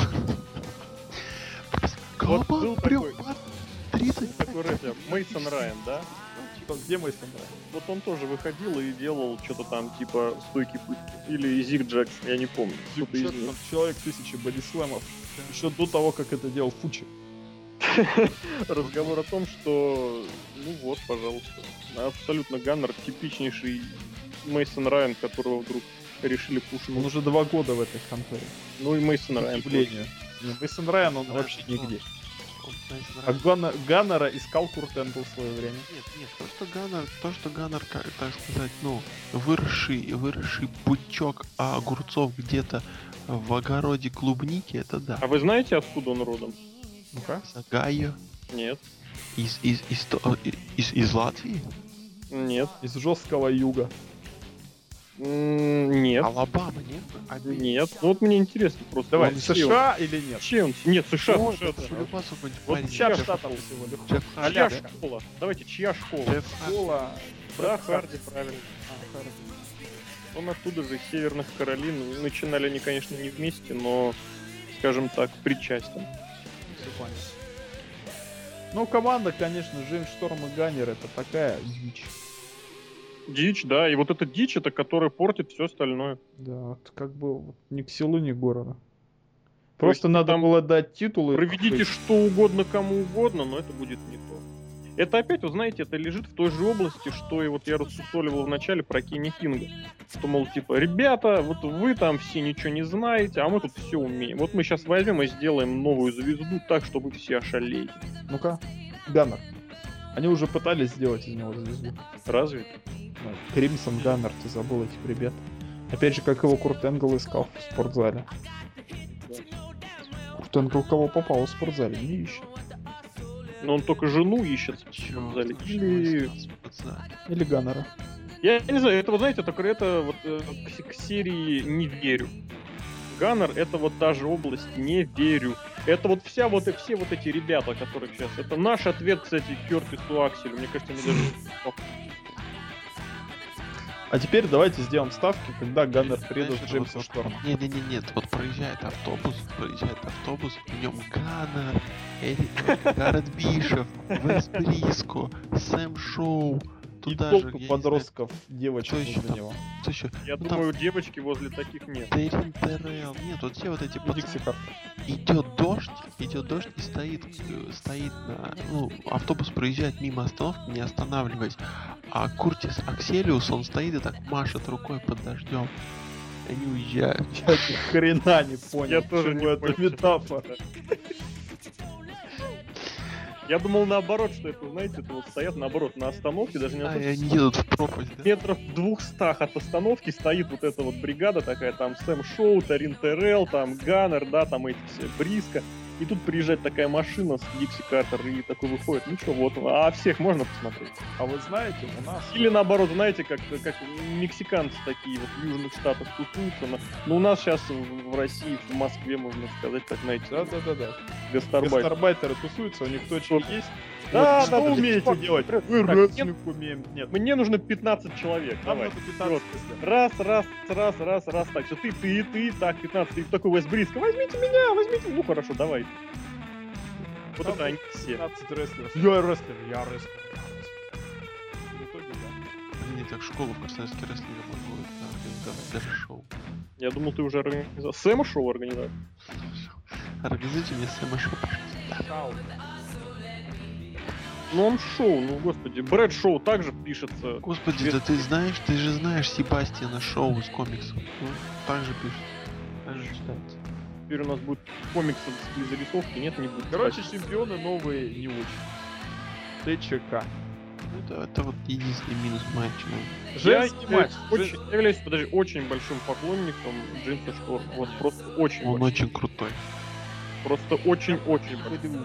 Вот был такой, тридцать такой рэпер, Мейсон Райан, да? Где Мейсон Райан? Вот он тоже выходил и делал что-то там типа стойки пытки. Или Зиг Джекс, я не помню. Кто-то из них. Человек тысячи бодислэмов. Еще до того, как это делал Фучи. Разговор о том, что, ну вот, пожалуйста, абсолютно Ганнер типичнейший Мейсон Райан, которого вдруг решили пушить. Он уже два года в этой конторе. Ну и Мейсон Райан. Мейсон Райан, он вообще нигде. А Ганнер, Ганнера искал Курт Энгл в свое время. Нет, нет, то, что Ганнер, то, что Ганнер, как, так сказать, ну, выросший, выросший пучок огурцов где-то в огороде клубники, это да. А вы знаете, откуда он родом? Ну-ка. Гайо. Нет. Из, из, из, из, из, из Латвии? Нет. Из жесткого юга. М, Нет. Алабама, нет? А, Нет. Ну вот мне интересно просто. Давай, он США или нет? Чем? Нет, США. О, США, это да. по-любому какой-нибудь Вот парень. чья Джефф- штата всего лишь? Джефф Чья Харди. школа? Давайте, чья школа? Джефф Харди. Школа. Да, Харди, правильно. А, Харди. Он оттуда же, из Северных Каролин. Начинали они, конечно, не вместе, но, скажем так, причастен. Все понятно. Ну, команда, конечно, Джеймс Шторм и Ганнер, это такая дичь. Дичь, да, и вот эта дичь, это которая портит все остальное. Да, вот как бы вот ни к селу, ни к городу. Просто есть надо там было дать титулы. Проведите что угодно кому угодно, но это будет не то. Это опять, вы знаете, это лежит в той же области, что и вот я рассусоливал в начале про Кенни Кинга. Что, мол, типа, ребята, вот вы там все ничего не знаете, а мы тут все умеем. Вот мы сейчас возьмем и сделаем новую звезду так, чтобы все ошалели. Ну-ка, Ганнер. Они уже пытались сделать из него звезду. Разве? Кримсон Ганнер, ты забыл этих ребят. Опять же, как его Курт Энгл искал в спортзале. Курт Энгл кого попал в спортзале, не ищет. Но он только жену ищет в Чё? спортзале. Или... Или Ганнера. Я не знаю, это, вы знаете, это, это вот э, к, к серии «Не верю». Ганнер — это вот та же область «Не верю». Это вот вся вот и все вот эти ребята, которые сейчас... Это наш ответ, кстати, Кёртису Акселю. Мне кажется, они даже... А теперь давайте сделаем ставки, когда Ганнер предаст Знаешь, Джеймса вот, Шторма. Нет, нет, нет, нет, вот проезжает автобус, проезжает автобус, в нем Ганнер, Эри- Гаррет Бишоп, Вес Бриско, Сэм Шоу. И Туда толпы же, подростков, девочек Кто еще возле там? него. Кто еще? Я Ну, думаю, девочки возле таких нет. Террин Террелл. Нет, вот все вот эти И Дикси пацаны. Картер. Идет дождь, идет дождь и стоит, э, стоит на, ну, автобус проезжает мимо остановки, не останавливаясь. А Куртис Акселиус, он стоит и так машет рукой под дождем. Они уезжают. Я ни хрена не понял, Я тоже почему не это понял, метафора. Я думал наоборот, что это, знаете, это вот стоят наоборот на остановке, даже не на А, то, и что они едут в пропасть, да? метров двухстах от остановки стоит вот эта вот бригада такая, там Сэм Шоу, Тарин Террелл, там Ганнер, да, там эти все, Бриско. И тут приезжает такая машина с Дикси Картер и такой выходит, ну что, вот, а всех можно посмотреть. А вы знаете, у нас... Или наоборот, знаете, как, как мексиканцы такие вот в Южных Штатах тусуются. Но, но у нас сейчас в, в России, в Москве, можно сказать, так, знаете, Да-да-да-да. гастарбайтеры. Гастарбайтеры тусуются, у них точно Вот. есть. Да, Вот, что да, умеете подожди, делать? так, Мы так, рестлинг умеем. Нет, Мне нужно пятнадцать человек. нам Давай. надо пятнадцать. Вот. Раз, раз, раз, раз, раз, так, все, ты, ты, ты, так, пятнадцать, ты такой Вес Бриско, возьмите меня, возьмите, ну хорошо, давай. Вот Там это они все. пятнадцать рестлеров. Я рестлер, я рестлер. В итоге, да. Блин, я так школу в Красноярске рестлинга могу организовать, даже шоу. Я думал, ты уже организовал. Сэма шоу организовал? Организуйте мне Сэма шоу, пожалуйста. Шау. Ну он шоу, ну господи. Брэд Шоу также пишется. Господи, Без- да ты знаешь, ты же знаешь Себастьяна Шоу из комиксов. Ну, так же пишется. Так же читается. Теперь у нас будет комиксы без зарисовки, нет, не будет. Короче, чемпионы новые не очень. ТЧК. Ну, это, это вот единственный минус матча. наверное. Я Женский матч. являюсь очень, я являюсь, подожди, очень большим поклонником Джеймса Шторма. Вот просто очень Он большой. очень крутой. Просто очень-очень большой.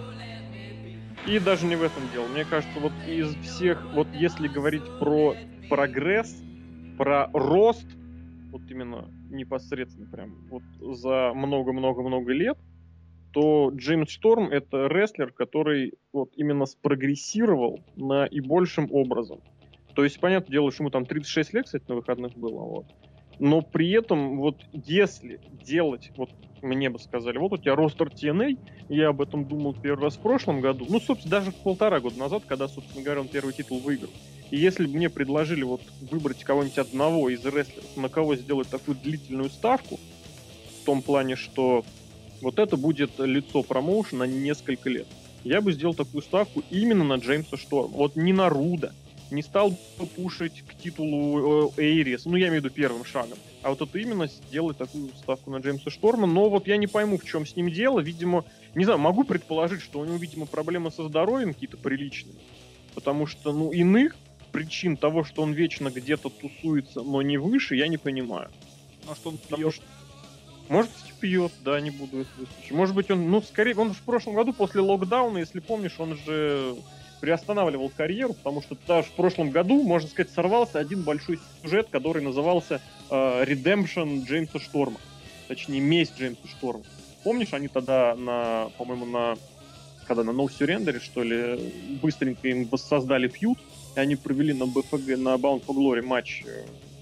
И даже не в этом дело. Мне кажется, вот из всех, вот если говорить про прогресс, про рост, вот именно непосредственно прям вот за много-много-много лет, то Джеймс Шторм — это рестлер, который вот именно спрогрессировал на и большим образом. То есть, понятное дело, что ему там тридцать шесть лет, кстати, на выходных было, вот. Но при этом, вот если делать, вот мне бы сказали, вот у тебя ростер ти эн эй, я об этом думал первый раз в прошлом году, ну, собственно, даже полтора года назад, когда, собственно говоря, он первый титул выиграл. И если бы мне предложили вот выбрать кого-нибудь одного из рестлеров, на кого сделать такую длительную ставку, в том плане, что вот это будет лицо промоушена на несколько лет, я бы сделал такую ставку именно на Джеймса Шторма. Вот не на Руда, не стал бы пушить к титулу э, Эйрис, ну, я имею в виду первым шагом, а вот это именно сделать такую ставку на Джеймса Шторма, но вот я не пойму, в чем с ним дело, видимо, не знаю, могу предположить, что у него, видимо, проблемы со здоровьем какие-то приличные, потому что, ну, иных причин того, что он вечно где-то тусуется, но не выше, я не понимаю. А что он Потому пьет? что- Может быть, пьет, да, не буду это исключать. Может быть, он, ну, скорее, он в прошлом году после локдауна, если помнишь, он же приостанавливал карьеру, потому что даже в прошлом году, можно сказать, сорвался один большой сюжет, который назывался э, Redemption Джеймса Шторма. Точнее, месть Джеймса Шторма. Помнишь, они тогда на, по-моему, на когда на No Surrender, что ли, быстренько им воссоздали фьюд, и они провели на бэ эф джи, на Bound for Glory матч э,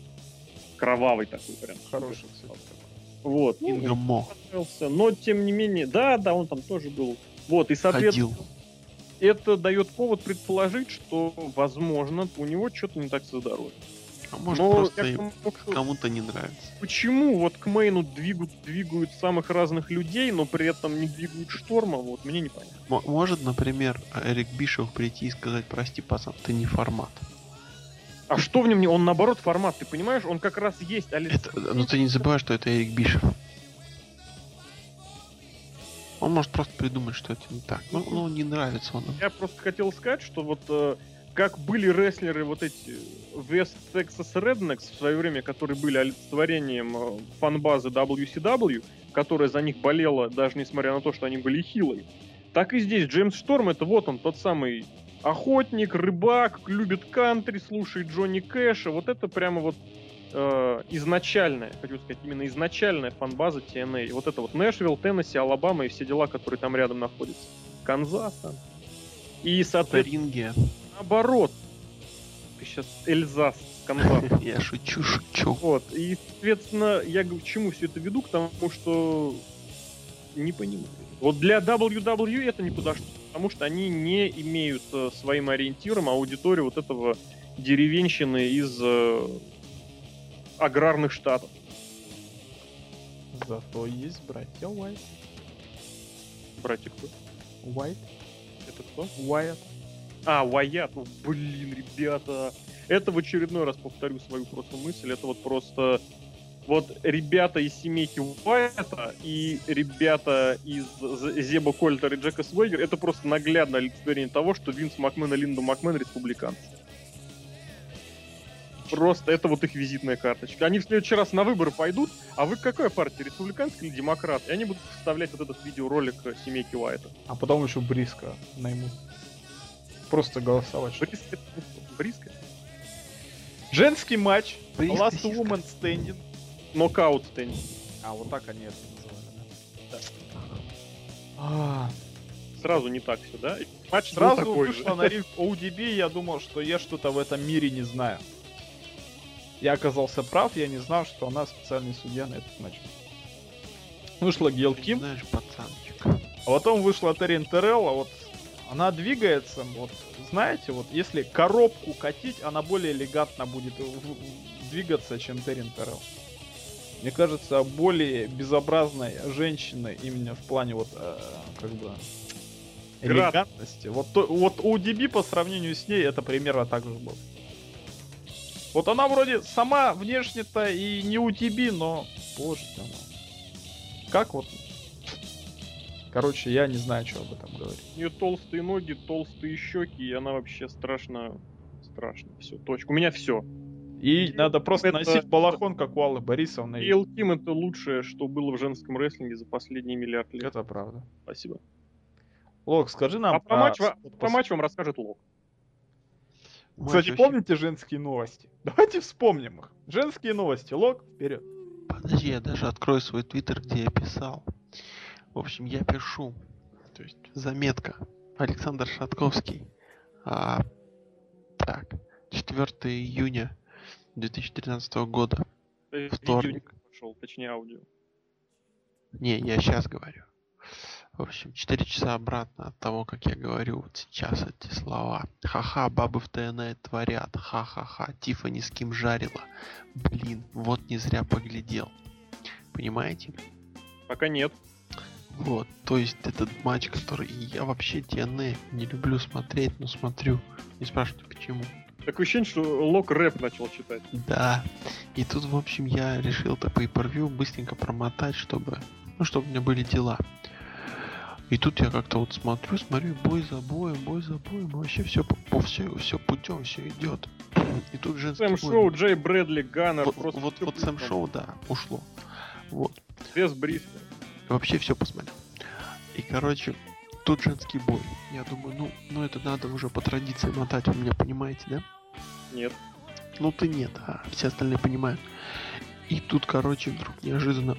кровавый такой прям. Хороший, кстати. Вот. Ну, Ингамо. понравился. Но, тем не менее, да, да, он там тоже был. Вот, и, соответственно, Ходил. это дает повод предположить, что, возможно, у него что-то не так со здоровьем. А может Но просто я к им тому, что кому-то не нравится. почему вот к Мейну двигают, двигают самых разных людей, но при этом не двигают Шторма, вот мне непонятно. М- может, например, Эрик Бишоф прийти и сказать: прости, пацан, ты не формат. А что в нем не... Он, наоборот, формат, ты понимаешь? Он как раз есть Это, олицетворение. ну ты не забывай, что это Эрик Бишоф. Он может просто придумать, что это не так. Ну, ну не нравится он. нам. Я просто хотел сказать, что вот э, как были рестлеры вот эти West Texas Rednecks в свое время, которые были олицетворением э, фан-базы дабл ю си дабл ю, которая за них болела, даже несмотря на то, что они были хилами, так и здесь Джеймс Шторм — это вот он, тот самый охотник, рыбак, любит кантри, слушает Джонни Кэша. Вот это прямо вот э, изначальная, хочу сказать, именно изначальная фан-база ти эн эй. Вот это вот Нэшвилл, Теннесси, Алабама и все дела, которые там рядом находятся. Канзас там. И, соответственно, Ринге. наоборот. Ты сейчас Эльзас, Канзас. Я шучу, шучу. Вот. И, соответственно, я к чему все это веду? К тому, что не понимаю. Вот для дабл ю дабл ю это не подошло, потому что они не имеют э, своим ориентиром аудиторию вот этого деревенщины из э, аграрных штатов. Зато есть братья Уайт. Братья кто? Уайт? Это кто? Уайт. А, Уайят. Ну, блин, ребята. Это в очередной раз повторю свою просто мысль. Это вот просто Вот ребята из семейки Уайта и ребята из Зеба Кольтер и Джека Свегер — это просто наглядное олицетворение того, что Винс Макмен и Линда Макмен республиканцы. Просто это вот их визитная карточка. Они в следующий раз на выборы пойдут, а вы какая партия, республиканская или демократ? И они будут вставлять вот этот видеоролик семейки Уайта. А потом еще Бриска наймут. Просто голосовать. Бриска? Бриска? Женский матч. Бриска, Last сиська. Woman Standing. Нокаут стенди. А, вот так они это называли, да? Да. А, Сразу не так все, да? И матч был Сразу такой вышла же. на ринг о ди би, я думал, что я что-то в этом мире не знаю. Я оказался прав, я не знал, что она специальный судья на этот матч. Вышла Гейл Ким, Знаешь, пацанчик. а потом вышла Террин Террелл, а вот она двигается, вот, знаете, вот если коробку катить, она более элегантно будет в- в- двигаться, чем Террин Террелл. Мне кажется, более безобразной женщиной именно в плане вот, э, как бы, Град. элегантности. Вот, то- вот о ди би по сравнению с ней это примерно так же было. Вот она вроде сама внешне-то и не о ди би, но, боже ты мой. Как вот... Короче, я не знаю, что об этом говорить. У нее толстые ноги, толстые щеки, и она вообще страшно... Страшно. Все, точка. У меня все. И Гейл надо просто это- носить балахон, как у Аллы Борисовны. и- Гейл Ким — это лучшее, что было в женском рестлинге за последние миллиард лет. Это правда. Спасибо. Лок, скажи нам А про матч, ва- спорт про матч вам расскажет Лок. Кстати, Матч помните женские новости? Давайте вспомним их. Женские новости. Лок, вперед. вообще- Подожди, я даже открою свой твиттер, где я писал. В общем, я пишу. То есть, заметка. Александр Шатковский. А, так, четвёртого июня две тысячи тринадцатого года. То есть Вторник. видео не пошел, точнее аудио. Не, я сейчас говорю. В общем, четыре часа обратно от того, как я говорю вот сейчас эти слова. Ха-ха, бабы в ТНА творят. Ха-ха-ха, Тиффани с кем жарила. Блин, вот не зря поглядел. Понимаете? Пока нет. Вот, то есть этот матч, который я вообще ТНА не люблю смотреть, но смотрю. Не спрашивайте почему. Такое ощущение, что Лок рэп начал читать. Да. И тут, в общем, я решил то pay-per-view быстренько промотать, чтобы, ну, чтобы у меня были дела. И тут я как-то вот смотрю, смотрю, бой за боем, бой за боем, вообще все по, по все, все путем, все идет. И тут женский Сэм бой. Шоу, Джей Брэдли, Ганнер, Вот, просто вот, всё вот Сэм путём. Шоу, да, ушло. Вот. Без Бриска. Вообще все посмотрел. И, короче, тут женский бой. Я думаю, ну, ну это надо уже по традиции мотать, вы меня понимаете, да? Нет. Ну ты нет, а все остальные понимают. И тут, короче, вдруг неожиданно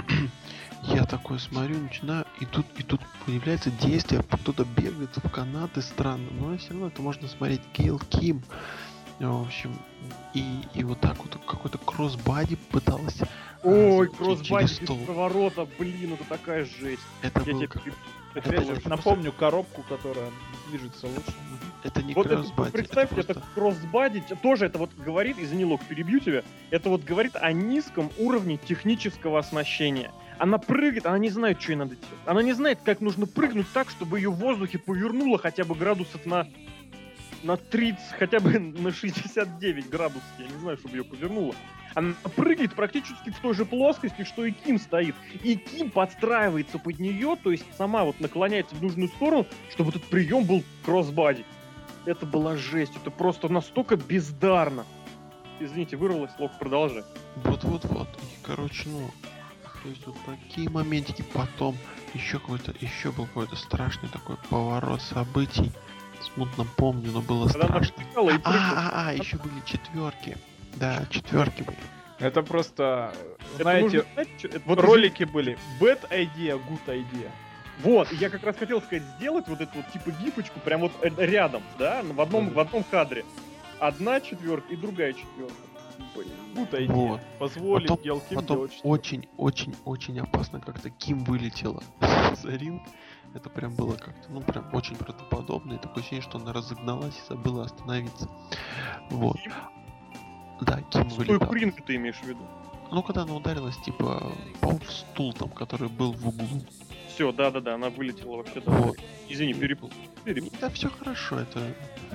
я такой смотрю, начинаю, и тут, и тут появляется действие, кто-то бегает в канаты, странно, но все равно это можно смотреть. Гейл Ким, в общем, и, и вот так вот какой-то кроссбади пыталась. Ой, а, кроссбайк через без стол. поворота, блин, это такая жесть. Это Я был тебе как- пере- это Опять было же, просто- напомню коробку, которая движется лучше. Это не Вот это, кроссбади, представьте, это это, просто... кроссбади, тоже это вот говорит, извини, Лок, перебью тебя, это вот говорит о низком уровне технического оснащения. Она прыгает, она не знает, что ей надо делать. Она не знает, как нужно прыгнуть так, чтобы ее в воздухе повернуло хотя бы градусов на, на тридцать, хотя бы на шестьдесят девять градусов. Я не знаю, чтобы ее повернуло. Она прыгает практически в той же плоскости, что и Ким стоит. И Ким подстраивается под нее, то есть сама вот наклоняется в нужную сторону, чтобы этот прием был кроссбади. Это была жесть, это просто настолько бездарно. Извините, вырвалось, Лок, продолжай. Вот-вот-вот. И, короче, ну, то есть вот такие моментики. Потом еще какой-то, еще был какой-то страшный такой поворот событий. Смутно помню, но было Когда она страшно. втекала и прыгала. А, а, а, еще были четверки. Да, четверки были. Это просто, Это знаете, нужно знать, чё- это вот уже- ролики были bad idea, good idea. Вот, я как раз хотел сказать, сделать вот эту вот типа гифочку прям вот э, рядом, да, в одном, в одном кадре. Одна четверка и другая четверка. Блин. Good idea. Вот. Позволит Потом, Гейл Ким потом делать что- очень-очень-очень опасно, как-то Ким вылетела за ринг. Это прям было как-то, ну, прям очень правдоподобно. И такое ощущение, что она разогналась и забыла остановиться. Вот. Да, Ким Стой, вылетала. хрен ты имеешь в виду? Ну, когда она ударилась, типа, по в стул там, который был в углу. Все, да-да-да, она вылетела вообще. Да. Вот. Извини, перепутал. Перепутал. Да, все хорошо, это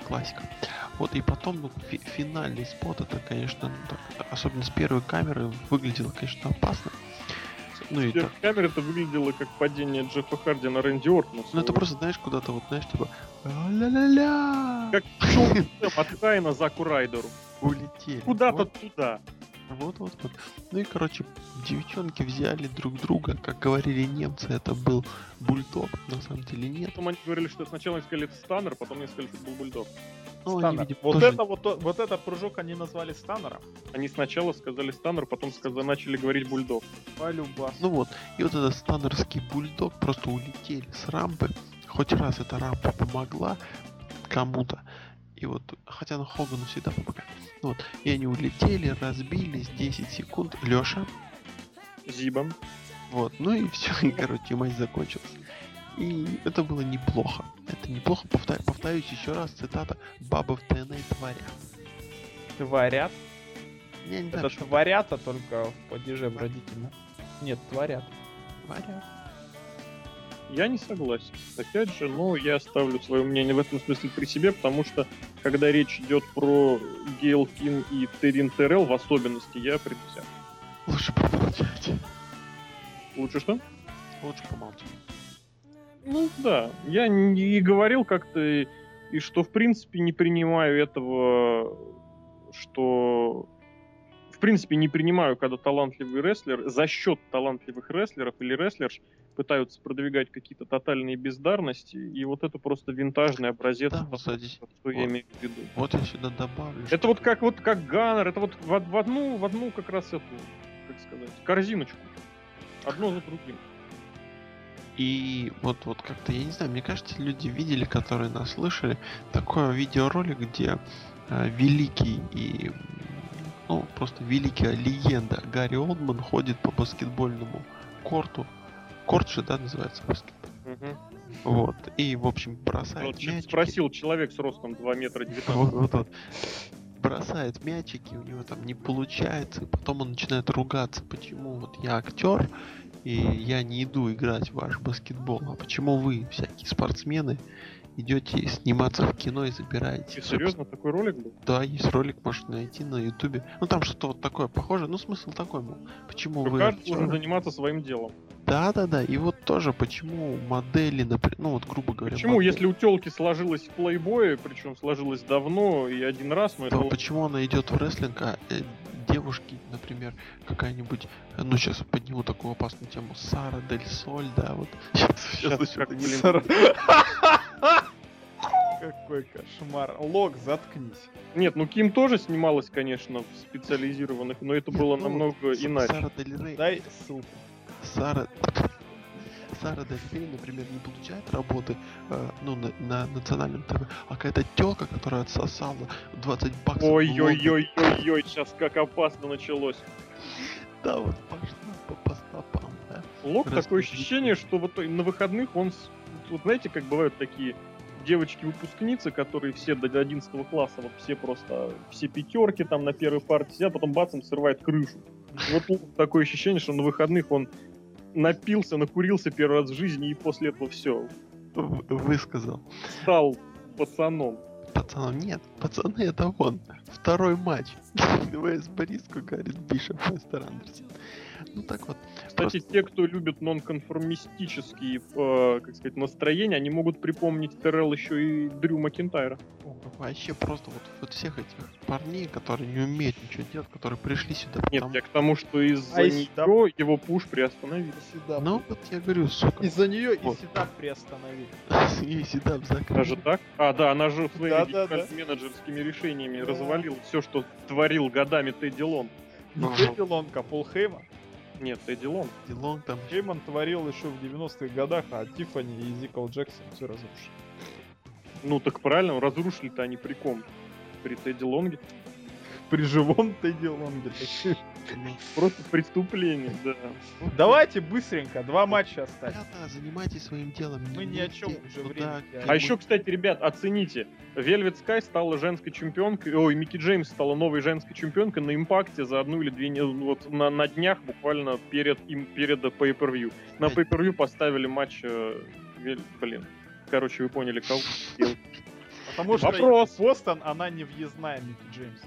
классика. Вот и потом, ну, фи- финальный спот, это, конечно, ну, так, особенно с первой камеры, выглядело, конечно, опасно. Ну и Первая так. камера это выглядело как падение Джеффа Харди на Рэнди Ортона. Ну это просто, знаешь, куда-то вот, знаешь, типа ля-ля-ля. Как челка от Кайна Заку Райдеру. Улетели. Куда-то Вот. туда. Вот, вот, вот. Ну и, короче, девчонки взяли друг друга. Как говорили немцы, это был бульдог. На самом деле нет. Потом они говорили, что сначала они сказали это Станнер, потом они сказали, что это был бульдог. Ну, они, Станнер. видимо, Вот, тоже- это, вот, то- вот этот прыжок они назвали Станнером. Они сначала сказали Станнер, потом сказали, начали говорить бульдог. Полюбас. Ну вот. И вот этот станнерский бульдог просто улетели с рампы. Хоть раз эта рампа помогла кому-то. И вот, хотя на Хогану всегда помогает. Ну вот. И они улетели, разбились, десять секунд. Лёша. Зиба. Вот. Ну и все. И, короче, матч закончился. И это было неплохо. Это неплохо. Повтор- Повторюсь еще раз, цитата: бабы в ТНА творят. Творят. Я не знаю, Это что творят, а только в падеже родительно. Нет, творят. творят. Я не согласен. Опять же, ну, я оставлю свое мнение в этом смысле при себе, потому что, когда речь идет про Гейл Кин и Терин Террелл в особенности, я предвзят. Лучше помолчать. Лучше что? Лучше помолчать. Ну, да. Я не говорил как-то, и, и что, в принципе, не принимаю этого, что... В принципе, не принимаю, когда талантливый рестлер, за счет талантливых рестлеров или рестлерш пытаются продвигать какие-то тотальные бездарности, и вот это просто винтажный образец, Да, того, кстати, что вот. я имею в виду. Вот я сюда добавлю. Это что- вот как вот как Ганнер, это вот в, в одну, в одну как раз эту, как сказать, корзиночку. Одно за другим. И вот, вот как-то, я не знаю, мне кажется, люди видели, которые нас слышали, такой видеоролик, где э, великий и, м, ну, просто великая легенда Гарри Олдман ходит по баскетбольному корту. Корт же, да, называется баскетбол. Мгм. Вот. И, в общем, бросает Вот щас мячики. спросил человек с ростом два метра девятнадцать. Вот, вот, вот. Бросает мячики, у него там не получается, и потом он начинает ругаться, почему вот я актер, и я не иду играть в ваш баскетбол, а почему вы, всякие спортсмены, идете сниматься в кино и забираете. И серьезно, такой ролик был? Да, есть ролик, можно найти на ютубе. Ну там что-то вот такое похоже, ну смысл такой, мол, почему Что вы... каждый актёры- должен заниматься своим делом. Да-да-да, и вот тоже, почему модели, например, ну вот грубо говоря... Почему, модель- если у телки сложилось в плейбое, причем сложилось давно и один раз, но то это почему она идет в рестлинг, а э, девушки, например, какая-нибудь, э, ну сейчас подниму такую опасную тему, Сара Дель Соль, да, вот сейчас, Щас, как, блин, Какой кошмар. Лок, заткнись. Нет, ну Ким тоже снималась, конечно, в специализированных, но это было Ну, намного С- иначе. Сара Дель Рей, Дай ссылку. Сара, Сара Дель Рей, например, не получает работы, э, ну, на, на национальном ТВ, а какая-то телка, которая отсосала двадцать баксов в Лондоне. Ой-ой-ой-ой-ой, сейчас как опасно началось. Да, вот пошла по, по стопам, да. Лок Раз такое не ощущение, что вот на выходных он, с- вот знаете, как бывают такие девочки-выпускницы, которые все до одиннадцатого класса, вот все просто, все пятерки там на первой партии сидят, потом бацом срывает крышу. Вот Лок такое ощущение, что на выходных он напился, накурился первый раз в жизни и после этого все, В- Высказал. стал пацаном. Пацанов нет, пацаны это он. Второй матч. ВС Бориску говорит Бишоп Вестер Андерсон. Ну так вот. Кстати, те, кто любит нонконформистические, э, как сказать, настроения, они могут припомнить Террелл еще и Дрю Макинтайра. Вообще просто вот, вот всех этих парней, которые не умеют ничего делать, которые пришли сюда, Нет, потому... я к тому, что из-за А из- нее его пуш приостановился. Ну вот я говорю, сука, Из-за нее Вот. и Сидак приостановили. и всегда в закрытии. Даже так? А, да, она же своими Да-да-да. менеджерскими решениями Да. развалила все, что творил годами Тедди Лонг. Не Ага. Тедди Лонг, а Пол Хейман. Нет, Тедди Лонг. Дилон там... Хейман творил еще в девяностых годах, а Тиффани и Зикл Джексон все разрушили. Ну так правильно, разрушили-то они при ком? При Тедди Лонге. При живом Тедди Лонге. Просто преступление, да. Давайте быстренько, два матча остались. Ребята, занимайтесь своим делом. Мы ни о чем уже туда, время где тянем. А еще, кстати, ребят, оцените. Velvet Sky стала женской чемпионкой, ой, Микки Джеймс стала новой женской чемпионкой на Импакте за одну или две, не- вот на, на днях, буквально перед им, перед Pay-Per-View. На Pay-Per-View поставили матч, э, Вел- блин, короче, вы поняли, кого. Потому что Вопрос. Бостон, она не въездная Микки Джеймс.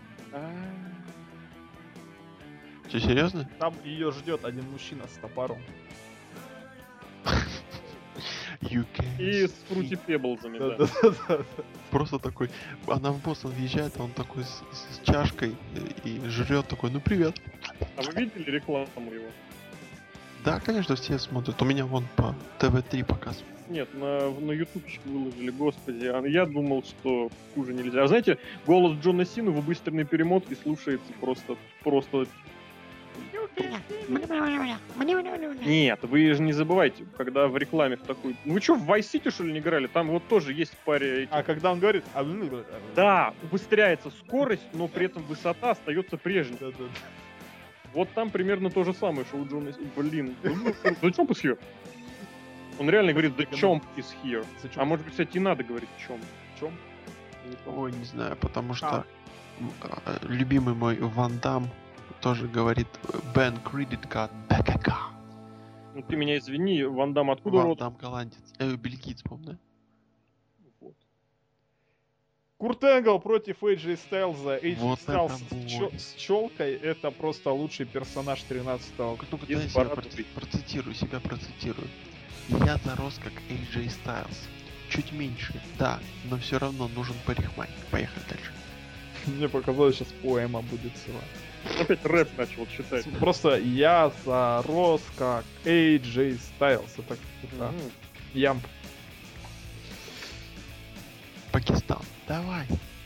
Че, серьезно? Там ее ждет один мужчина с топором. You can И с see. Фрути Пеблзами, да. Да-да-да. Просто такой, она в Бостон въезжает, а он такой с, с чашкой и, и жрет такой, ну привет. А вы видели рекламу его? Да, конечно, все смотрят. У меня вон по тэ вэ три показывают. Нет, на, на ютубчик выложили, господи. А я думал, что хуже нельзя. А знаете, голос Джона Сины в убыстренной перемотке слушается просто... просто... Нет, вы же не забывайте, когда в рекламе в такой... Вы что, в Vice City, что ли, не играли? Там вот тоже есть паре... этих- А когда он говорит... а, Да, убыстряется скорость, но при этом высота остается прежней. Да-да. Вот там примерно то же самое, что у Джона Сины. Блин, ну, the chomp is here. Он реально говорит, the chomp is here. А может быть, кстати, и надо говорить chomp. В чем? Ой, не знаю, потому что А. м, а, любимый мой Ван Дам тоже говорит Бен Credit Card БКК. Ну ты меня извини, Ван Дам откуда Ван род? Дам голландец. Э, бельгиец, по-моему, да? Вот. Курт Энгл против Эй Джей Стайлза. Эй Джей Вот Стайлз это с, боль. чё- с челкой это просто лучший персонаж тринадцатого. Ну-ка, Без дай себя бороды. проц- процитирую, себя процитирую. Я зарос как Эй Джей Стайлз. Чуть меньше, да, но все равно нужен парикмахер. Поехали дальше. Мне показалось, сейчас поэма будет сила. Опять рэп начал читать. Просто я зарос как Эй Джей Стайлз. Это как-то Мгм. ямб. Пакистан, давай.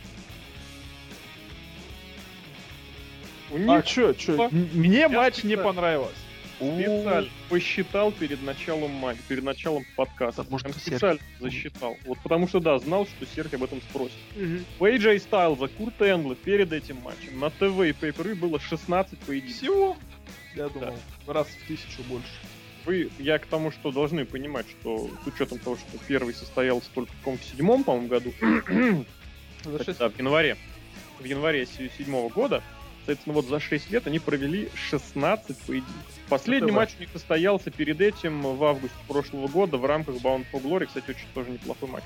У А них чё, чё? Опа. М- Мне Я матч не специально- понравился. специально посчитал перед началом матча, перед началом подкаста. Потому что Прям Серхий- специально засчитал. Вот потому что, да, знал, что Серхи об этом спросит. У Эй Джей Стайлза, Курт Энгла перед этим матчем на ТВ и пейперы было шестнадцать поединков. Всего? Я думал, раз в тысячу больше. Вы, я к тому, что должны понимать, что с учетом того, что первый состоялся только в каком-то седьмом, по-моему, году, кстати, да, в январе, в январе се- седьмого года, соответственно, вот за шесть лет они провели шестнадцать поединков. Последний ТВ. матч у них состоялся перед этим в августе прошлого года в рамках Bound for Glory. Кстати, очень тоже неплохой матч.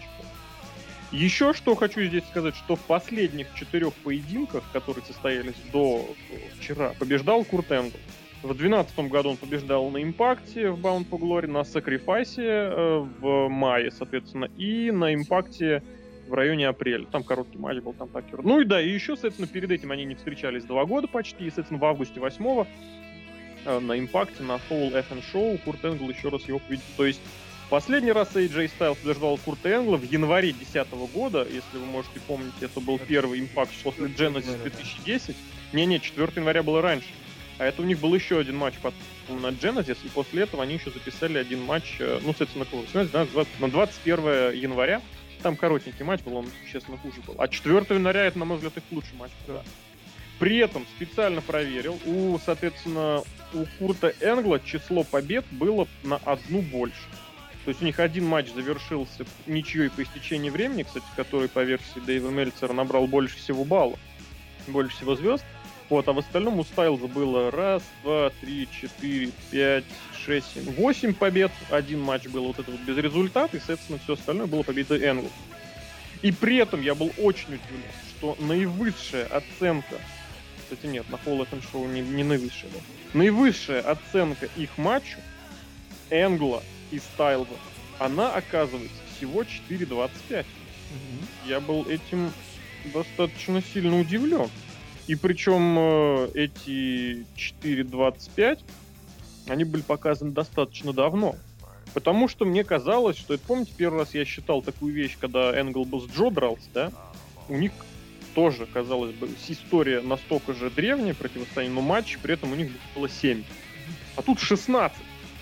Еще что хочу здесь сказать, что в последних четырех поединках, которые состоялись до э, вчера, побеждал Курт Энгл. В две тысячи двенадцатом году он побеждал на Импакте в Bound for Glory, на Сакрифайсе э, в мае, соответственно, и на Импакте в районе апреля. Там короткий матч был, там такер. Ну и да, и еще, соответственно, перед этим они не встречались два года почти, и, соответственно, в августе восьмого э, на Импакте, на Fall эф эн Show Курт Энгл еще раз его победил. То есть последний раз Эй Джей Стайлз побеждал Курта Энгла в январе две тысячи десятого года, если вы можете помнить, это был первый импакт после Genesis две тысячи десятого. Не-не, четвёртого января было раньше. А это у них был еще один матч потом на Genesis, и после этого они еще записали один матч, э, ну, соответственно, на восемнадцатое, девятнадцатое, двадцатое, на двадцать первое января. Там коротенький матч был, он существенно хуже был. А четвёртого января это, на мой взгляд, их лучший матч. Да. При этом специально проверил, у, соответственно, у Курта Энгла число побед было на одну больше. То есть у них один матч завершился ничьей по истечении времени, кстати, который по версии Дэйва Мельцера набрал больше всего баллов, больше всего звезд. Вот, а в остальном у Стайлза было раз, два, три, четыре, пять, шесть, семь, восемь побед. Один матч был вот это вот без результата, и, соответственно, все остальное было победой Энгла. И при этом я был очень удивлен, что наивысшая оценка, кстати, нет, на Fall эф эн Show не, не наивысшая, да, наивысшая оценка их матчу Энгла и Стайлза, она оказывается всего четыре двадцать пять. Я был этим достаточно сильно удивлен. И причем э, эти четыре двадцать пять, они были показаны достаточно давно. Потому что мне казалось, что это, помните, первый раз я считал такую вещь, когда Энгл был с Джо дрался, да? У них тоже, казалось бы, история настолько же древняя, противостояние, но матч, при этом у них было семь. А тут шестнадцать.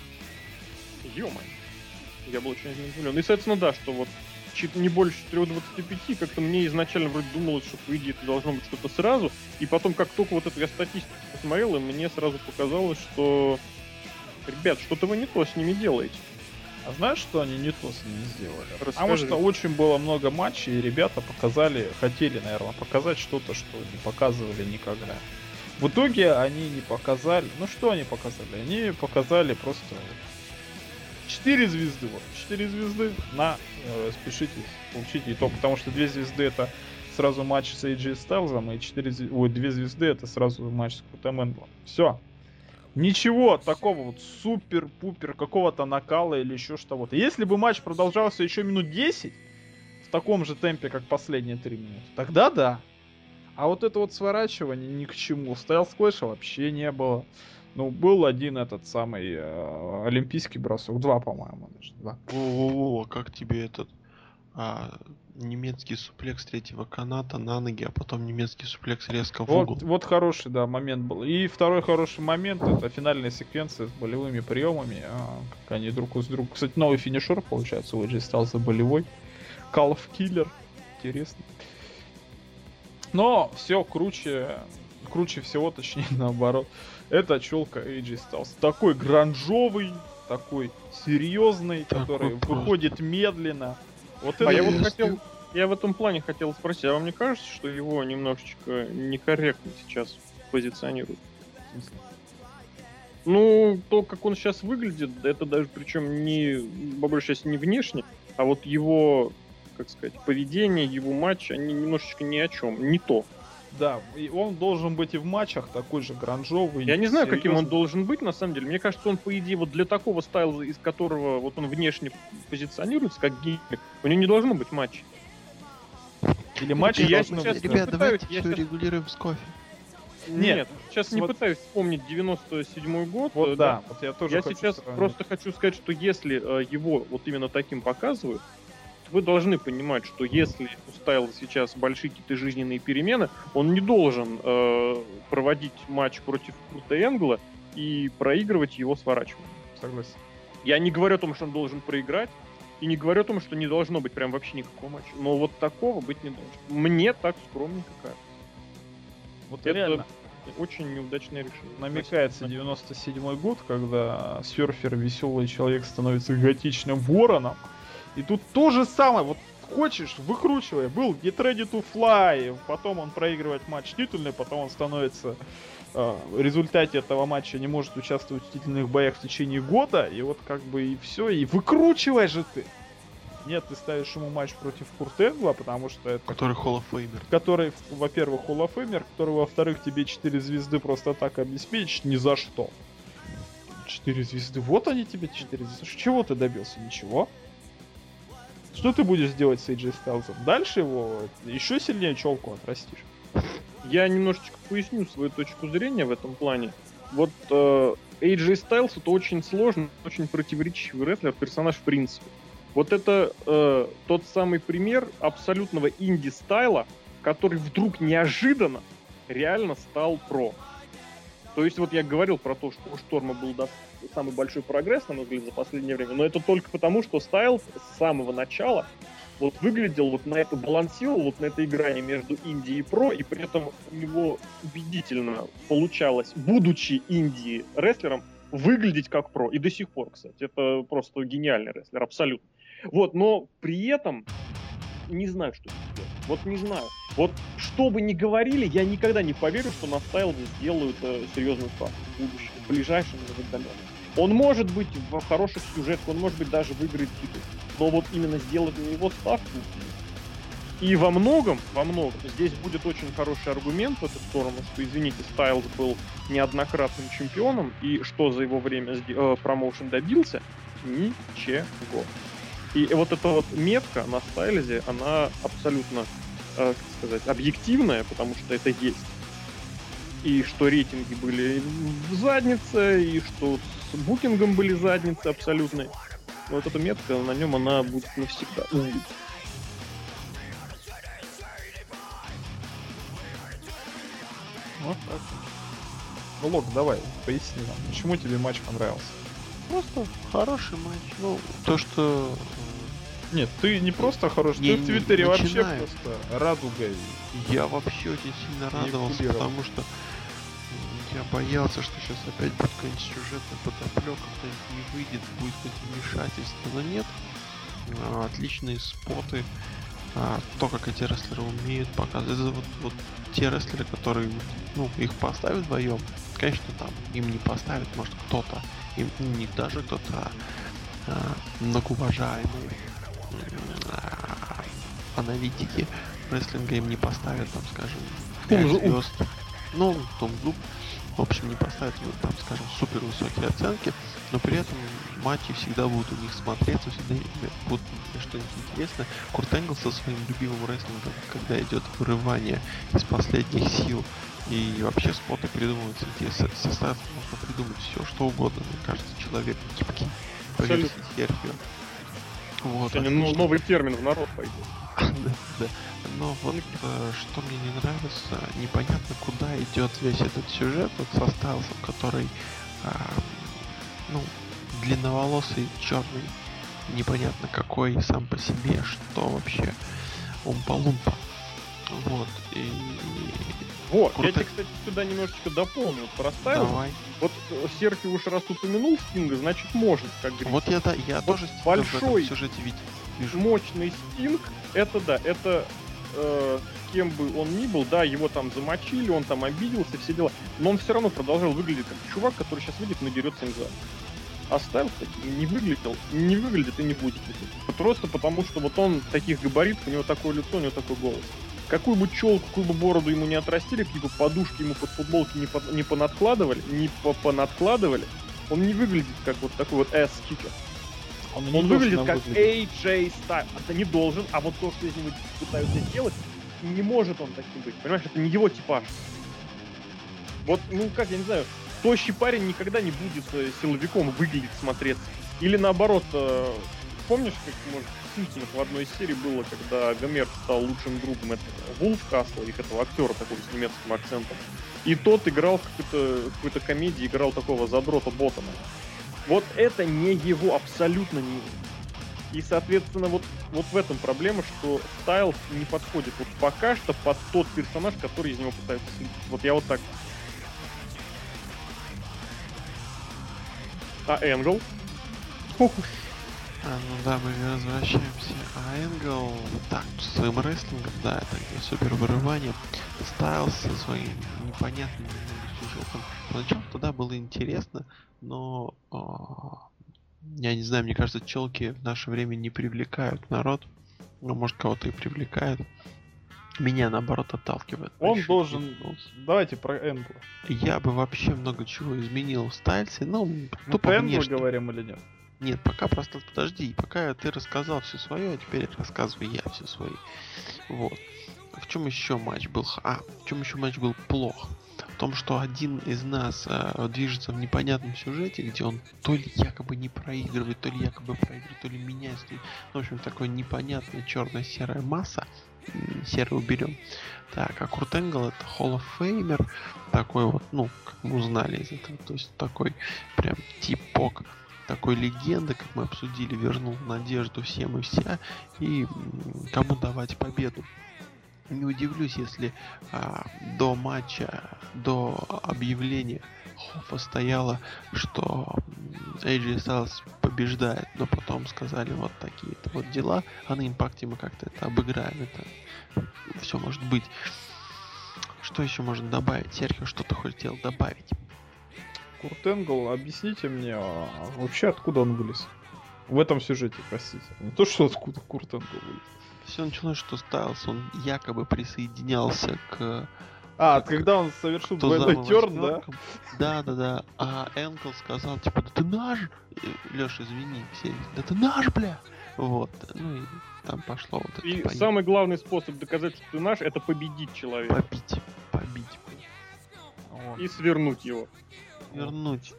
Ё-моё. Я был очень удивлен. И, соответственно, да, что вот чуть не больше четыре двадцать пять, как-то мне изначально вроде думалось, что по идее это должно быть что-то сразу, и потом, как только вот эту я статистику посмотрел, и мне сразу показалось, что ребят, что-то вы не то с ними делаете. А знаешь, что они не то с ними сделали? Расскажи. Потому что очень было много матчей, и ребята показали, хотели, наверное, показать что-то, что не показывали никогда. В итоге они не показали... Ну что они показали? Они показали просто четыре звезды, вот, четыре звезды, на, э, спешите, получите. И то, потому что две звезды это сразу матч с эй джей Styles, и четыре, ой, две звезды это сразу матч с Куртом Энглом. Все. Ничего такого вот супер-пупер какого-то накала или еще что-то. Если бы матч продолжался еще минут десять, в таком же темпе, как последние три минуты, тогда да. А вот это вот сворачивание ни к чему. Стайлс Клэша вообще не было. Ну, был один этот самый э, олимпийский бросок. Два, по-моему, даже. Два. О, как тебе этот а, немецкий суплекс третьего каната на ноги, а потом немецкий суплекс резко в вот, угол. Вот хороший, да, момент был. И второй хороший момент — это финальная секвенция с болевыми приемами. А, как они друг с другом... Кстати, новый финишер получается у эй джей Styles болевой. Call of Killer. Интересно. Но все круче, круче всего, точнее наоборот. Это челка эй джей Styles. Такой гранжовый, такой серьезный, такой который просто выходит медленно. Вот а это я вот хотел, я в этом плане хотел спросить, а вам не кажется, что его немножечко некорректно сейчас позиционируют? Ну, то, как он сейчас выглядит, это даже причем не, по большей части, не внешне, а вот его, как сказать, поведение, его матч, они немножечко ни о чем, не то. Да, и он должен быть и в матчах такой же гранжовый. Я не знаю, серьезный. каким он должен быть, на самом деле. Мне кажется, он, по идее, вот для такого стайла, из которого вот он внешне позиционируется, как гиммик, у него не должно быть матча. Или матчи я должны сейчас быть. Ребят, пытаюсь, давайте я все сейчас... регулируем с кофе. Нет, Нет, сейчас не вот... пытаюсь вспомнить девяносто седьмой год. Вот да. да, вот я тоже Я хочу сейчас сравнить. просто хочу сказать, что если э, его вот именно таким показывают, вы должны понимать, что если у Стайла сейчас большие какие-то жизненные перемены, он не должен э, проводить матч против Курта Энгла и проигрывать его сворачиванием. Согласен. Я не говорю о том, что он должен проиграть, и не говорю о том, что не должно быть прям вообще никакого матча. Но вот такого быть не должно. Мне так скромненько кажется. Вот Это реально очень неудачное решение. намекается девяносто седьмой год, когда серфер, веселый человек, становится готичным вороном. И тут то же самое, вот хочешь, выкручивай. Был Get Ready to Fly, потом он проигрывает матч титульный, потом он становится э, в результате этого матча не может участвовать в титульных боях в течение года, и вот как бы и все, и выкручивай же ты. Нет, ты ставишь ему матч против Курта Энгла, потому что это... Который Hall of Famer. Который, во-первых, Hall of Famer, который, во-вторых, тебе четыре звезды просто так обеспечить ни за что. четыре звезды, вот они тебе четыре звезды. Чего ты добился? Ничего. Что ты будешь делать с эй джей Styles? Дальше его еще сильнее челку отрастишь. Я немножечко поясню свою точку зрения в этом плане. Вот э, эй джей Styles это очень сложный, очень противоречивый рестлер, персонаж в принципе. Вот это э, тот самый пример абсолютного инди-стайла, который вдруг неожиданно реально стал про. То есть вот я говорил про то, что у Шторма был да, самый большой прогресс, на мой взгляд, за последнее время, но это только потому, что Стайлз с самого начала вот выглядел вот на это, балансировал вот на этой грани между инди и про, и при этом у него убедительно получалось, будучи инди-рестлером, выглядеть как про. И до сих пор, кстати. Это просто гениальный рестлер, абсолютно. Вот, но при этом не знаю, что сделать. Вот не знаю. Вот что бы ни говорили, я никогда не поверю, что на Стайлзе сделают э, серьезную ставку в будущем, в ближайшем или в отдаленном. Он может быть в хороших сюжетах, он может быть даже выиграет титул. Но вот именно сделать на него ставку. И во многом, во многом, здесь будет очень хороший аргумент в эту сторону, что, извините, Стайлз был неоднократным чемпионом, и что за его время э, промоушен добился? Ничего. И вот эта вот метка на Стайлзе, она абсолютно, э, как сказать, объективная, потому что это есть. И что рейтинги были в заднице, и что с букингом были задницы абсолютные. Вот эта метка на нем, она будет навсегда. Вот так. Ну, Лок, давай, поясни нам, почему тебе матч понравился? Просто хороший матч. Ну, то, что... Нет, ты не просто хороший, не, ты в Твиттере не, вообще начинаю. просто радугой. Я вообще очень сильно радовался, потому что я боялся, что сейчас опять будет какая-нибудь сюжетная подоплека, кто-нибудь не выйдет, будет какое-то вмешательство, но нет. А, отличные споты, а, то, как эти рестлеры умеют показывать. Это вот, вот те рестлеры, которые, ну, их поставят вдвоем, конечно, там им не поставят, может, кто-то, им не даже кто-то, а, многоуважаемые а, аналитики рестлинга им не поставят, там, скажем, пять звезд. Ну, Том Зуб, в общем, не поставят, ну, там, скажем, супер высокие оценки, но при этом матчи всегда будут у них смотреться, всегда будут что-нибудь интересное. Курт Энгл со своим любимым рестлингом, когда идет вырывание из последних сил, и вообще споты придумываются, где состав можно придумать все, что угодно. Мне кажется, человек гибкий. По версии Серхио. Вот, сегодня ну, новый термин в народ пойдет. да, да. Но вот э, что мне не нравится, непонятно, куда идет весь этот сюжет вот со Стайлсом, который э, ну, длинноволосый, черный, непонятно какой сам по себе, что вообще умпа-лумпа. Вот, и... Вот, Круто. Я тебе, кстати, сюда немножечко дополню, вот про Стайлса. Давай. Вот Серхио уж раз упомянул Стинга, значит может, как говорится. Вот я, да, я вот тоже большой, в сюжете вижу. Мощный Стинг, это да, это э, кем бы он ни был, да, его там замочили, он там обиделся, все дела, но он все равно продолжал выглядеть как чувак, который сейчас выйдет и надерется им за. А Стайлс таким не выглядел, не выглядит и не будет выглядеть. Просто потому, что вот он таких габаритов, у него такое лицо, у него такой голос. Какую бы челку, какую бы бороду ему не отрастили, какие бы подушки ему под футболки не, по, не понадкладывали, не по, понадкладывали, он не выглядит как вот такой вот эс-кикер. Он, он выглядит как эй джей Styles. Это не должен, а вот то, что из него пытаются делать, не может он таким быть. Понимаешь, это не его типаж. Вот, ну как, я не знаю, тощий парень никогда не будет э, силовиком выглядеть, смотреться. Или наоборот, э, помнишь, как, может, в Симпсонах в одной из серий было, когда Гомер стал лучшим другом этого Вулфкасла, их этого актера такого с немецким акцентом. И тот играл в какой-то, в какой-то комедии, играл такого задрота Боттона. Вот это не его, абсолютно не его. И, соответственно, вот, вот в этом проблема, что Стайлс не подходит вот пока что под тот персонаж, который из него пытаются слить. Вот я вот так. А Энгл? А, ну да, мы возвращаемся. А Энгл, так, с своим рестлингом, да, это не супер вырывание. Стайлс со своим непонятным сюжетом. Поначалу тогда было интересно, но о, я не знаю, мне кажется, челки в наше время не привлекают народ. Ну, может, кого-то и привлекает. Меня, наоборот, отталкивает. Он должен... Давайте про Энгла. Я бы вообще много чего изменил в Стайлсе. Ну, Мы тупо про Энгла внешне. говорим или нет? Нет, пока просто подожди. Пока ты рассказал все свое, а теперь рассказываю я все свои. Вот. В чем еще матч был... А, в чем еще матч был плох? В том, что один из нас э, движется в непонятном сюжете, где он то ли якобы не проигрывает, то ли якобы проигрывает, то ли меняется. То ли... Ну, в общем, такое непонятная черно-серая масса. Серый уберем. Так, а Курт Энгл это Hall of Famer. Такой вот, ну, как мы узнали из этого. То есть такой прям типок такой легенды, как мы обсудили, вернул надежду всем и вся. И кому давать победу. Не удивлюсь, если а, до матча, до объявления Хоффа стояло, что эй джей Styles побеждает, но потом сказали вот такие-то вот дела, а на импакте мы как-то это обыграем, это все может быть. Что еще можно добавить? Серхио, что ты хотел добавить? Курт Энгл, объясните мне, а вообще откуда он вылез? В этом сюжете, простите. Не то, что откуда Курт Энгл вылез. Все началось, что Стайлс, он якобы присоединялся к... А, к, когда он совершил двойной терн, да? Да, да, да. А Энгл сказал, типа, да ты наш! Леша, извини, все, да ты наш, бля! Вот, ну и там пошло вот это. И понятно. Самый главный способ доказать, что ты наш, это победить человека. Побить, побить. Вот. И свернуть его. Вернуть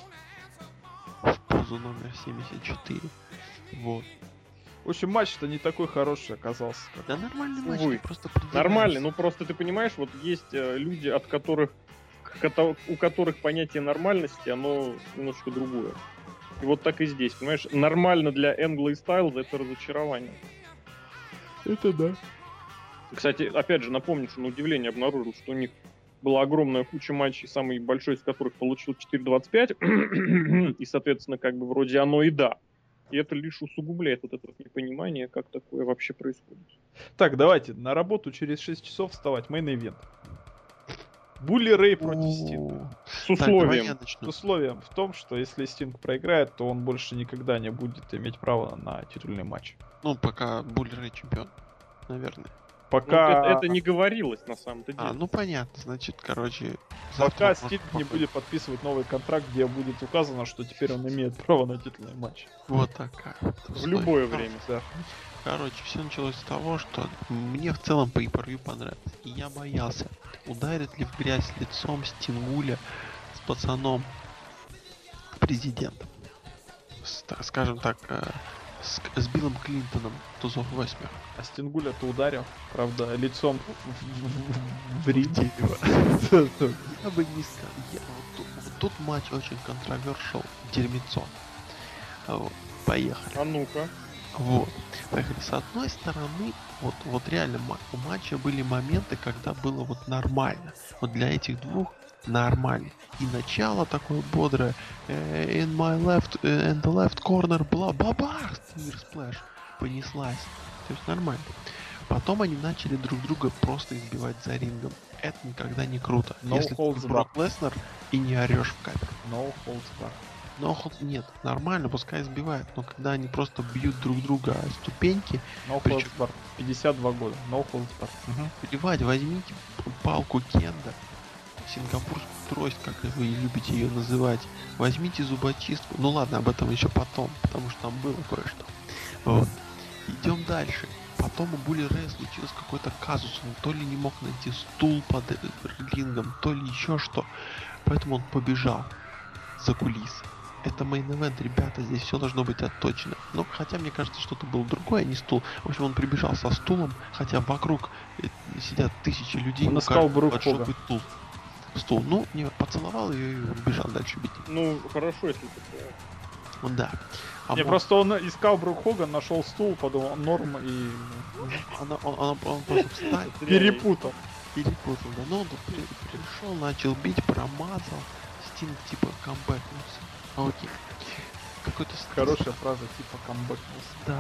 в позу номер семьдесят четыре. Вот. В общем, матч-то не такой хороший оказался. Как... Да нормальный матч, Увы. просто нормальный, ну просто ты понимаешь, вот есть э, люди, от которых, у которых понятие нормальности, оно немножко другое. И вот так и здесь, понимаешь, нормально для Энгла и Стайлза это разочарование. Это да. Кстати, опять же, напомню, что на удивление обнаружил, что у них была огромная куча матчей, самый большой из которых получил четыре двадцать пять, и, соответственно, как бы вроде оно и да. И это лишь усугубляет вот это непонимание, как такое вообще происходит. Так, давайте, на работу через шесть часов вставать, мейн-ивент. Булли Рэй против Стинга. С условием. С условием в том, что если Стинг проиграет, то он больше никогда не будет иметь права на титульный матч. Ну, пока Булли Рэй чемпион, наверное. Пока... Ну, это, это не говорилось на самом-то деле. А, ну понятно, значит, короче... Пока Стинг не будет подписывать новый контракт, где будет указано, что теперь он имеет право на титульный матч. Вот такая. В любое время. Да. Короче, все началось с того, что мне в целом pay-per-view понравилось. И я боялся, ударит ли в грязь лицом Стингуля с пацаном президентом. С, скажем так, э, с, с Биллом Клинтоном, тузов восьмерок. А Стингуля-то ударил, правда, лицом в, в, в ринге. Я бы не сказал. Тут матч очень контровершил, дерьмецо. Вот. Поехали. А ну-ка. Вот. Поехали. С одной стороны, вот, вот реально у матча были моменты, когда было вот нормально. Вот для этих двух нормально. И начало такое бодрое. In my left, in the left corner, бла, бабах, Stinger Splash. Понеслась. То есть нормально. Потом они начали друг друга просто избивать за рингом. Это никогда не круто. No Если ты Брок Леснер и не орешь в камеру. No holds barred. No holds... Нет, нормально, пускай избивают. Но когда они просто бьют друг друга о ступеньки... No причем... holds barred. пятьдесят два года. No holds barred. Угу. Плевать, возьмите палку Кенда. Сингапурскую трость, как вы любите ее называть. Возьмите зубочистку. Ну ладно, об этом еще потом, потому что там было кое-что. Вот. Идем дальше. Потом у Булли Рэя случился какой-то казус. Он то ли не мог найти стул под рингом, то ли еще что. Поэтому он побежал за кулисы. Это мейн-эвент, ребята, здесь все должно быть отточено. Ну, хотя мне кажется, что-то было другое, а не стул. В общем, он прибежал со стулом, хотя вокруг сидят тысячи людей. Он искал Брук Хога. Стул. Стул. Ну, не поцеловал ее и убежал дальше бить. Ну, хорошо, если такое. Да. А не, он... просто он искал Брук Хога, нашел стул, подумал, норм и... Она, он, он, он просто встал. Перепутал. Перепутал, да. Но он при, пришел, начал бить, промазал. Стинг типа камбэкнулся. Окей. Какой-то хорошая фраза типа камбэкнулся. Да,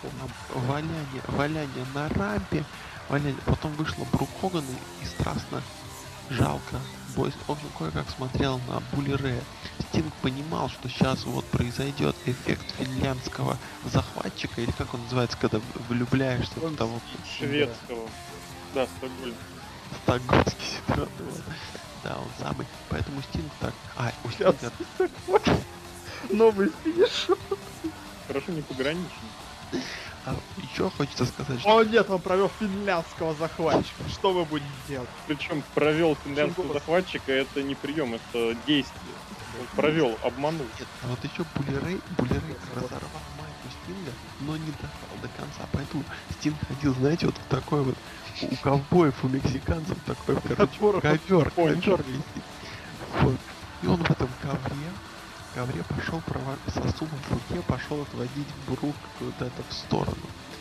валяние, валяние на рампе. Валяние. Потом вышла Брук Хоган и, и страстно жалко. Бойс, в общем, кое-как смотрел на Булли Рэя. Стинг понимал, что сейчас вот произойдет эффект финляндского захватчика, или как он называется, когда влюбляешься в того... Шведского. Да, Стокгольм. Стокгольмский синдром. Да, он самый. Поэтому Стинг так... А, у Стинга... Новый финиш. Хорошо, не пограничный. А еще хочется сказать, что... О нет, он провел финляндского захватчика. Что вы будете делать? Причем провел финляндского захватчика, это не прием, это действие. Он провел, обманул. Нет, а вот еще Булли Рэй, Булли Рэй разорвал майку Стинга, но не дошел до конца. Поэтому Стинг ходил, знаете, вот в такой вот у ковбоев, у мексиканцев такой, короче, ковер, ковер висит. Вот. И он в этом ковре ковре пошел права... со стулом в руке, пошел отводить Брук куда-то в сторону.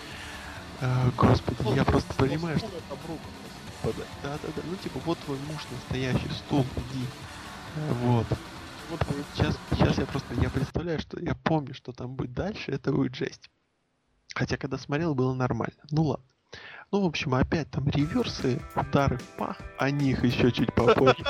Э, господи, ну, я просто понимаю, что... Да-да-да, ну типа, вот твой муж настоящий, стул, иди. Э, вот. вот. Сейчас, сейчас я просто, я представляю, что я помню, что там будет дальше, это будет жесть. Хотя, когда смотрел, было нормально. Ну ладно. Ну, в общем, опять там реверсы, удары в пах, о них еще чуть попозже.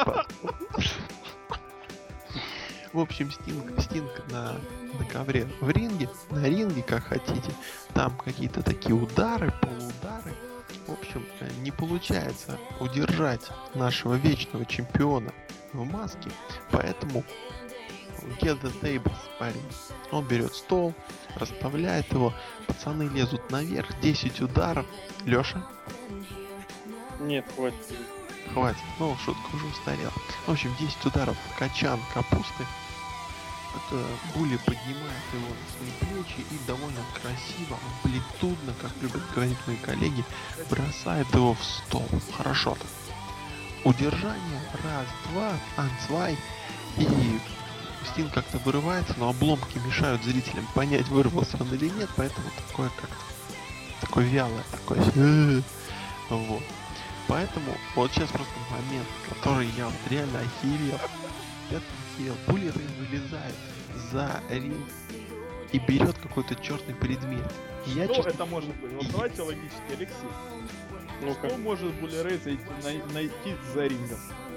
В общем, Стинг, Стинг на, на ковре в ринге, на ринге, как хотите. Там какие-то такие удары, полуудары. В общем, не получается удержать нашего вечного чемпиона в маске. Поэтому get the tables, парень. Он берет стол, расставляет его. Пацаны лезут наверх. десять ударов. Леша? Нет, хватит. Хватит. Ну, шутка уже устарела. В общем, десять ударов в качан капусты. Это Булли поднимает его на свои плечи и довольно красиво, амплитудно, как любят говорить мои коллеги, бросает его в стол. Хорошо так. Удержание. Раз, два, анцвай. И Стинг как-то вырывается, но обломки мешают зрителям понять, вырвался он или нет, поэтому такое как-то такое вялое, такое. Вот. Поэтому вот сейчас просто момент, который я вот реально охерел. Я охерел. Булли Рэй вылезает за ринг и берет какой-то черный предмет. Что я, честно... это может быть? Вот давайте логически, Алексей. Ну что может Булли Рэй зайти, най- найти за рингом?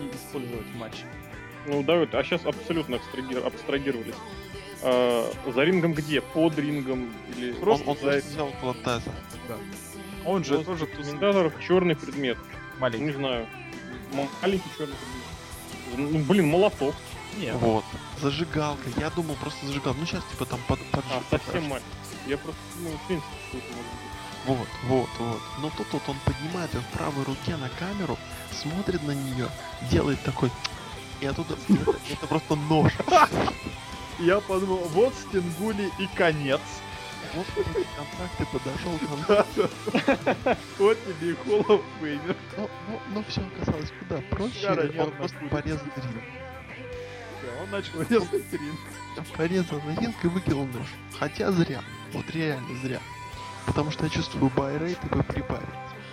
использовать в матче. Ну да, а сейчас абсолютно абстрагир... абстрагировались. А, за рингом где? Под рингом или просто он, он за... взял около таза. Да. Он же вот тоже комментатор черный предмет. Маленький. Не знаю. Маленький черный предмет. Ну, блин, молоток. Нет. Вот. Зажигалка. Я думал просто зажигалка. Ну сейчас типа там под, под А, совсем маленький. Я просто, ну, в принципе, что это может быть. Вот, вот, вот. Но тут вот он поднимает ее в правой руке на камеру, смотрит на нее, делает такой... И оттуда... Это, это просто нож. Я подумал, вот Стингули и конец. Вот контакты подошел к Вот тебе и Hall of Famer. Но все оказалось куда проще. Он просто порезал ринг. Он начал резать ринг. Порезал ринг и выкинул нож. Хотя зря. Вот реально зря. Потому что я чувствую, байрейт его прибавить.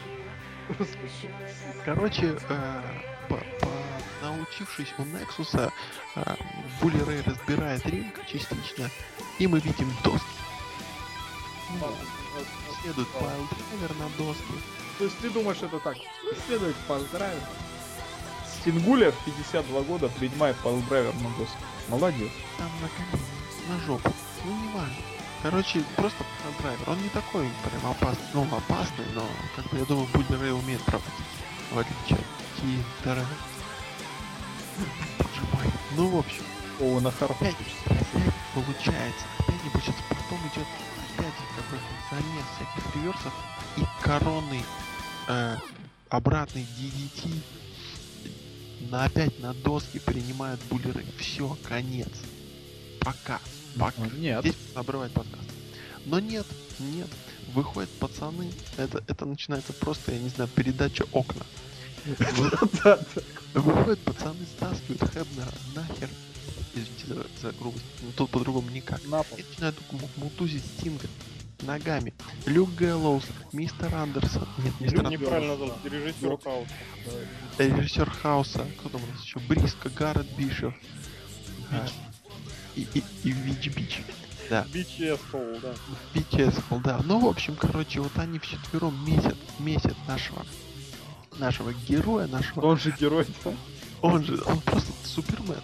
Короче, э, по, по, научившись у Нексуса, э, Булли Рэй разбирает ринг частично, и мы видим доски. Ну, следует пайл-драйвер на доски. То есть ты думаешь, это так? Следует пайл-драйвер. Стингуля в пятьдесят два года принимает пайл-драйвер на доски. Молодец. Там на колени, на жопу. Ну, не важно. Короче, просто драйвер. Он не такой прям опасный. Ну, опасный, но, как бы, я думаю, Булли Рэй умеет проводить. В отличие от Тинтера. Боже мой. Ну, в общем. О, на харп. Опять, опять получается. Опять не получается. Потом идет опять какой-то замес всяких реверсов. И коронный э, обратный ди ди ти на опять на доски принимает Булли Рэй. Все, конец. Пока. Пока. Нет. Здесь обрывать подкаст. Но нет, нет. Выходят пацаны. Это, это начинается просто, я не знаю, передача окна. Выходят пацаны, стаскивают Хэбнера нахер. Извините за, за грубость. Но тут по-другому никак. И начинают мутузить Стинга ногами. Люк Гэллоус, мистер Андерсон. Нет, мистер Андерсон. Неправильно назвал. Режиссер Хауса. Режиссер Хауса. Кто там у нас еще? Бриско, Гаррет Бишев. И, и, и Вич Бич. Да. Бич Эсхол, да. Бич Эсхол, да. Ну, в общем, короче, вот они вчетвером месяц, месяц нашего, нашего героя, нашего... Он же герой, да? Он же, он просто Супермен.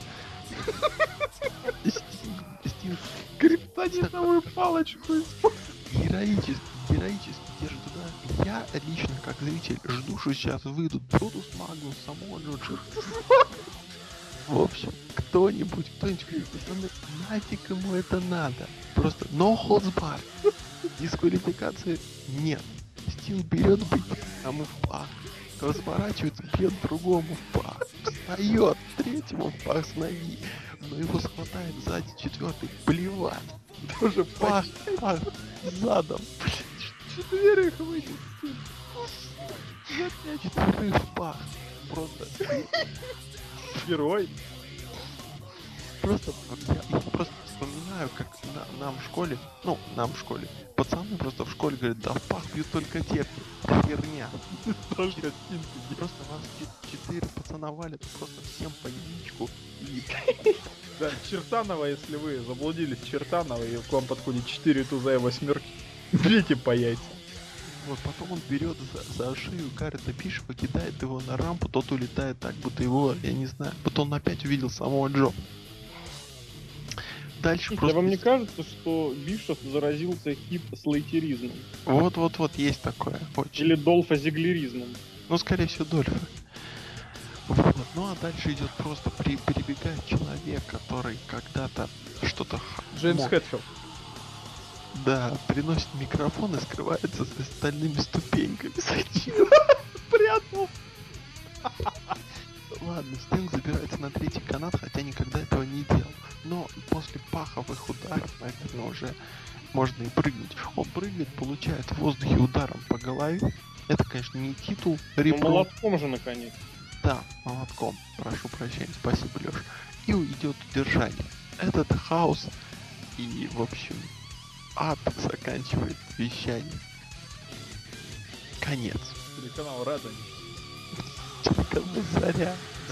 Стинг криптонитовую палочку использует. Героически, героически держит туда. Я лично, как зритель, жду, что сейчас выйдут Брутус Магнус, Самуа Джо. В общем, кто-нибудь, кто-нибудь говорит, нафиг ему это надо. Просто no holds barred. Дисквалификации нет. Стинг берет, бьет тому в пах. Разворачивается, бьет другому в пах. Встает третьему в пах с ноги. Но его схватает сзади четвертый. Плевать. Тоже пах, пах, задом. Четверых выйдет. Четверых в пах. Просто... Герой. Просто я, я просто вспоминаю, как на, нам в школе, ну, нам в школе, пацаны просто в школе говорят, да в пах бьют только те, херня. Только Стинги. Просто вас четыре пацана валят, просто всем по единичку. И... Да, Чертанова, если вы заблудились Чертанова, и к вам подходит четыре туза и восьмерки, бейте по яйцам. Вот, потом он берет за, за шею Гаррета Бишева, кидает его на рампу, тот улетает так, будто его, я не знаю, будто он опять увидел самого Джо. Дальше Я просто... Вам не кажется, что Бишев заразился хип-слейтеризмом? Вот-вот-вот, есть такое. Очень. Или Дольфа-зиглеризмом? Ну, скорее всего, Дольфа. Вот. Ну, а дальше идет просто при, прибегает человек, который когда-то что-то... Джеймс мог... Хэтфилд. Да, приносит микрофон и скрывается за стальными ступеньками. Зачем? Спрятал. Ладно, Стинг забирается на третий канат, хотя никогда этого не делал. Но после паховых ударов, наверное, уже можно и прыгнуть. Он прыгает, получает в воздухе ударом по голове. Это, конечно, не титул. Ну, молотком же, наконец. Да, молотком. Прошу прощения, спасибо, Лёш. И уйдет удержание. Этот хаос и, в общем, ад заканчивает вещание. Конец. Телеканал Радони. Телеканал Заря.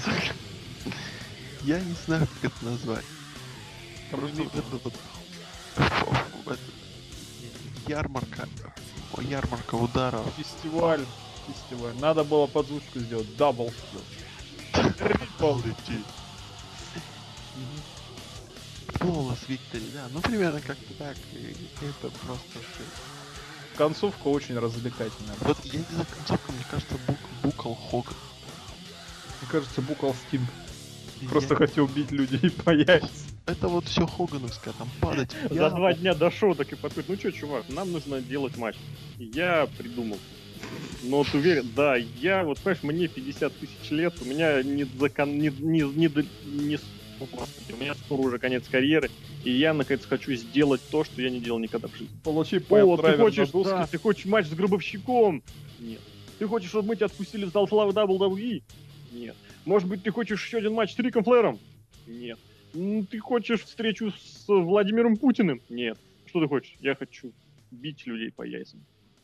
Я не знаю, как это назвать. Просто вот это вот... это, ярмарка. О, ярмарка ударов. Фестиваль. Фестиваль. Надо было подзвучку сделать. Даблфил. Flawless Victory, да, ну примерно как-то так, и это просто шик. Концовка очень развлекательная. Вот я не знаю, концовка, мне кажется, бук, букал Хоган. Мне кажется, букал Стинг. Я... Просто хотел убить людей по яйцам. Это вот все хогановское, там падать. За два дня до шуток и подходит. Ну что, чувак, нам нужно делать матч. Я придумал. Но ты уверен? Да, я, вот понимаешь, мне пятьдесят тысяч лет, у меня не закон... не, не, не, не, О, Господи, у меня скоро уже конец карьеры, и я, наконец, хочу сделать то, что я не делал никогда в жизни. Получи О, ты хочешь, да, ты хочешь матч с гробовщиком? Нет. Ты хочешь, чтобы мы тебя отпустили с зал славы дабл ю дабл ю и? Нет. Может быть, ты хочешь еще один матч с Риком Флэром? Нет. Ты хочешь встречу с Владимиром Путиным? Нет. Что ты хочешь? Я хочу бить людей по яйцам.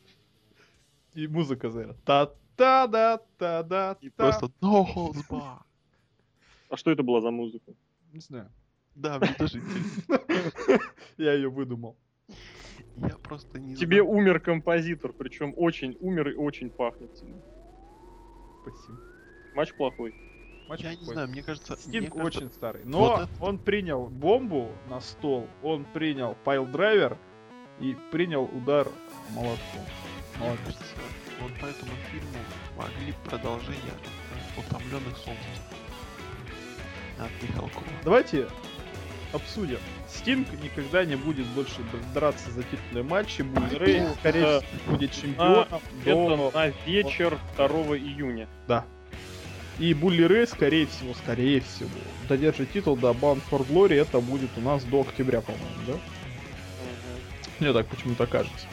И музыка зара. Та-та-да-та-да. И просто no holds bar. А что это была за музыка? Не знаю. Да, мне тоже интересно. Я ее выдумал. Я просто не Тебе знаю. умер композитор, причем очень умер и очень пахнет сильно. Спасибо. Матч плохой. Матч Я не плохой. знаю, мне кажется... Стинг мне очень кажется, старый. Но вот это... он принял бомбу на стол, он принял пайл-драйвер и принял удар молотком. Мне кажется, вот по этому фильму могли продолжение «Утомленных солнцем» от Михалкова. Давайте обсудим. Стинг никогда не будет больше драться за титульные матчи. Булли Рэй, скорее всего, будет чемпионом. Это на вечер второго июня. Да. И Булли Рэй, скорее всего, скорее всего, додержит титул до Bound for Glory. Это будет у нас до октября, по-моему, да? Мне так почему-то кажется.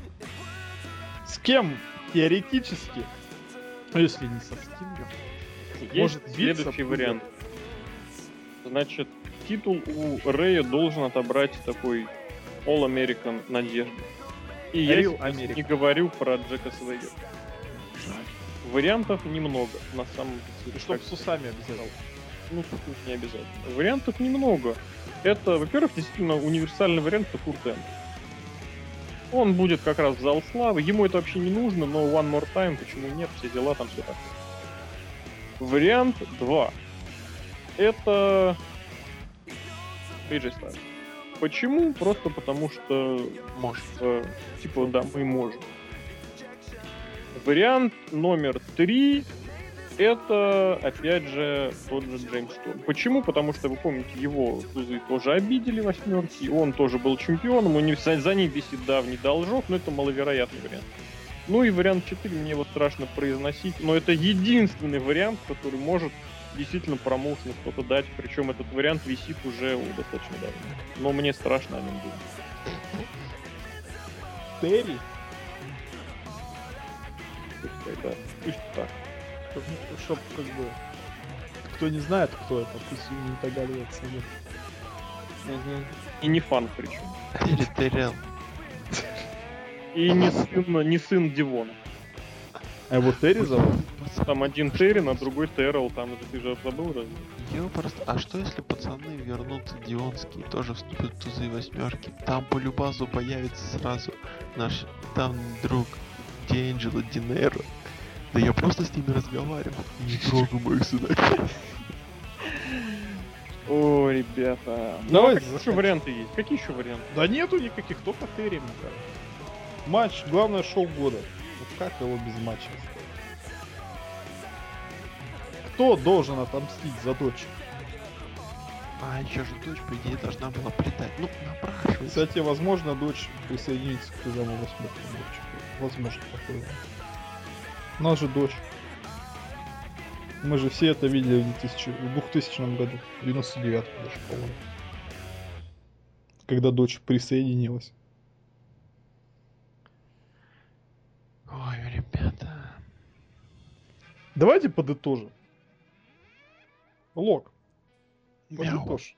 С кем теоретически, если не со Стингом, Есть может биться следующий Булли? вариант. Значит, титул у Рэя должен отобрать такой All-American надежды. И я Real сейчас American. не говорю про Джека Свейгера. Вариантов немного, на самом деле. Чтоб Как- с усами обязательно. Ну, тут не обязательно. Вариантов немного. Это, во-первых, действительно универсальный вариант — это Курт Энгл. Он будет как раз в зал славы. Ему это вообще не нужно, но One More Time, почему нет, все дела там, все такое. Вариант два. Это Эй Джей Styles. Почему? Просто потому что, Может. э, типа, да, мы можем. Вариант номер три — это, опять же, тот же Джеймс Шторм. Почему? Потому что, вы помните, его тузы тоже обидели восьмерки, он тоже был чемпионом, у него за, за ним висит давний должок, но это маловероятный вариант. Ну и вариант четыре, мне его страшно произносить, но это единственный вариант, который может действительно промоушену что-то дать, причем этот вариант висит уже о, достаточно давно. Но мне страшно о нем думать. Терри? Пускай, да. Пусть так. Чтоб, чтоб, как бы... Кто не знает, кто это, пусть не догадывается. Нет. И не фан причем. Территориал. И не сын, не сын Дивона. А его Терри зовут? Там один Террин, а другой Террел, там это ты же забыл разве? Я просто... А что если пацаны вернутся Дионские, тоже вступят в тузы и восьмерки? Там по любазу появится сразу наш давний друг Диэнджело Динейро. Да я просто с ними разговаривал. Не трогай моих сыновей. О, ребята. Давай, Ну, а какие еще варианты есть? Какие еще варианты? Да нету никаких, только Терри, мне кажется. Матч, главное шоу года. Вот как его без матча оставить? Кто должен отомстить за дочь? А еще же дочь, по идее, должна была прилетать. Ну, напрашивается. Кстати, возможно, дочь присоединится к тузовому восьмерке. Возможно, такое. У нас же дочь. Мы же все это видели в двухтысячном году. В девяносто девятом даже, по-моему. Когда дочь присоединилась. Ой, ребята. Давайте подытожим. Лок, Мяу. подытожь.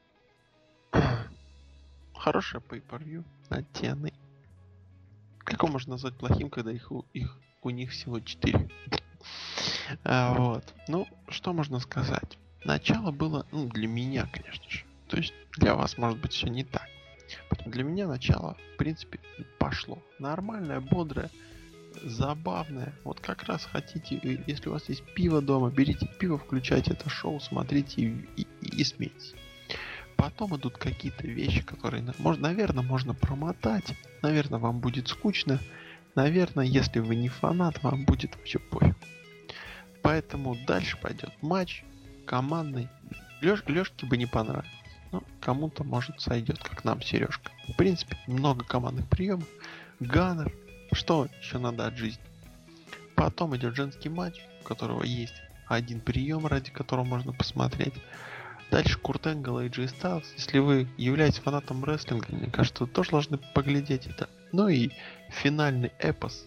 Хорошее pay-per-view на ти эн эй. Как его можно назвать плохим, когда их у, их, у них всего четыре? А, вот. Ну, что можно сказать? Начало было, ну, для меня, конечно же. То есть для вас, может быть, все не так. Поэтому для меня начало, в принципе, пошло. Нормальное, бодрое. забавное. Вот как раз хотите, если у вас есть пиво дома, берите пиво, включайте это шоу, смотрите и, и, и смейтесь. Потом идут какие-то вещи, которые, можно, наверное, можно промотать. Наверное, вам будет скучно. Наверное, если вы не фанат, вам будет вообще пофиг. Поэтому дальше пойдет матч командный. Лёш, Лёшке бы не понравилось. Но кому-то, может, сойдет, как нам, Сережка. В принципе, много командных приемов. Ганнер. Что еще надо от жизни? Потом идет женский матч, у которого есть один прием, ради которого можно посмотреть. Дальше Курт Энгл и Джей Стайлз. Если вы являетесь фанатом рестлинга, мне кажется, вы тоже должны поглядеть это. Ну и финальный эпос.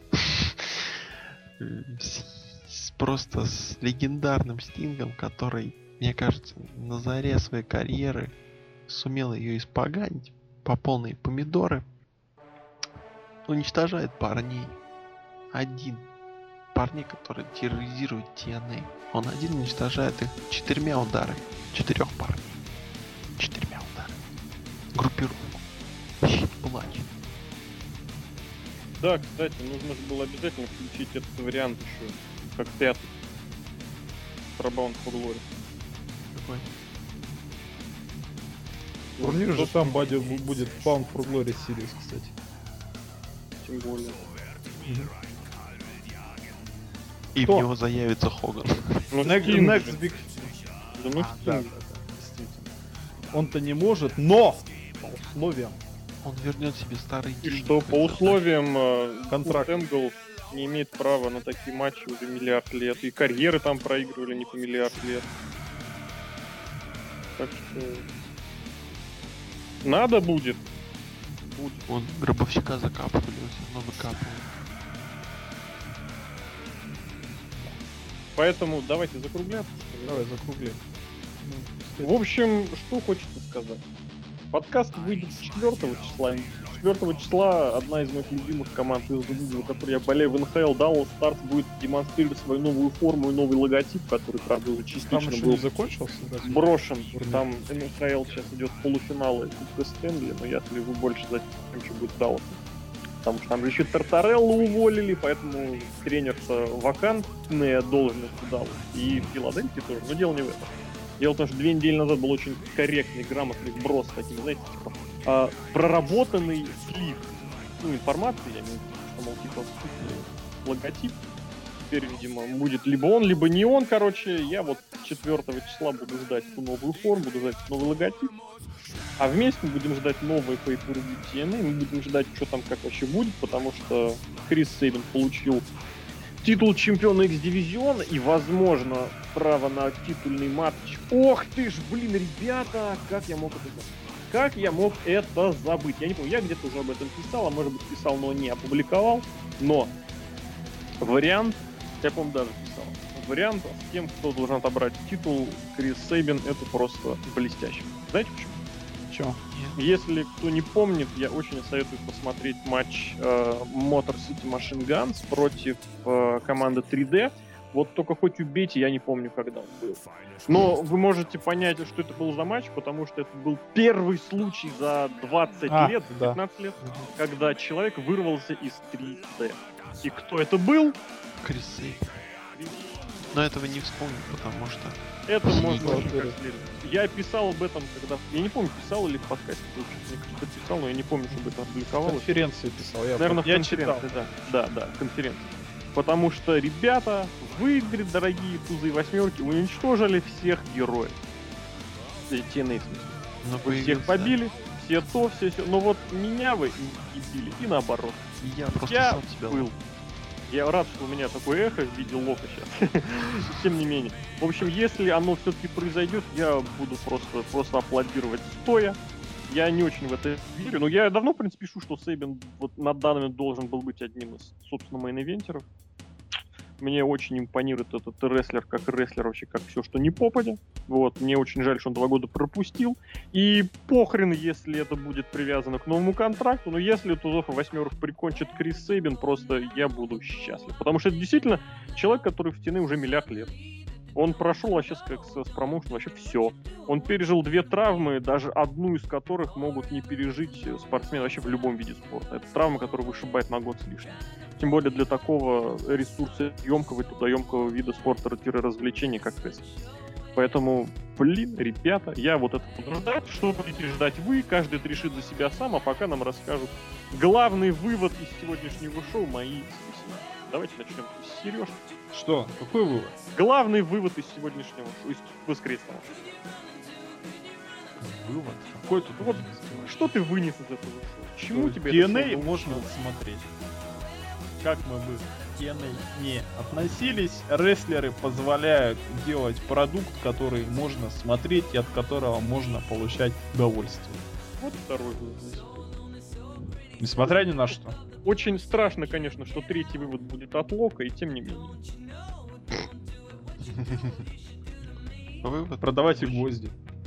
Просто с легендарным Стингом, который, мне кажется, на заре своей карьеры сумел ее испоганить по полной помидоры. Уничтожает парней. Один. Парней, которые терроризируют ти эн эй. Он один уничтожает их четырьмя ударами. Четырех парней. Четырьмя ударами. Группировку. Щит плачет. Да, кстати, нужно же было обязательно включить этот вариант еще, как пятый. Про Bound for Glory. Какой? Турнир же там Бадди будет в Bound for Glory Series, кстати. Тем более. Mm-hmm. И Кто? В него заявится Хоган. Ну, next, next big... Да, ну, а, да, да, да, действительно. Он-то не может, но по условиям. Он вернет себе старый И что по условиям э, контракт Энгл не имеет права на такие матчи уже миллиард лет. И карьеры там проигрывали не по миллиард лет. Так что... Надо будет. будет. Он гробовщика закапывали, он все равно выкапывал. Поэтому давайте закругляться. Давай закругляем. В общем, что хочется сказать. Подкаст выйдет четвёртого числа. четвёртого числа одна из моих любимых команд, за которой я болею в эн эйч эл, Dallas Stars, будет демонстрировать свою новую форму и новый логотип, который, правда, уже частично там был не закончился, да? Брошен. Там эн эйч эл сейчас идет полуфиналы Кубка Стэнли, но я слежу больше за тем, что будет Dallas. Потому что там же еще Тартареллу уволили, поэтому тренер-то вакантная должность у Далласа. И в Филадельфии тоже, но дело не в этом. Дело в том, что две недели назад был очень корректный, грамотный вброс, таким, знаете, типа, а, проработанный слив, ну, информации, я имею в виду, что, мол, типа, логотип. Теперь, видимо, будет либо он, либо не он, короче. Я вот четвёртого числа буду ждать эту новую форму, буду ждать новый логотип. А вместе мы будем ждать новые pay-per-view ти эн эй, мы будем ждать, что там как вообще будет, потому что Крис Сейбин получил титул чемпиона X-дивизиона и, возможно, право на титульный матч. Ох ты ж, блин, ребята, как я мог это забыть? Как я мог это забыть? Я не помню, я где-то уже об этом писал, а может быть писал, но не опубликовал. Но вариант, я помню, даже писал, вариант с тем, кто должен отобрать титул Крис Сейбин, это просто блестяще. Знаете почему? Чё? Если кто не помнит, я очень советую посмотреть матч э, Motor City Machine Guns против э, команды три дэ. Вот только хоть убейте, я не помню, когда он был. Но вы можете понять, что это был за матч, потому что это был первый случай за двадцать а, лет, да. пятнадцать лет, когда человек вырвался из три дэ. И кто это был? Крис Сейбин. Но этого не вспомню, потому что... Это можно очень как следует. Я писал об этом, когда... Я не помню, писал или в подкасте. Мне кто-то писал, но я не помню, чтобы это опубликовалось. В конференции писал. Я, Наверное, я в конференции, читал. Да. Да, да, в конференции. Потому что, ребята, вы, дорогие тузы и восьмерки, уничтожили всех героев. ти эн эй, в смысле. Вы всех побили, все то, все все. Но вот меня вы не били, и наоборот. Я просто я сам тебя был. Я рад, что у меня такое эхо в виде лока сейчас. Тем не менее. В общем, если оно все-таки произойдет, я буду просто, просто аплодировать стоя. Я не очень в это верю, но я давно, в принципе, пишу, что Сейбин вот на данный момент должен был быть одним из, собственно, мейн-ивентеров. Мне очень импонирует этот рестлер, как рестлер вообще, как все, что не попадя. Вот, мне очень жаль, что он два года пропустил. И похрен, если это будет привязано к новому контракту, но если тузов и восьмерок прикончит Крис Сейбин, просто я буду счастлив. Потому что это действительно человек, который в ти эн эй уже миллиард лет. Он прошел вообще с, как, с, с промоушен вообще все. Он пережил две травмы, даже одну из которых могут не пережить спортсмены вообще в любом виде спорта. Это травма, которая вышибает на год с лишним. Тем более для такого ресурсоемкого и трудоемкого вида спорта-развлечения, как рестлинг. Поэтому, блин, ребята, я вот это буду ждать. Что будете ждать вы? Каждый это решит за себя сам, а пока нам расскажут главный вывод из сегодняшнего шоу мои собеседники. Давайте начнем с Сережки. Что? Какой вывод? Главный вывод из сегодняшнего шоу, из воскресного. Вывод? Какой тут? Вот, что ты вынес из этого шоу? Чему что тебе ти эн это эй можно смотреть. Как мы бы к ти эн эй не относились, рестлеры позволяют делать продукт, который можно смотреть и от которого можно получать удовольствие. Вот второй вывод. Несмотря ни на что. Очень страшно, конечно, что третий вывод будет от Лока, и тем не менее. Вывод. Продавайте гвозди.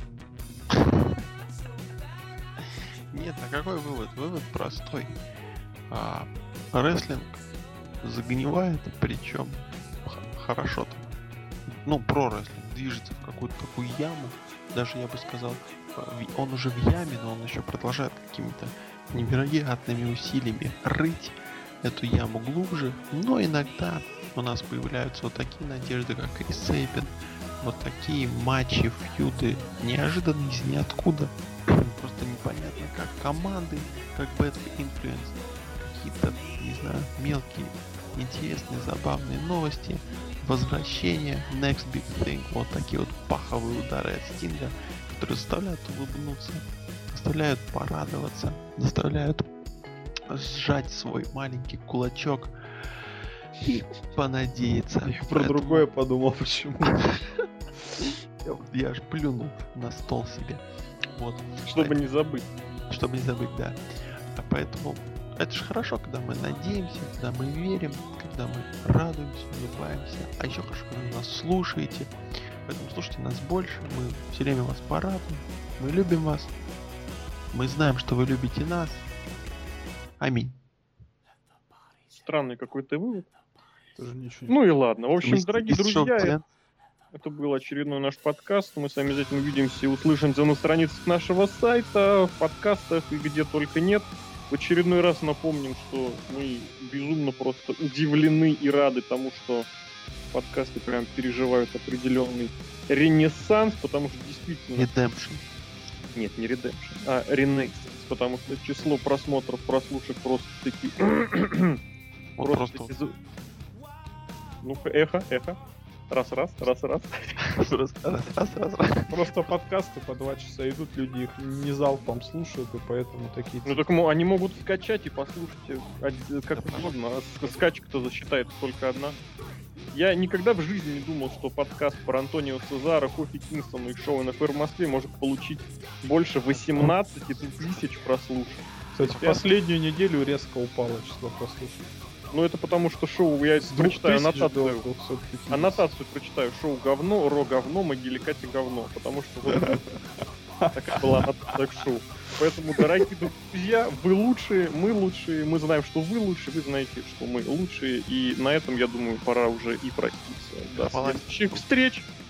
Нет, а какой вывод? Вывод простой. А, рестлинг загнивает, причем хорошо-то. Ну, про-рестлинг движется в какую-то такую яму. Даже, я бы сказал, он уже в яме, но он еще продолжает какими-то невероятными усилиями рыть эту яму глубже. Но иногда у нас появляются вот такие надежды, как Крис Сейбин, вот такие матчи, фьюды, неожиданно из ниоткуда. Просто непонятно как. Команды, как Bad Influence, какие-то, не знаю, мелкие, интересные, забавные новости, возвращение, Next Big Thing, вот такие вот паховые удары от Стинга, которые заставляют улыбнуться, заставляют порадоваться, заставляют сжать свой маленький кулачок и понадеяться. Я про Поэтому... другое подумал, почему. Я аж плюнул на стол себе. Вот. Чтобы не забыть. Чтобы не забыть, да. А поэтому это же хорошо, когда мы надеемся, когда мы верим, когда мы радуемся, улыбаемся. А еще хорошо, когда вы нас слушаете. Поэтому слушайте нас больше, мы все время вас порадуем. Мы любим вас. Мы знаем, что вы любите нас. Аминь. Странный какой-то вывод. Тоже ничего. Ну и ладно. В общем, Мы дорогие друзья, это, это был очередной наш подкаст. Мы с вами обязательно увидимся и услышимся на страницах нашего сайта, в подкастах и где только нет. В очередной раз напомним, что мы безумно просто удивлены и рады тому, что подкасты прям переживают определенный ренессанс, потому что действительно... Redemption. Нет, не Redemption, а Renaissance, потому что число просмотров, прослушек просто-таки... Вот просто... просто... Ну-ка, эхо, эхо. Раз-раз, раз-раз. Раз-раз-раз. Просто подкасты по два часа идут, люди их не залпом слушают, и поэтому такие... Ну так они могут скачать и послушать как угодно, а скачка-то засчитается только одна. Я никогда в жизни не думал, что подкаст про Антонио Сезара, Кофи Кингстона и шоу эн эф эр в Москве может получить больше восемнадцать тысяч прослушек. Кстати, в последнюю неделю резко упало число прослушек. Ну это потому, что шоу, я прочитаю аннотацию, аннотацию прочитаю, шоу говно, Ро говно, Могиле Кати говно, потому что вот такая была аннотация к шоу. Поэтому, дорогие друзья, вы лучшие, мы лучшие, мы знаем, что вы лучшие, вы знаете, что мы лучшие, и на этом, я думаю, пора уже и проститься. До следующих встреч!